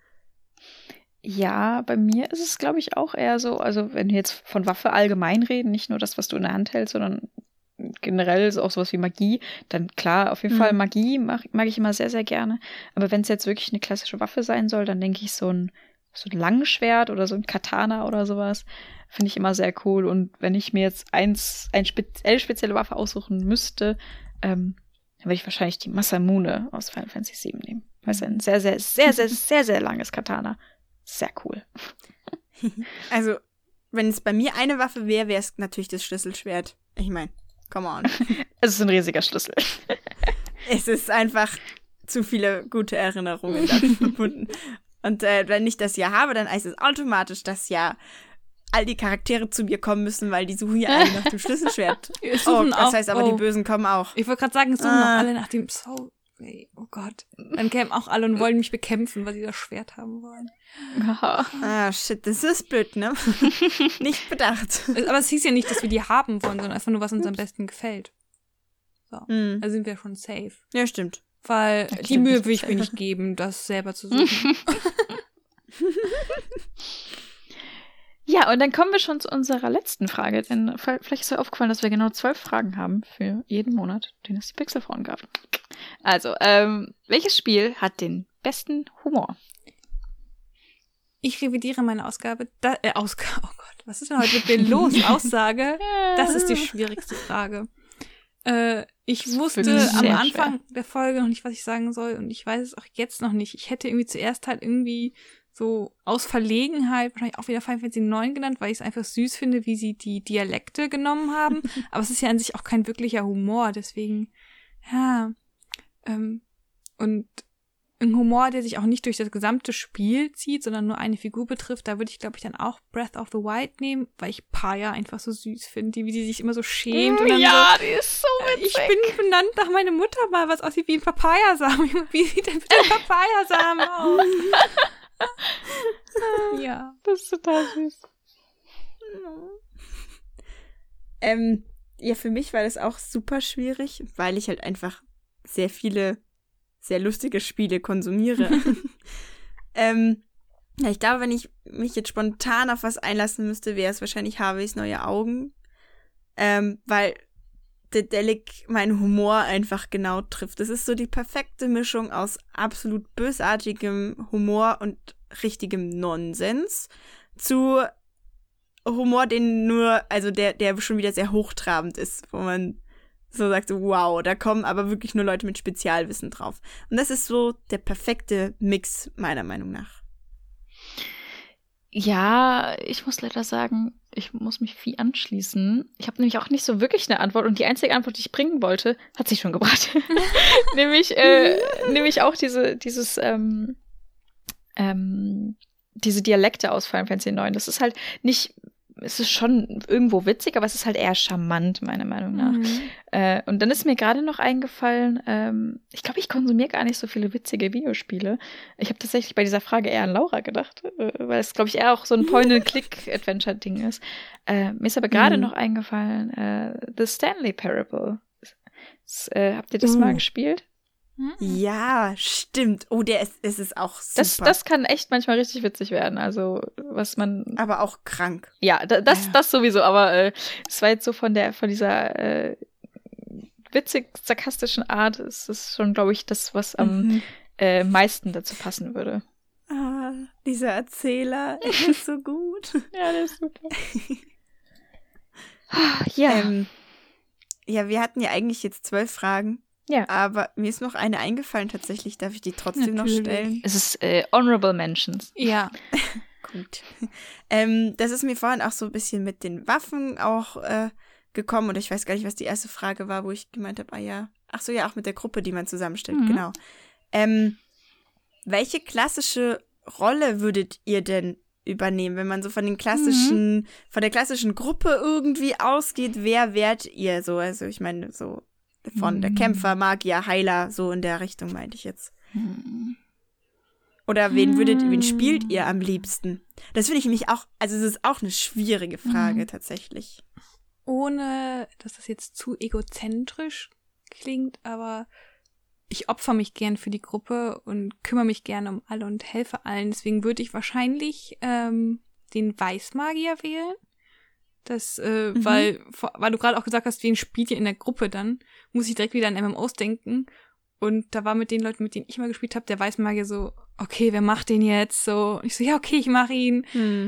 Ja, bei mir ist es, glaube ich, auch eher so, also wenn wir jetzt von Waffe allgemein reden, nicht nur das, was du in der Hand hältst, sondern generell ist auch sowas wie Magie, dann klar, auf jeden Fall Magie mag ich immer sehr, sehr gerne. Aber wenn es jetzt wirklich eine klassische Waffe sein soll, dann denke ich so ein Langschwert oder so ein Katana oder sowas, finde ich immer sehr cool. Und wenn ich mir jetzt eine spezielle Waffe aussuchen müsste, dann würde ich wahrscheinlich die Masamune aus Final Fantasy VII nehmen. Weil es ein sehr, sehr, sehr, sehr, sehr, sehr langes Katana. Sehr cool. Also, wenn es bei mir eine Waffe wäre, wäre es natürlich das Schlüsselschwert. Ich meine, come on. Es ist ein riesiger Schlüssel. Es ist einfach zu viele gute Erinnerungen damit verbunden. Und wenn ich das ja habe, dann heißt es automatisch, dass ja all die Charaktere zu mir kommen müssen, weil die suchen ja alle nach dem Schlüsselschwert. Das heißt aber, die Bösen kommen auch. Ich wollte gerade sagen, es suchen auch alle nach dem Soul. Oh Gott. Dann kämen auch alle und wollen mich bekämpfen, weil sie das Schwert haben wollen. Shit, das ist blöd, ne? Nicht bedacht. Aber es hieß ja nicht, dass wir die haben wollen, sondern einfach nur, was uns am besten gefällt. So, da sind wir schon safe. Ja, stimmt. Weil die Mühe will ich mir nicht geben, das selber zu suchen. Ja, und dann kommen wir schon zu unserer letzten Frage, denn vielleicht ist euch aufgefallen, dass wir genau 12 Fragen haben für jeden Monat, den es die Pixelfrauen gab. Also, welches Spiel hat den besten Humor? Ich revidiere meine Ausgabe. Oh Gott, was ist denn heute mit mir los? Aussage, das ist die schwierigste Frage. Ich wusste am Anfang der Folge noch nicht, was ich sagen soll und ich weiß es auch jetzt noch nicht. Ich hätte irgendwie zuerst halt irgendwie so aus Verlegenheit wahrscheinlich auch wieder Final Fantasy 9 genannt, weil ich es einfach süß finde, wie sie die Dialekte genommen haben. Aber es ist ja an sich auch kein wirklicher Humor, deswegen, ja. Und ein Humor, der sich auch nicht durch das gesamte Spiel zieht, sondern nur eine Figur betrifft, da würde ich, glaube ich, dann auch Breath of the Wild nehmen, weil ich Paya einfach so süß finde, wie die sich immer so schämt. Und dann ja, so, die ist so witzig. ich bin benannt nach meiner Mutter mal, was aussieht wie ein Papayasamen. Wie sieht denn bitte ein Papayasamen aus? Ja. Das ist total süß. Ja, für mich war das auch super schwierig, weil ich halt einfach sehr viele sehr lustige Spiele konsumiere. Ja, ich glaube, wenn ich mich jetzt spontan auf was einlassen müsste, wäre es wahrscheinlich Harveys neue Augen. Weil Dedelic meinen Humor einfach genau trifft. Das ist so die perfekte Mischung aus absolut bösartigem Humor und richtigem Nonsens zu Humor, den nur, also der schon wieder sehr hochtrabend ist, wo man so sagt, wow, da kommen aber wirklich nur Leute mit Spezialwissen drauf. Und das ist so der perfekte Mix, meiner Meinung nach. Ja, ich muss leider sagen, ich muss mich Vieh anschließen. Ich habe nämlich auch nicht so wirklich eine Antwort und die einzige Antwort, die ich bringen wollte, hat sie schon gebracht. nämlich auch diese Dialekte aus Final Fantasy 9. Das ist halt nicht, es ist schon irgendwo witzig, aber es ist halt eher charmant, meiner Meinung nach. Und dann ist mir gerade noch eingefallen, ich glaube, ich konsumiere gar nicht so viele witzige Videospiele. Ich habe tatsächlich bei dieser Frage eher an Laura gedacht, weil es, glaube ich, eher auch so ein Point-and-Click-Adventure-Ding ist. Mir ist aber gerade noch eingefallen, The Stanley Parable. Habt ihr das mal gespielt? Ja, stimmt. Oh, es ist auch super. Das kann echt manchmal richtig witzig werden. Also, was man. Aber auch krank. Ja, das sowieso. Aber es war jetzt so von dieser witzig-sarkastischen Art, ist das schon, glaube ich, das, was am meisten dazu passen würde. Ah, dieser Erzähler, der ist so gut. Ja, der ist super. Ja. Ja, wir hatten ja eigentlich jetzt 12 Fragen. Ja. Aber mir ist noch eine eingefallen tatsächlich. Darf ich die trotzdem noch stellen? Es ist Honorable Mentions. Ja. Gut. Das ist mir vorhin auch so ein bisschen mit den Waffen auch gekommen. Und ich weiß gar nicht, was die erste Frage war, wo ich gemeint habe, ach so, ja, auch mit der Gruppe, die man zusammenstellt. Genau. Welche klassische Rolle würdet ihr denn übernehmen, wenn man so von der klassischen Gruppe irgendwie ausgeht? Wer wärt ihr so? Also ich meine, so von der Kämpfer, Magier, Heiler, so in der Richtung meinte ich jetzt. Oder wen spielt ihr am liebsten? Das finde ich nämlich auch, also es ist auch eine schwierige Frage tatsächlich. Ohne, dass das jetzt zu egozentrisch klingt, aber ich opfer mich gern für die Gruppe und kümmere mich gerne um alle und helfe allen. Deswegen würde ich wahrscheinlich den Weißmagier wählen. Das, weil du gerade auch gesagt hast, wen spielt ihr in der Gruppe dann, muss ich direkt wieder an MMOs denken. Und da war mit den Leuten, mit denen ich mal gespielt habe, der Weißmagier so, okay, wer macht den jetzt? So, und ich so, ja, okay, ich mache ihn.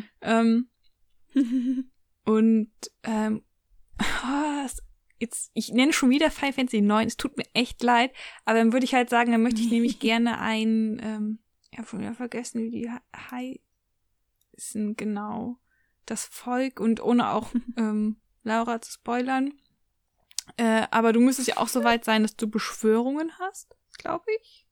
Ich nenne schon wieder Final Fantasy 9, es tut mir echt leid, aber dann würde ich halt sagen, dann möchte ich nämlich gerne ich habe schon wieder vergessen, wie die heißen, genau. Das Volk und ohne auch Laura zu spoilern. Aber du müsstest ja auch so weit sein, dass du Beschwörungen hast, glaube ich.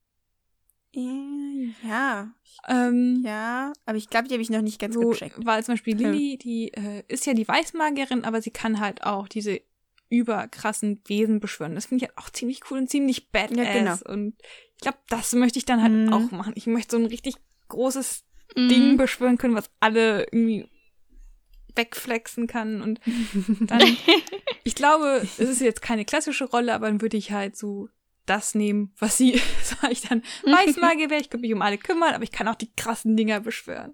Ja. Ja, aber ich glaube, die habe ich noch nicht ganz gecheckt. Weil zum Beispiel Lilly, die ist ja die Weißmagierin, aber sie kann halt auch diese überkrassen Wesen beschwören. Das finde ich halt auch ziemlich cool und ziemlich badass. Ja, genau. Und ich glaube, das möchte ich dann halt auch machen. Ich möchte so ein richtig großes Ding beschwören können, was alle irgendwie wegflexen kann und dann, ich glaube, es ist jetzt keine klassische Rolle, aber dann würde ich halt so das nehmen, was sie, sag ich dann, Weißmagier wäre, ich könnte mich um alle kümmern, aber ich kann auch die krassen Dinger beschwören.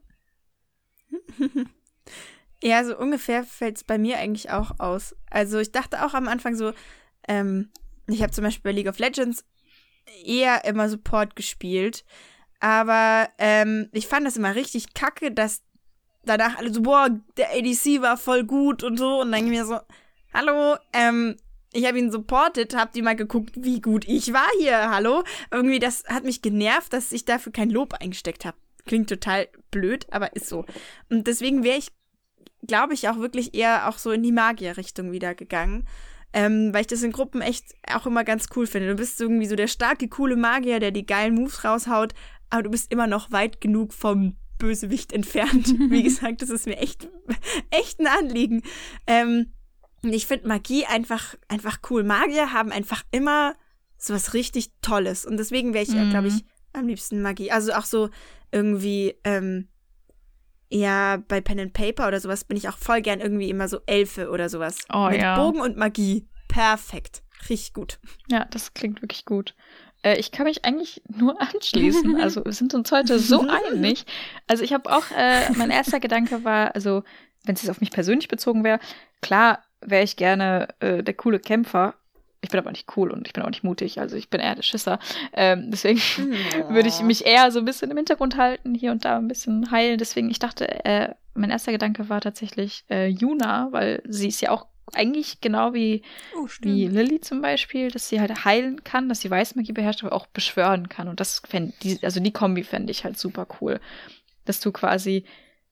Ja, so ungefähr fällt es bei mir eigentlich auch aus. Also ich dachte auch am Anfang so, ich habe zum Beispiel bei League of Legends eher immer Support gespielt, aber ich fand das immer richtig kacke, dass danach alle so, boah, der ADC war voll gut und so. Und dann mir so, hallo, ich habe ihn supportet, habt ihr mal geguckt, wie gut ich war hier, hallo? Irgendwie, das hat mich genervt, dass ich dafür kein Lob eingesteckt habe. Klingt total blöd, aber ist so. Und deswegen wäre ich, glaube ich, auch wirklich eher auch so in die Magier-Richtung wieder gegangen. Weil ich das in Gruppen echt auch immer ganz cool finde. Du bist irgendwie so der starke, coole Magier, der die geilen Moves raushaut, aber du bist immer noch weit genug vom Bösewicht entfernt. Wie gesagt, das ist mir echt ein Anliegen. Ich finde Magie einfach cool. Magier haben einfach immer so was richtig Tolles. Und deswegen wäre ich, glaube ich, am liebsten Magie. Also auch so irgendwie, ja, bei Pen and Paper oder sowas bin ich auch voll gern irgendwie immer so Elfe oder sowas. Oh, mit ja. Bogen und Magie. Perfekt. Richtig gut. Ja, das klingt wirklich gut. Ich kann mich eigentlich nur anschließen. Also wir sind uns heute so einig. Also ich habe auch, mein erster Gedanke war, also wenn es jetzt auf mich persönlich bezogen wäre, klar wäre ich gerne der coole Kämpfer. Ich bin aber nicht cool und ich bin auch nicht mutig. Also ich bin eher der Schisser. Deswegen würde ich mich eher so ein bisschen im Hintergrund halten, hier und da ein bisschen heilen. Deswegen, ich dachte, mein erster Gedanke war tatsächlich Yuna, weil sie ist ja auch eigentlich genau wie Lily zum Beispiel, dass sie halt heilen kann, dass sie Weißmagie beherrscht, aber auch beschwören kann. Und das die Kombi fände ich halt super cool. Dass du quasi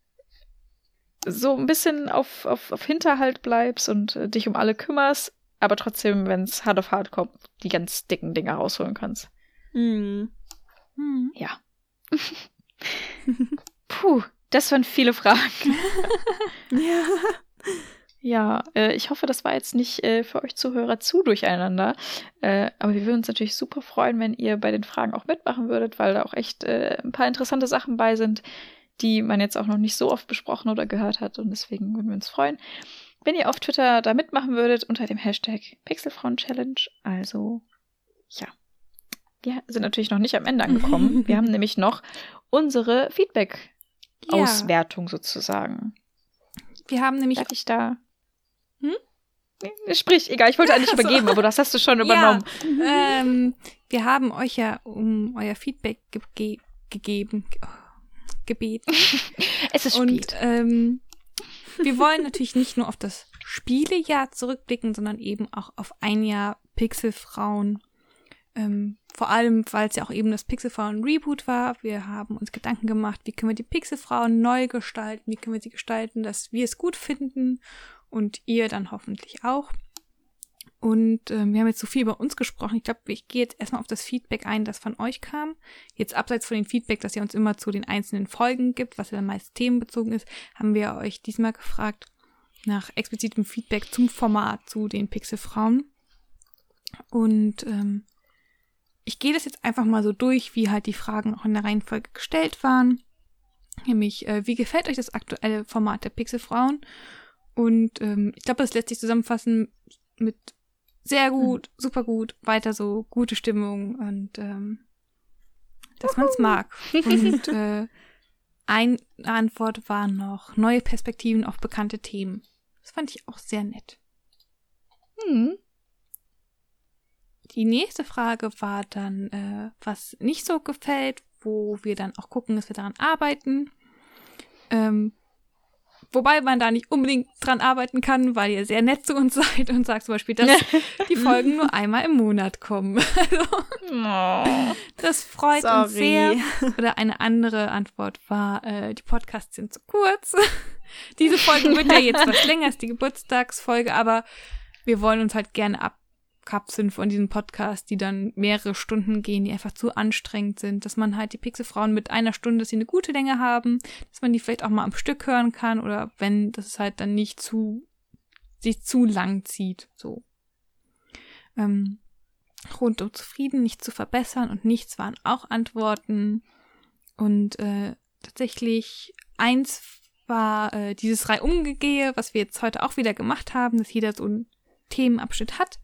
so ein bisschen auf Hinterhalt bleibst und dich um alle kümmerst, aber trotzdem, wenn es hart auf hart kommt, die ganz dicken Dinger rausholen kannst. Ja. Puh, das waren viele Fragen. Ja. Ja, ich hoffe, das war jetzt nicht für euch Zuhörer zu durcheinander. Aber wir würden uns natürlich super freuen, wenn ihr bei den Fragen auch mitmachen würdet, weil da auch echt ein paar interessante Sachen bei sind, die man jetzt auch noch nicht so oft besprochen oder gehört hat. Und deswegen würden wir uns freuen, wenn ihr auf Twitter da mitmachen würdet unter dem Hashtag Pixelfrauen-Challenge. Also, ja. Wir sind natürlich noch nicht am Ende angekommen. Wir haben nämlich noch unsere Feedback-Auswertung sozusagen. Wir haben nämlich... Darf ich da... Sprich, egal, ich wollte eigentlich übergeben, aber das hast du schon übernommen. Ja, wir haben euch ja um euer Feedback gebeten. Es ist spät. Und wir wollen natürlich nicht nur auf das Spielejahr zurückblicken, sondern eben auch auf ein Jahr Pixelfrauen. Vor allem, weil es ja auch eben das Pixelfrauen-Reboot war. Wir haben uns Gedanken gemacht, wie können wir die Pixelfrauen neu gestalten, wie können wir sie gestalten, dass wir es gut finden und ihr dann hoffentlich auch. Und wir haben jetzt so viel über uns gesprochen. Ich glaube, ich gehe jetzt erstmal auf das Feedback ein, das von euch kam. Jetzt abseits von dem Feedback, das ihr uns immer zu den einzelnen Folgen gibt, was ja dann meist themenbezogen ist, haben wir euch diesmal gefragt nach explizitem Feedback zum Format zu den Pixelfrauen. Und ich gehe das jetzt einfach mal so durch, wie halt die Fragen auch in der Reihenfolge gestellt waren. Nämlich, wie gefällt euch das aktuelle Format der Pixelfrauen? Und ich glaube, das lässt sich zusammenfassen mit sehr gut, super gut, weiter so, gute Stimmung und dass man es mag. Und eine Antwort war noch neue Perspektiven auf bekannte Themen. Das fand ich auch sehr nett. Die nächste Frage war dann, was nicht so gefällt, wo wir dann auch gucken, dass wir daran arbeiten. Wobei man da nicht unbedingt dran arbeiten kann, weil ihr sehr nett zu uns seid und sagt zum Beispiel, dass die Folgen nur einmal im Monat kommen. Also, das freut uns sehr. Oder eine andere Antwort war, die Podcasts sind zu kurz. Diese Folge wird ja jetzt was länger, ist die Geburtstagsfolge, aber wir wollen uns halt gerne abkapseln von diesem Podcast, die dann mehrere Stunden gehen, die einfach zu anstrengend sind, dass man halt die Pixelfrauen mit einer Stunde, dass sie eine gute Länge haben, dass man die vielleicht auch mal am Stück hören kann oder wenn das halt dann nicht sich zu lang zieht, so. Rundum zufrieden, nichts zu verbessern und nichts waren auch Antworten und tatsächlich eins war dieses Reihumgegehe, was wir jetzt heute auch wieder gemacht haben, dass jeder so einen Themenabschnitt hat.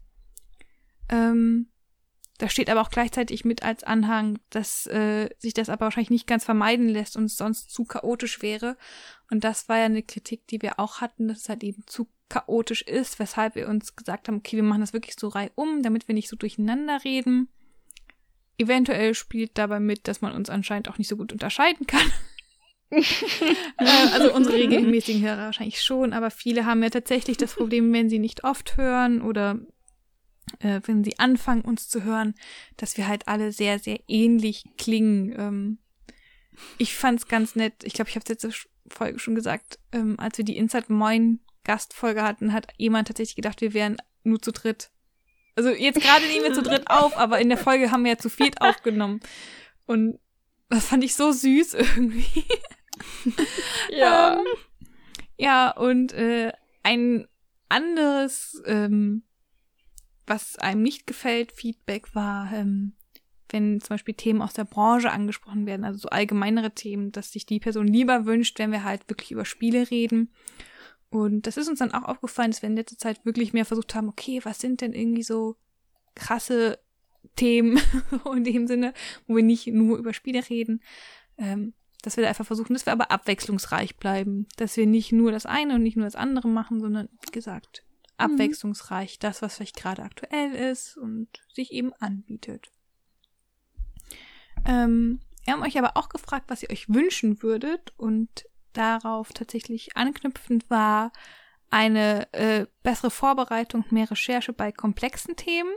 Da steht aber auch gleichzeitig mit als Anhang, dass sich das aber wahrscheinlich nicht ganz vermeiden lässt und es sonst zu chaotisch wäre. Und das war ja eine Kritik, die wir auch hatten, dass es halt eben zu chaotisch ist, weshalb wir uns gesagt haben, okay, wir machen das wirklich so reihum, damit wir nicht so durcheinander reden. Eventuell spielt dabei mit, dass man uns anscheinend auch nicht so gut unterscheiden kann. Also unsere regelmäßigen Hörer wahrscheinlich schon, aber viele haben ja tatsächlich das Problem, wenn sie nicht oft hören oder wenn sie anfangen, uns zu hören, dass wir halt alle sehr, sehr ähnlich klingen. ich fand's ganz nett. Ich glaube, ich habe es letzte Folge schon gesagt, als wir die Inside Moin Gastfolge hatten, hat jemand tatsächlich gedacht, wir wären nur zu dritt. Also jetzt gerade nehmen wir zu dritt auf, aber in der Folge haben wir ja zu viert aufgenommen. Und das fand ich so süß irgendwie. Ja. Ja, und ein anderes, was einem nicht gefällt, Feedback war, wenn zum Beispiel Themen aus der Branche angesprochen werden, also so allgemeinere Themen, dass sich die Person lieber wünscht, wenn wir halt wirklich über Spiele reden. Und das ist uns dann auch aufgefallen, dass wir in letzter Zeit wirklich mehr versucht haben, okay, was sind denn irgendwie so krasse Themen in dem Sinne, wo wir nicht nur über Spiele reden, dass wir da einfach versuchen, dass wir aber abwechslungsreich bleiben, dass wir nicht nur das eine und nicht nur das andere machen, sondern, wie gesagt, abwechslungsreich, das, was vielleicht gerade aktuell ist und sich eben anbietet. Wir haben euch aber auch gefragt, was ihr euch wünschen würdet, und darauf tatsächlich anknüpfend war eine bessere Vorbereitung, mehr Recherche bei komplexen Themen.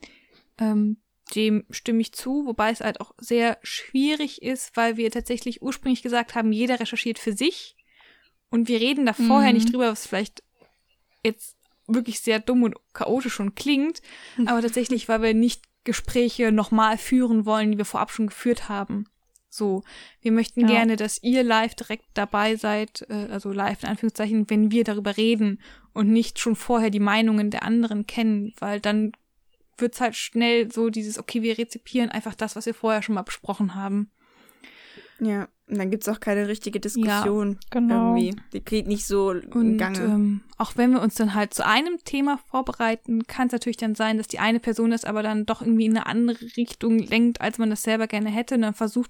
Dem stimme ich zu, wobei es halt auch sehr schwierig ist, weil wir tatsächlich ursprünglich gesagt haben, jeder recherchiert für sich und wir reden da vorher nicht drüber, was vielleicht jetzt wirklich sehr dumm und chaotisch schon klingt, aber tatsächlich, weil wir nicht Gespräche nochmal führen wollen, die wir vorab schon geführt haben. So, wir möchten gerne, dass ihr live direkt dabei seid, also live in Anführungszeichen, wenn wir darüber reden und nicht schon vorher die Meinungen der anderen kennen, weil dann wird's halt schnell so dieses, okay, wir rezipieren einfach das, was wir vorher schon mal besprochen haben. Ja, und dann gibt's auch keine richtige Diskussion. Ja, genau. Irgendwie. Die geht nicht so in Gange. Auch wenn wir uns dann halt zu einem Thema vorbereiten, kann es natürlich dann sein, dass die eine Person das aber dann doch irgendwie in eine andere Richtung lenkt, als man das selber gerne hätte. Und dann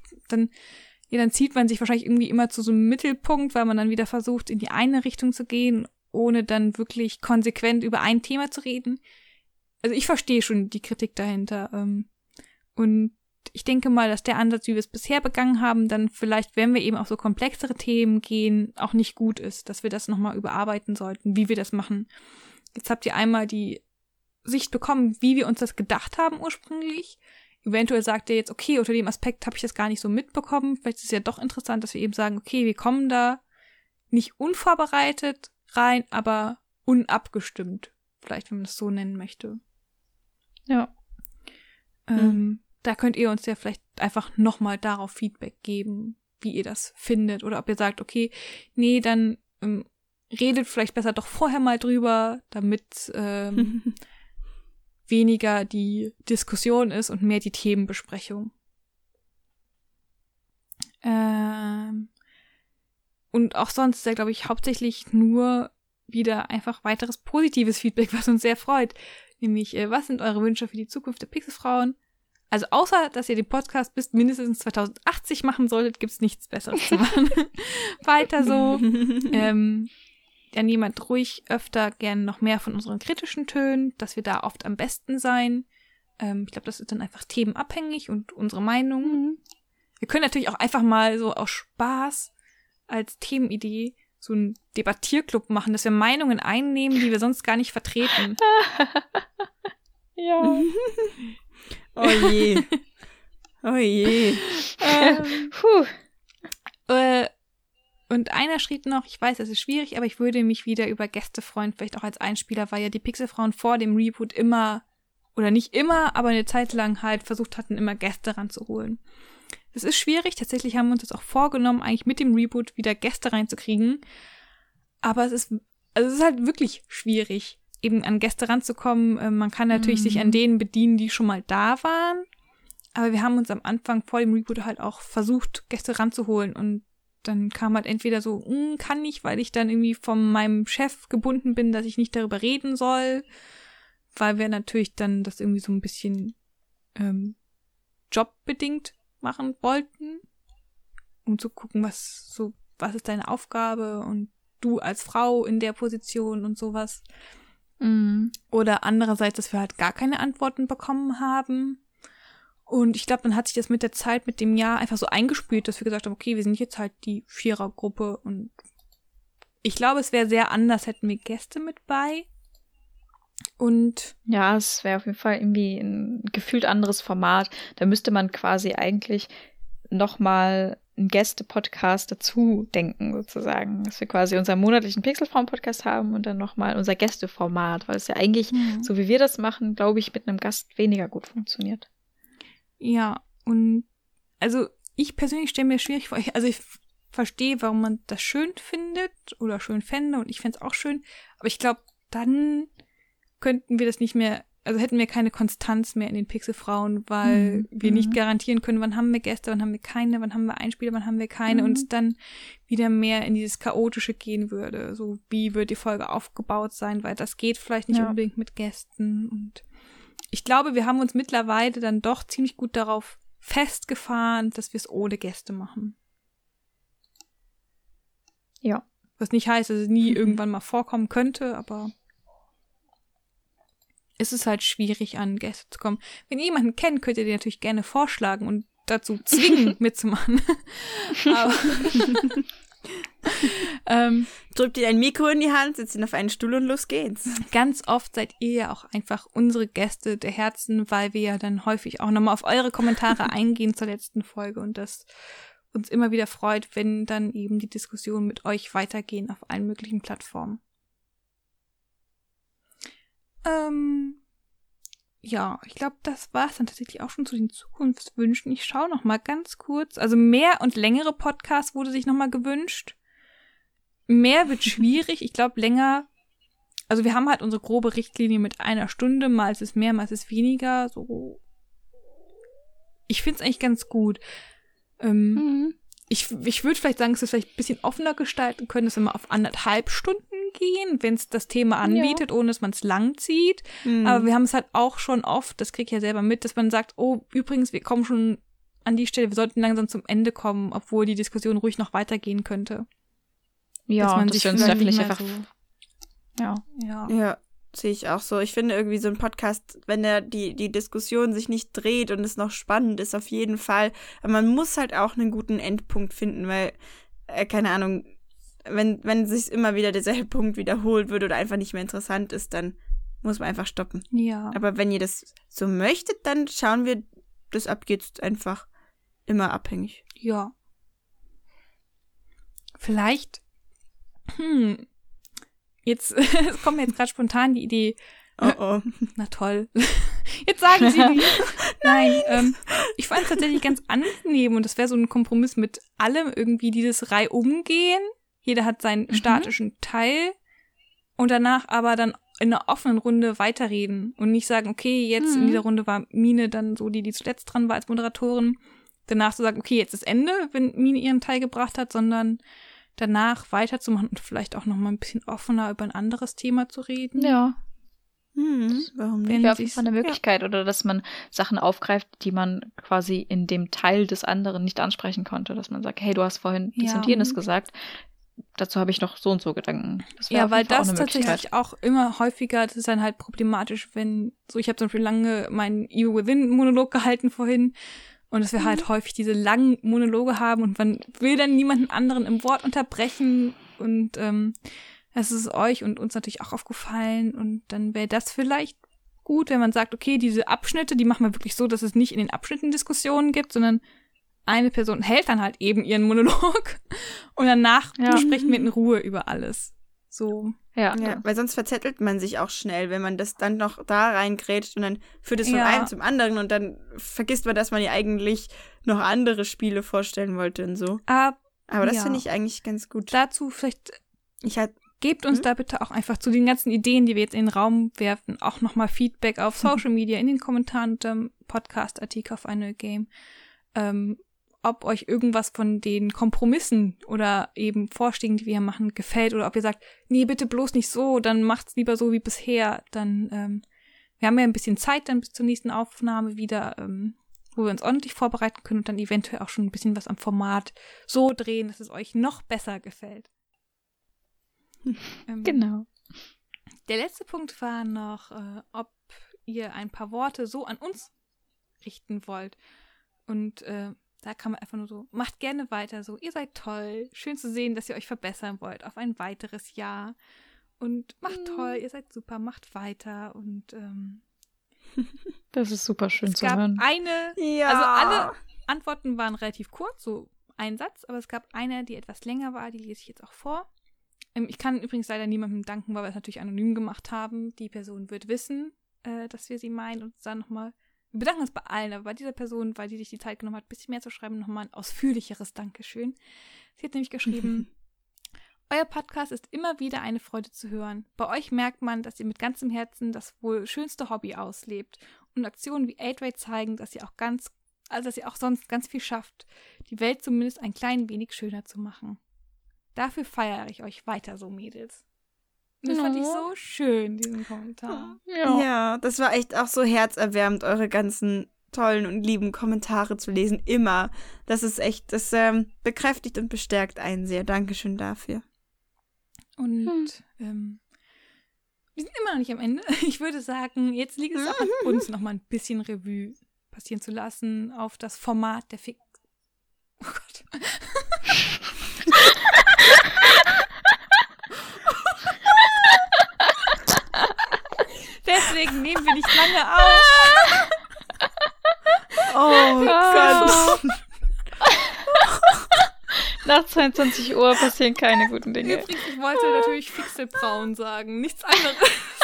dann zieht man sich wahrscheinlich irgendwie immer zu so einem Mittelpunkt, weil man dann wieder versucht, in die eine Richtung zu gehen, ohne dann wirklich konsequent über ein Thema zu reden. Also ich verstehe schon die Kritik dahinter. Und ich denke mal, dass der Ansatz, wie wir es bisher begangen haben, dann vielleicht, wenn wir eben auf so komplexere Themen gehen, auch nicht gut ist, dass wir das nochmal überarbeiten sollten, wie wir das machen. Jetzt habt ihr einmal die Sicht bekommen, wie wir uns das gedacht haben ursprünglich. Eventuell sagt ihr jetzt, okay, unter dem Aspekt habe ich das gar nicht so mitbekommen. Vielleicht ist es ja doch interessant, dass wir eben sagen, okay, wir kommen da nicht unvorbereitet rein, aber unabgestimmt. Vielleicht, wenn man das so nennen möchte. Ja. Da könnt ihr uns ja vielleicht einfach nochmal darauf Feedback geben, wie ihr das findet. Oder ob ihr sagt, okay, nee, dann redet vielleicht besser doch vorher mal drüber, damit weniger die Diskussion ist und mehr die Themenbesprechung. Und auch sonst ist ja, glaube ich, hauptsächlich nur wieder einfach weiteres positives Feedback, was uns sehr freut. Nämlich, was sind eure Wünsche für die Zukunft der Pixelfrauen? Also außer, dass ihr den Podcast bis mindestens 2080 machen solltet, gibt's nichts Besseres zu machen. Weiter so. Dann jemand ruhig öfter gerne noch mehr von unseren kritischen Tönen, dass wir da oft am besten sein. Ich glaube, das ist dann einfach themenabhängig und unsere Meinung. Wir können natürlich auch einfach mal so aus Spaß als Themenidee so einen Debattierclub machen, dass wir Meinungen einnehmen, die wir sonst gar nicht vertreten. Ja. Oh je. Oh je. Und einer schrieb noch, ich weiß, es ist schwierig, aber ich würde mich wieder über Gäste freuen, vielleicht auch als Einspieler, weil ja die Pixelfrauen vor dem Reboot immer, oder nicht immer, aber eine Zeit lang halt versucht hatten, immer Gäste ranzuholen. Es ist schwierig, tatsächlich haben wir uns das auch vorgenommen, eigentlich mit dem Reboot wieder Gäste reinzukriegen, aber es ist halt wirklich schwierig, eben an Gäste ranzukommen. Man kann natürlich sich an denen bedienen, die schon mal da waren, aber wir haben uns am Anfang vor dem Reboot halt auch versucht, Gäste ranzuholen, und dann kam halt entweder so, kann nicht, weil ich dann irgendwie von meinem Chef gebunden bin, dass ich nicht darüber reden soll, weil wir natürlich dann das irgendwie so ein bisschen jobbedingt machen wollten, um zu gucken, was ist deine Aufgabe und du als Frau in der Position und sowas. Oder andererseits, dass wir halt gar keine Antworten bekommen haben. Und ich glaube, dann hat sich das mit der Zeit, mit dem Jahr einfach so eingespielt, dass wir gesagt haben, okay, wir sind jetzt halt die Vierergruppe, und ich glaube, es wäre sehr anders, hätten wir Gäste mit bei. Und ja, es wäre auf jeden Fall irgendwie ein gefühlt anderes Format. Da müsste man quasi eigentlich nochmal einen Gäste-Podcast dazu denken, sozusagen. Dass wir quasi unseren monatlichen Pixelfrauen-Podcast haben und dann nochmal unser Gästeformat, weil es ja eigentlich, so wie wir das machen, glaube ich, mit einem Gast weniger gut funktioniert. Ja, und also ich persönlich stelle mir schwierig vor, also ich verstehe, warum man das schön findet oder schön fände und ich fände es auch schön, aber ich glaube, dann könnten wir das nicht mehr, also hätten wir keine Konstanz mehr in den Pixelfrauen, weil wir nicht garantieren können, wann haben wir Gäste, wann haben wir keine, wann haben wir Einspieler, wann haben wir keine und es dann wieder mehr in dieses Chaotische gehen würde. So, wie wird die Folge aufgebaut sein, weil das geht vielleicht nicht unbedingt mit Gästen und ich glaube, wir haben uns mittlerweile dann doch ziemlich gut darauf festgefahren, dass wir es ohne Gäste machen. Ja. Was nicht heißt, dass es nie irgendwann mal vorkommen könnte, aber es ist halt schwierig, an Gäste zu kommen. Wenn ihr jemanden kennt, könnt ihr den natürlich gerne vorschlagen und dazu zwingen, mitzumachen. Aber drückt ihr ein Mikro in die Hand, sitzt ihn auf einen Stuhl und los geht's. Ganz oft seid ihr ja auch einfach unsere Gäste der Herzen, weil wir ja dann häufig auch nochmal auf eure Kommentare eingehen zur letzten Folge und das uns immer wieder freut, wenn dann eben die Diskussionen mit euch weitergehen auf allen möglichen Plattformen. Ja, ich glaube, das war es dann tatsächlich auch schon zu den Zukunftswünschen. Ich schaue noch mal ganz kurz. Also mehr und längere Podcasts wurde sich noch mal gewünscht. Mehr wird schwierig. Ich glaube, länger. Also wir haben halt unsere grobe Richtlinie mit 1 Stunde. Mal ist es mehr, mal ist es weniger. So. Ich finde es eigentlich ganz gut. Ich würde vielleicht sagen, dass wir es vielleicht ein bisschen offener gestalten können, dass wir mal auf 1,5 Stunden gehen, wenn es das Thema anbietet, ohne dass man es lang zieht. Aber wir haben es halt auch schon oft, das kriege ich ja selber mit, dass man sagt, oh, übrigens, wir kommen schon an die Stelle, wir sollten langsam zum Ende kommen, obwohl die Diskussion ruhig noch weitergehen könnte. Ja, dass man dass sich wir uns vielleicht da nicht vielleicht mehr einfach Ja, sehe ich auch so. Ich finde irgendwie so ein Podcast, wenn die Diskussion sich nicht dreht und es noch spannend ist, auf jeden Fall. Aber man muss halt auch einen guten Endpunkt finden, weil, keine Ahnung, wenn sich immer wieder derselbe Punkt wiederholt wird oder einfach nicht mehr interessant ist, dann muss man einfach stoppen. Ja. Aber wenn ihr das so möchtet, dann schauen wir das ab jetzt einfach immer abhängig. Ja. Vielleicht, jetzt, es kommt mir jetzt gerade spontan die Idee. Oh. Na toll. Jetzt sagen Sie die. Nein, ich fand es tatsächlich ganz angenehm und das wäre so ein Kompromiss mit allem irgendwie dieses Reihumgehen. Jeder hat seinen statischen Teil und danach aber dann in einer offenen Runde weiterreden und nicht sagen, okay, jetzt in dieser Runde war Mine dann so die zuletzt dran war als Moderatorin. Danach zu sagen, okay, jetzt ist Ende, wenn Mine ihren Teil gebracht hat, sondern danach weiterzumachen und vielleicht auch noch mal ein bisschen offener über ein anderes Thema zu reden. Ja. Warum Das nicht? wäre auf jeden Fall eine Möglichkeit. Oder dass man Sachen aufgreift, die man quasi in dem Teil des anderen nicht ansprechen konnte. Dass man sagt, hey, du hast vorhin dies und jenes gesagt. Dazu habe ich noch so und so Gedanken. Ja, weil das tatsächlich auch immer häufiger, das ist dann halt problematisch, wenn, so ich habe zum Beispiel lange meinen You Within-Monolog gehalten vorhin und dass wir halt häufig diese langen Monologe haben und man will dann niemanden anderen im Wort unterbrechen und es ist euch und uns natürlich auch aufgefallen und dann wäre das vielleicht gut, wenn man sagt, okay, diese Abschnitte, die machen wir wirklich so, dass es nicht in den Abschnitten Diskussionen gibt, sondern eine Person hält dann halt eben ihren Monolog und danach sprechen wir in Ruhe über alles. So. Ja, weil sonst verzettelt man sich auch schnell, wenn man das dann noch da reingrätscht und dann führt es von einem zum anderen und dann vergisst man, dass man ja eigentlich noch andere Spiele vorstellen wollte und so. Aber das finde ich eigentlich ganz gut. Dazu vielleicht, gebt uns da bitte auch einfach zu den ganzen Ideen, die wir jetzt in den Raum werfen, auch nochmal Feedback auf Social Media, in den Kommentaren unter Podcast-Artikel auf eine Game. Ob euch irgendwas von den Kompromissen oder eben Vorschlägen, die wir hier machen, gefällt oder ob ihr sagt, nee, bitte bloß nicht so, dann macht's lieber so wie bisher. Dann, wir haben ja ein bisschen Zeit dann bis zur nächsten Aufnahme wieder, wo wir uns ordentlich vorbereiten können und dann eventuell auch schon ein bisschen was am Format so drehen, dass es euch noch besser gefällt. Genau. Der letzte Punkt war noch, ob ihr ein paar Worte so an uns richten wollt. Und da kann man einfach nur so, macht gerne weiter so, ihr seid toll, schön zu sehen, dass ihr euch verbessern wollt auf ein weiteres Jahr und macht toll, ihr seid super, macht weiter und das ist super schön zu hören. hören. Also alle Antworten waren relativ kurz, so einen Satz, aber es gab eine, die etwas länger war, die lese ich jetzt auch vor. Ich kann übrigens leider niemandem danken, weil wir es natürlich anonym gemacht haben. Die Person wird wissen, dass wir sie meinen und dann nochmal, wir bedanken uns bei allen, aber bei dieser Person, weil die sich die Zeit genommen hat, ein bisschen mehr zu schreiben, nochmal ein ausführlicheres Dankeschön. Sie hat nämlich geschrieben, euer Podcast ist immer wieder eine Freude zu hören. Bei euch merkt man, dass ihr mit ganzem Herzen das wohl schönste Hobby auslebt. Und Aktionen wie 8-Ray zeigen, dass ihr auch sonst ganz viel schafft, die Welt zumindest ein klein wenig schöner zu machen. Dafür feiere ich euch weiter so, Mädels. Und das fand ich so schön, diesen Kommentar. Ja, das war echt auch so herzerwärmend, eure ganzen tollen und lieben Kommentare zu lesen. Immer. Das ist echt, das bekräftigt und bestärkt einen sehr. Dankeschön dafür. Und wir sind immer noch nicht am Ende. Ich würde sagen, jetzt liegt es auch an uns, noch mal ein bisschen Revue passieren zu lassen auf das Format der Oh Gott. Deswegen nehmen wir nicht lange auf. Oh Gott. Nach 22 Uhr passieren keine guten Dinge. Übrigens, ich wollte natürlich Pixelbraun sagen, nichts anderes.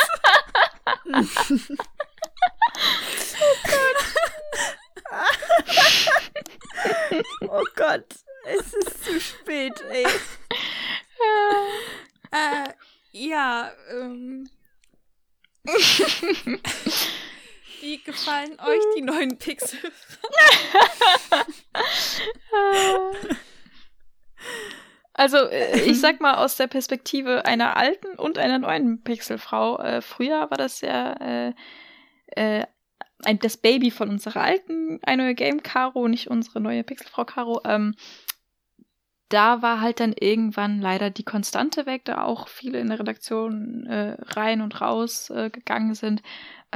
Oh Gott, es ist zu spät, ey. Wie gefallen euch die neuen Pixel? Also, ich sag mal aus der Perspektive einer alten und einer neuen Pixelfrau. Früher war das ja das Baby von unserer alten Ein Neue Game Caro, nicht unsere neue Pixelfrau Caro. Da war halt dann irgendwann leider die Konstante weg, da auch viele in der Redaktion rein und raus gegangen sind.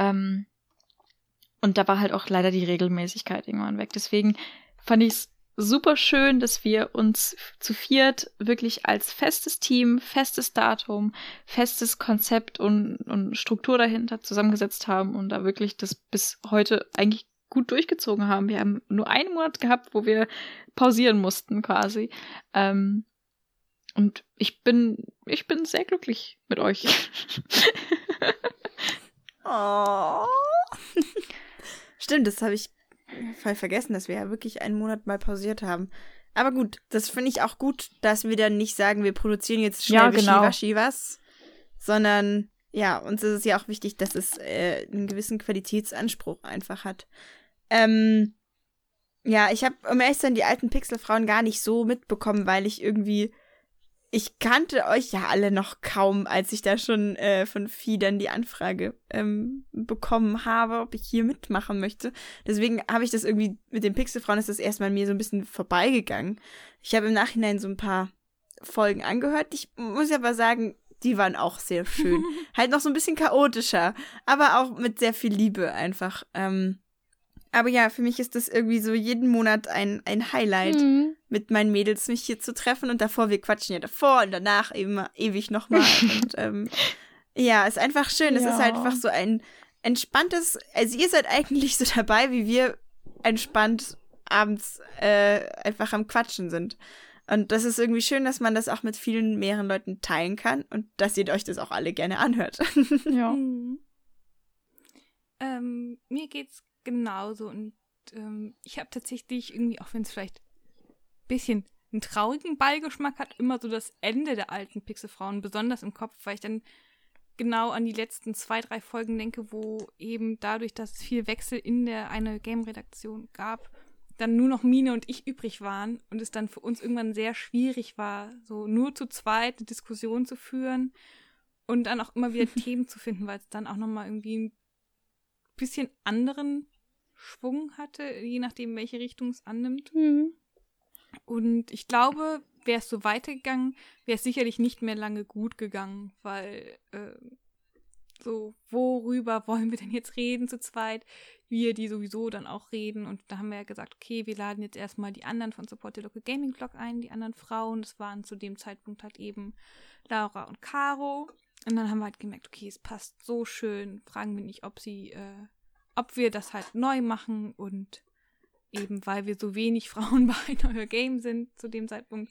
Und da war halt auch leider die Regelmäßigkeit irgendwann weg. Deswegen fand ich es super schön, dass wir uns zu viert wirklich als festes Team, festes Datum, festes Konzept und Struktur dahinter zusammengesetzt haben und da wirklich das bis heute eigentlich gut durchgezogen haben. Wir haben nur einen Monat gehabt, wo wir pausieren mussten quasi. Und ich bin sehr glücklich mit euch. Oh. Stimmt, das habe ich voll vergessen, dass wir ja wirklich einen Monat mal pausiert haben. Aber gut, das finde ich auch gut, dass wir dann nicht sagen, wir produzieren jetzt schnell Wischiwaschi was, sondern ja, uns ist es ja auch wichtig, dass es einen gewissen Qualitätsanspruch einfach hat. Ja, ich habe, um ehrlich zu sein, die alten Pixelfrauen gar nicht so mitbekommen, weil ich kannte euch ja alle noch kaum, als ich da schon von Vieh dann die Anfrage bekommen habe, ob ich hier mitmachen möchte. Deswegen habe ich das irgendwie mit den Pixelfrauen, ist das erstmal mir so ein bisschen vorbeigegangen. Ich habe im Nachhinein so ein paar Folgen angehört. Ich muss aber sagen, die waren auch sehr schön. Halt noch so ein bisschen chaotischer, aber auch mit sehr viel Liebe einfach. Aber ja, für mich ist das irgendwie so jeden Monat ein Highlight, mit meinen Mädels mich hier zu treffen. Und wir quatschen ja davor und danach eben ewig nochmal. Und ja, ist einfach schön. Es ist halt einfach so ein entspanntes, also ihr seid eigentlich so dabei, wie wir entspannt abends einfach am Quatschen sind. Und das ist irgendwie schön, dass man das auch mit vielen mehreren Leuten teilen kann und dass ihr euch das auch alle gerne anhört. Ja. Mir geht's genauso und ich habe tatsächlich irgendwie, auch wenn es vielleicht ein bisschen einen traurigen Beigeschmack hat, immer so das Ende der alten Pixelfrauen besonders im Kopf, weil ich dann genau an die letzten 2-3 Folgen denke, wo eben dadurch, dass es viel Wechsel in der Eine Game-Redaktion gab, dann nur noch Mine und ich übrig waren und es dann für uns irgendwann sehr schwierig war, so nur zu zweit eine Diskussion zu führen und dann auch immer wieder Themen zu finden, weil es dann auch nochmal irgendwie ein bisschen anderen Schwung hatte, je nachdem, welche Richtung es annimmt. Und ich glaube, wäre es so weitergegangen, wäre es sicherlich nicht mehr lange gut gegangen, weil so, worüber wollen wir denn jetzt reden zu zweit? Wir, die sowieso dann auch reden. Und da haben wir ja gesagt, okay, wir laden jetzt erstmal die anderen von Support the Local Gaming Blog ein, die anderen Frauen. Das waren zu dem Zeitpunkt halt eben Laura und Caro. Und dann haben wir halt gemerkt, okay, es passt so schön. Fragen wir nicht, ob wir das halt neu machen. Und eben weil wir so wenig Frauen bei In Your Game sind zu dem Zeitpunkt,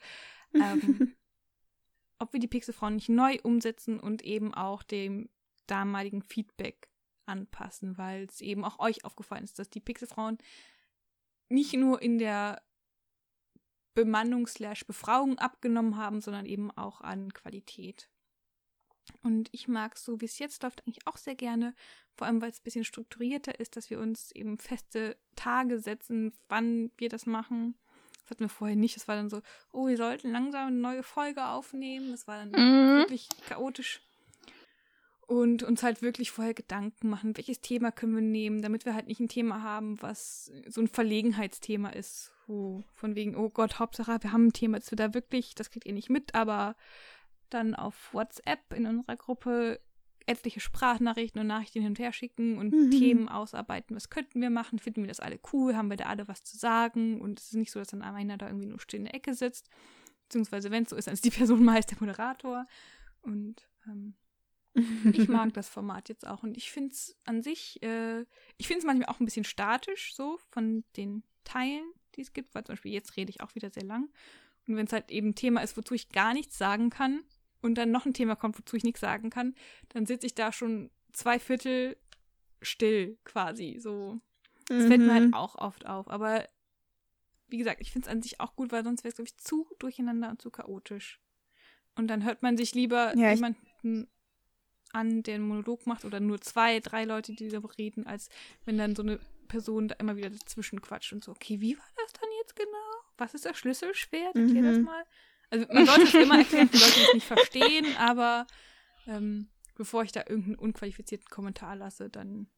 ob wir die Pixelfrauen nicht neu umsetzen und eben auch dem damaligen Feedback anpassen, weil es eben auch euch aufgefallen ist, dass die Pixelfrauen nicht nur in der Bemannung/Befragung abgenommen haben, sondern eben auch an Qualität. Und ich mag so, wie es jetzt läuft, eigentlich auch sehr gerne, vor allem, weil es ein bisschen strukturierter ist, dass wir uns eben feste Tage setzen, wann wir das machen. Das hatten wir vorher nicht. Es war dann so, oh, wir sollten langsam eine neue Folge aufnehmen. Das war dann wirklich chaotisch. Und uns halt wirklich vorher Gedanken machen, welches Thema können wir nehmen, damit wir halt nicht ein Thema haben, was so ein Verlegenheitsthema ist. Von wegen, oh Gott, Hauptsache, wir haben ein Thema, das wir da wirklich, das kriegt ihr nicht mit, aber dann auf WhatsApp in unserer Gruppe etliche Sprachnachrichten und Nachrichten hin und her schicken und Themen ausarbeiten. Was könnten wir machen? Finden wir das alle cool? Haben wir da alle was zu sagen? Und es ist nicht so, dass dann einer da irgendwie nur still in der Ecke sitzt. Beziehungsweise, wenn es so ist, dann ist die Person meist der Moderator. Und ich mag das Format jetzt auch. Und ich finde es an sich, ich finde es manchmal auch ein bisschen statisch, so von den Teilen, die es gibt. Weil zum Beispiel jetzt rede ich auch wieder sehr lang. Und wenn es halt eben ein Thema ist, wozu ich gar nichts sagen kann, und dann noch ein Thema kommt, wozu ich nichts sagen kann, dann sitze ich da schon 2/4 still quasi. So. Das fällt mir halt auch oft auf. Aber wie gesagt, ich finde es an sich auch gut, weil sonst wäre es, glaube ich, zu durcheinander und zu chaotisch. Und dann hört man sich lieber jemanden an, der einen Monolog macht oder nur 2, 3 Leute, die darüber reden, als wenn dann so eine Person da immer wieder dazwischen quatscht und so, okay, wie war das dann jetzt genau? Was ist das Schlüsselschwert? Erklär das mal. Also man sollte es immer erklären für Leute, die es nicht verstehen, aber bevor ich da irgendeinen unqualifizierten Kommentar lasse, dann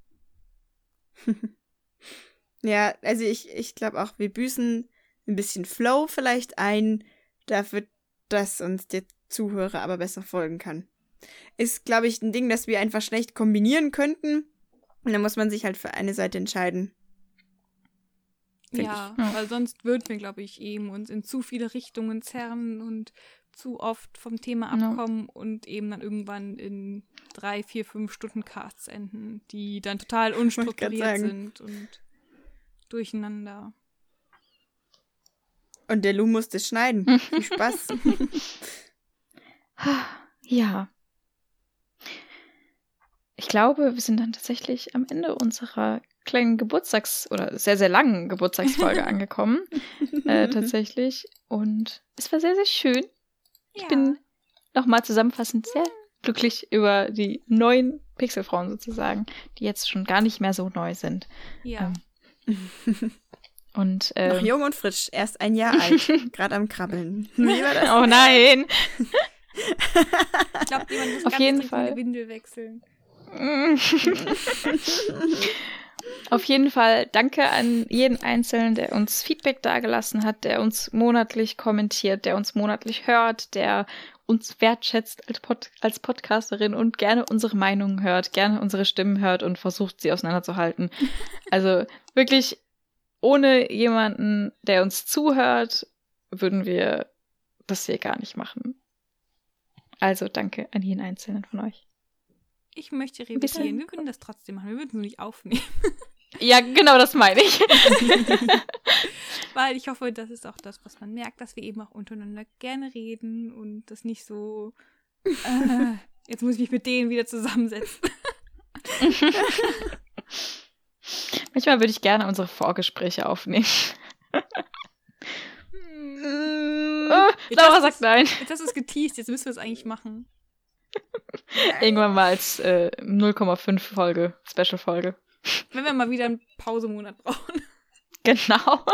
Ja, also ich glaube auch, wir büßen ein bisschen Flow vielleicht ein, dafür, dass uns der Zuhörer aber besser folgen kann. Ist, glaube ich, ein Ding, das wir einfach schlecht kombinieren könnten. Und dann muss man sich halt für eine Seite entscheiden. Ja, weil sonst würden wir, glaube ich, eben uns in zu viele Richtungen zerren und zu oft vom Thema abkommen und eben dann irgendwann in 3, 4, 5 Stunden Casts enden, die dann total unstrukturiert sind und durcheinander. Und der Lou muss das schneiden. Viel Spaß. Ja. Ich glaube, wir sind dann tatsächlich am Ende unserer kleinen oder sehr, sehr langen Geburtstagsfolge angekommen. Tatsächlich. Und es war sehr, sehr schön. Ich bin nochmal zusammenfassend sehr glücklich über die neuen Pixelfrauen sozusagen, die jetzt schon gar nicht mehr so neu sind. Ja. Und, noch jung und frisch, erst 1 Jahr alt, gerade am Krabbeln. Wie war das? Oh nein! Ich glaube, jemand muss auf jeden Fall die Windel wechseln. Auf jeden Fall danke an jeden Einzelnen, der uns Feedback dagelassen hat, der uns monatlich kommentiert, der uns monatlich hört, der uns wertschätzt als Podcasterin und gerne unsere Meinungen hört, gerne unsere Stimmen hört und versucht, sie auseinanderzuhalten. Also wirklich, ohne jemanden, der uns zuhört, würden wir das hier gar nicht machen. Also danke an jeden Einzelnen von euch. Ich möchte revidieren. Wir würden das trotzdem machen. Wir würden es nur nicht aufnehmen. Ja, genau, das meine ich. Weil ich hoffe, das ist auch das, was man merkt, dass wir eben auch untereinander gerne reden und das nicht so, jetzt muss ich mich mit denen wieder zusammensetzen. Manchmal würde ich gerne unsere Vorgespräche aufnehmen. Laura sagt nein. Jetzt hast du es geteased, jetzt müssen wir es eigentlich machen. Irgendwann mal als 0,5 Folge, Special-Folge. Wenn wir mal wieder einen Pausemonat brauchen. Genau.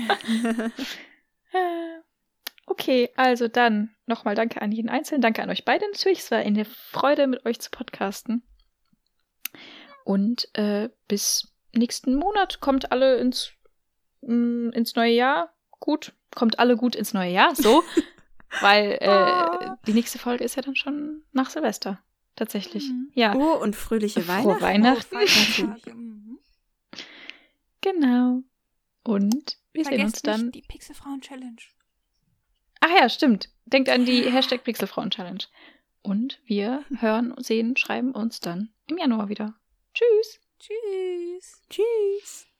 Okay, also dann nochmal danke an jeden Einzelnen. Danke an euch beide natürlich. Es war eine Freude, mit euch zu podcasten. Und bis nächsten Monat kommt alle ins neue Jahr. Gut, kommt alle gut ins neue Jahr. So. Weil die nächste Folge ist ja dann schon nach Silvester. Tatsächlich. Ja. Oh, und fröhliche Weihnachten. Frohe Weihnachten. Genau. Und wir sehen uns dann. Die Pixelfrauen-Challenge. Ach ja, stimmt. Denkt an die #Pixelfrauen-Challenge. Und wir hören, sehen, schreiben uns dann im Januar wieder. Tschüss. Tschüss. Tschüss.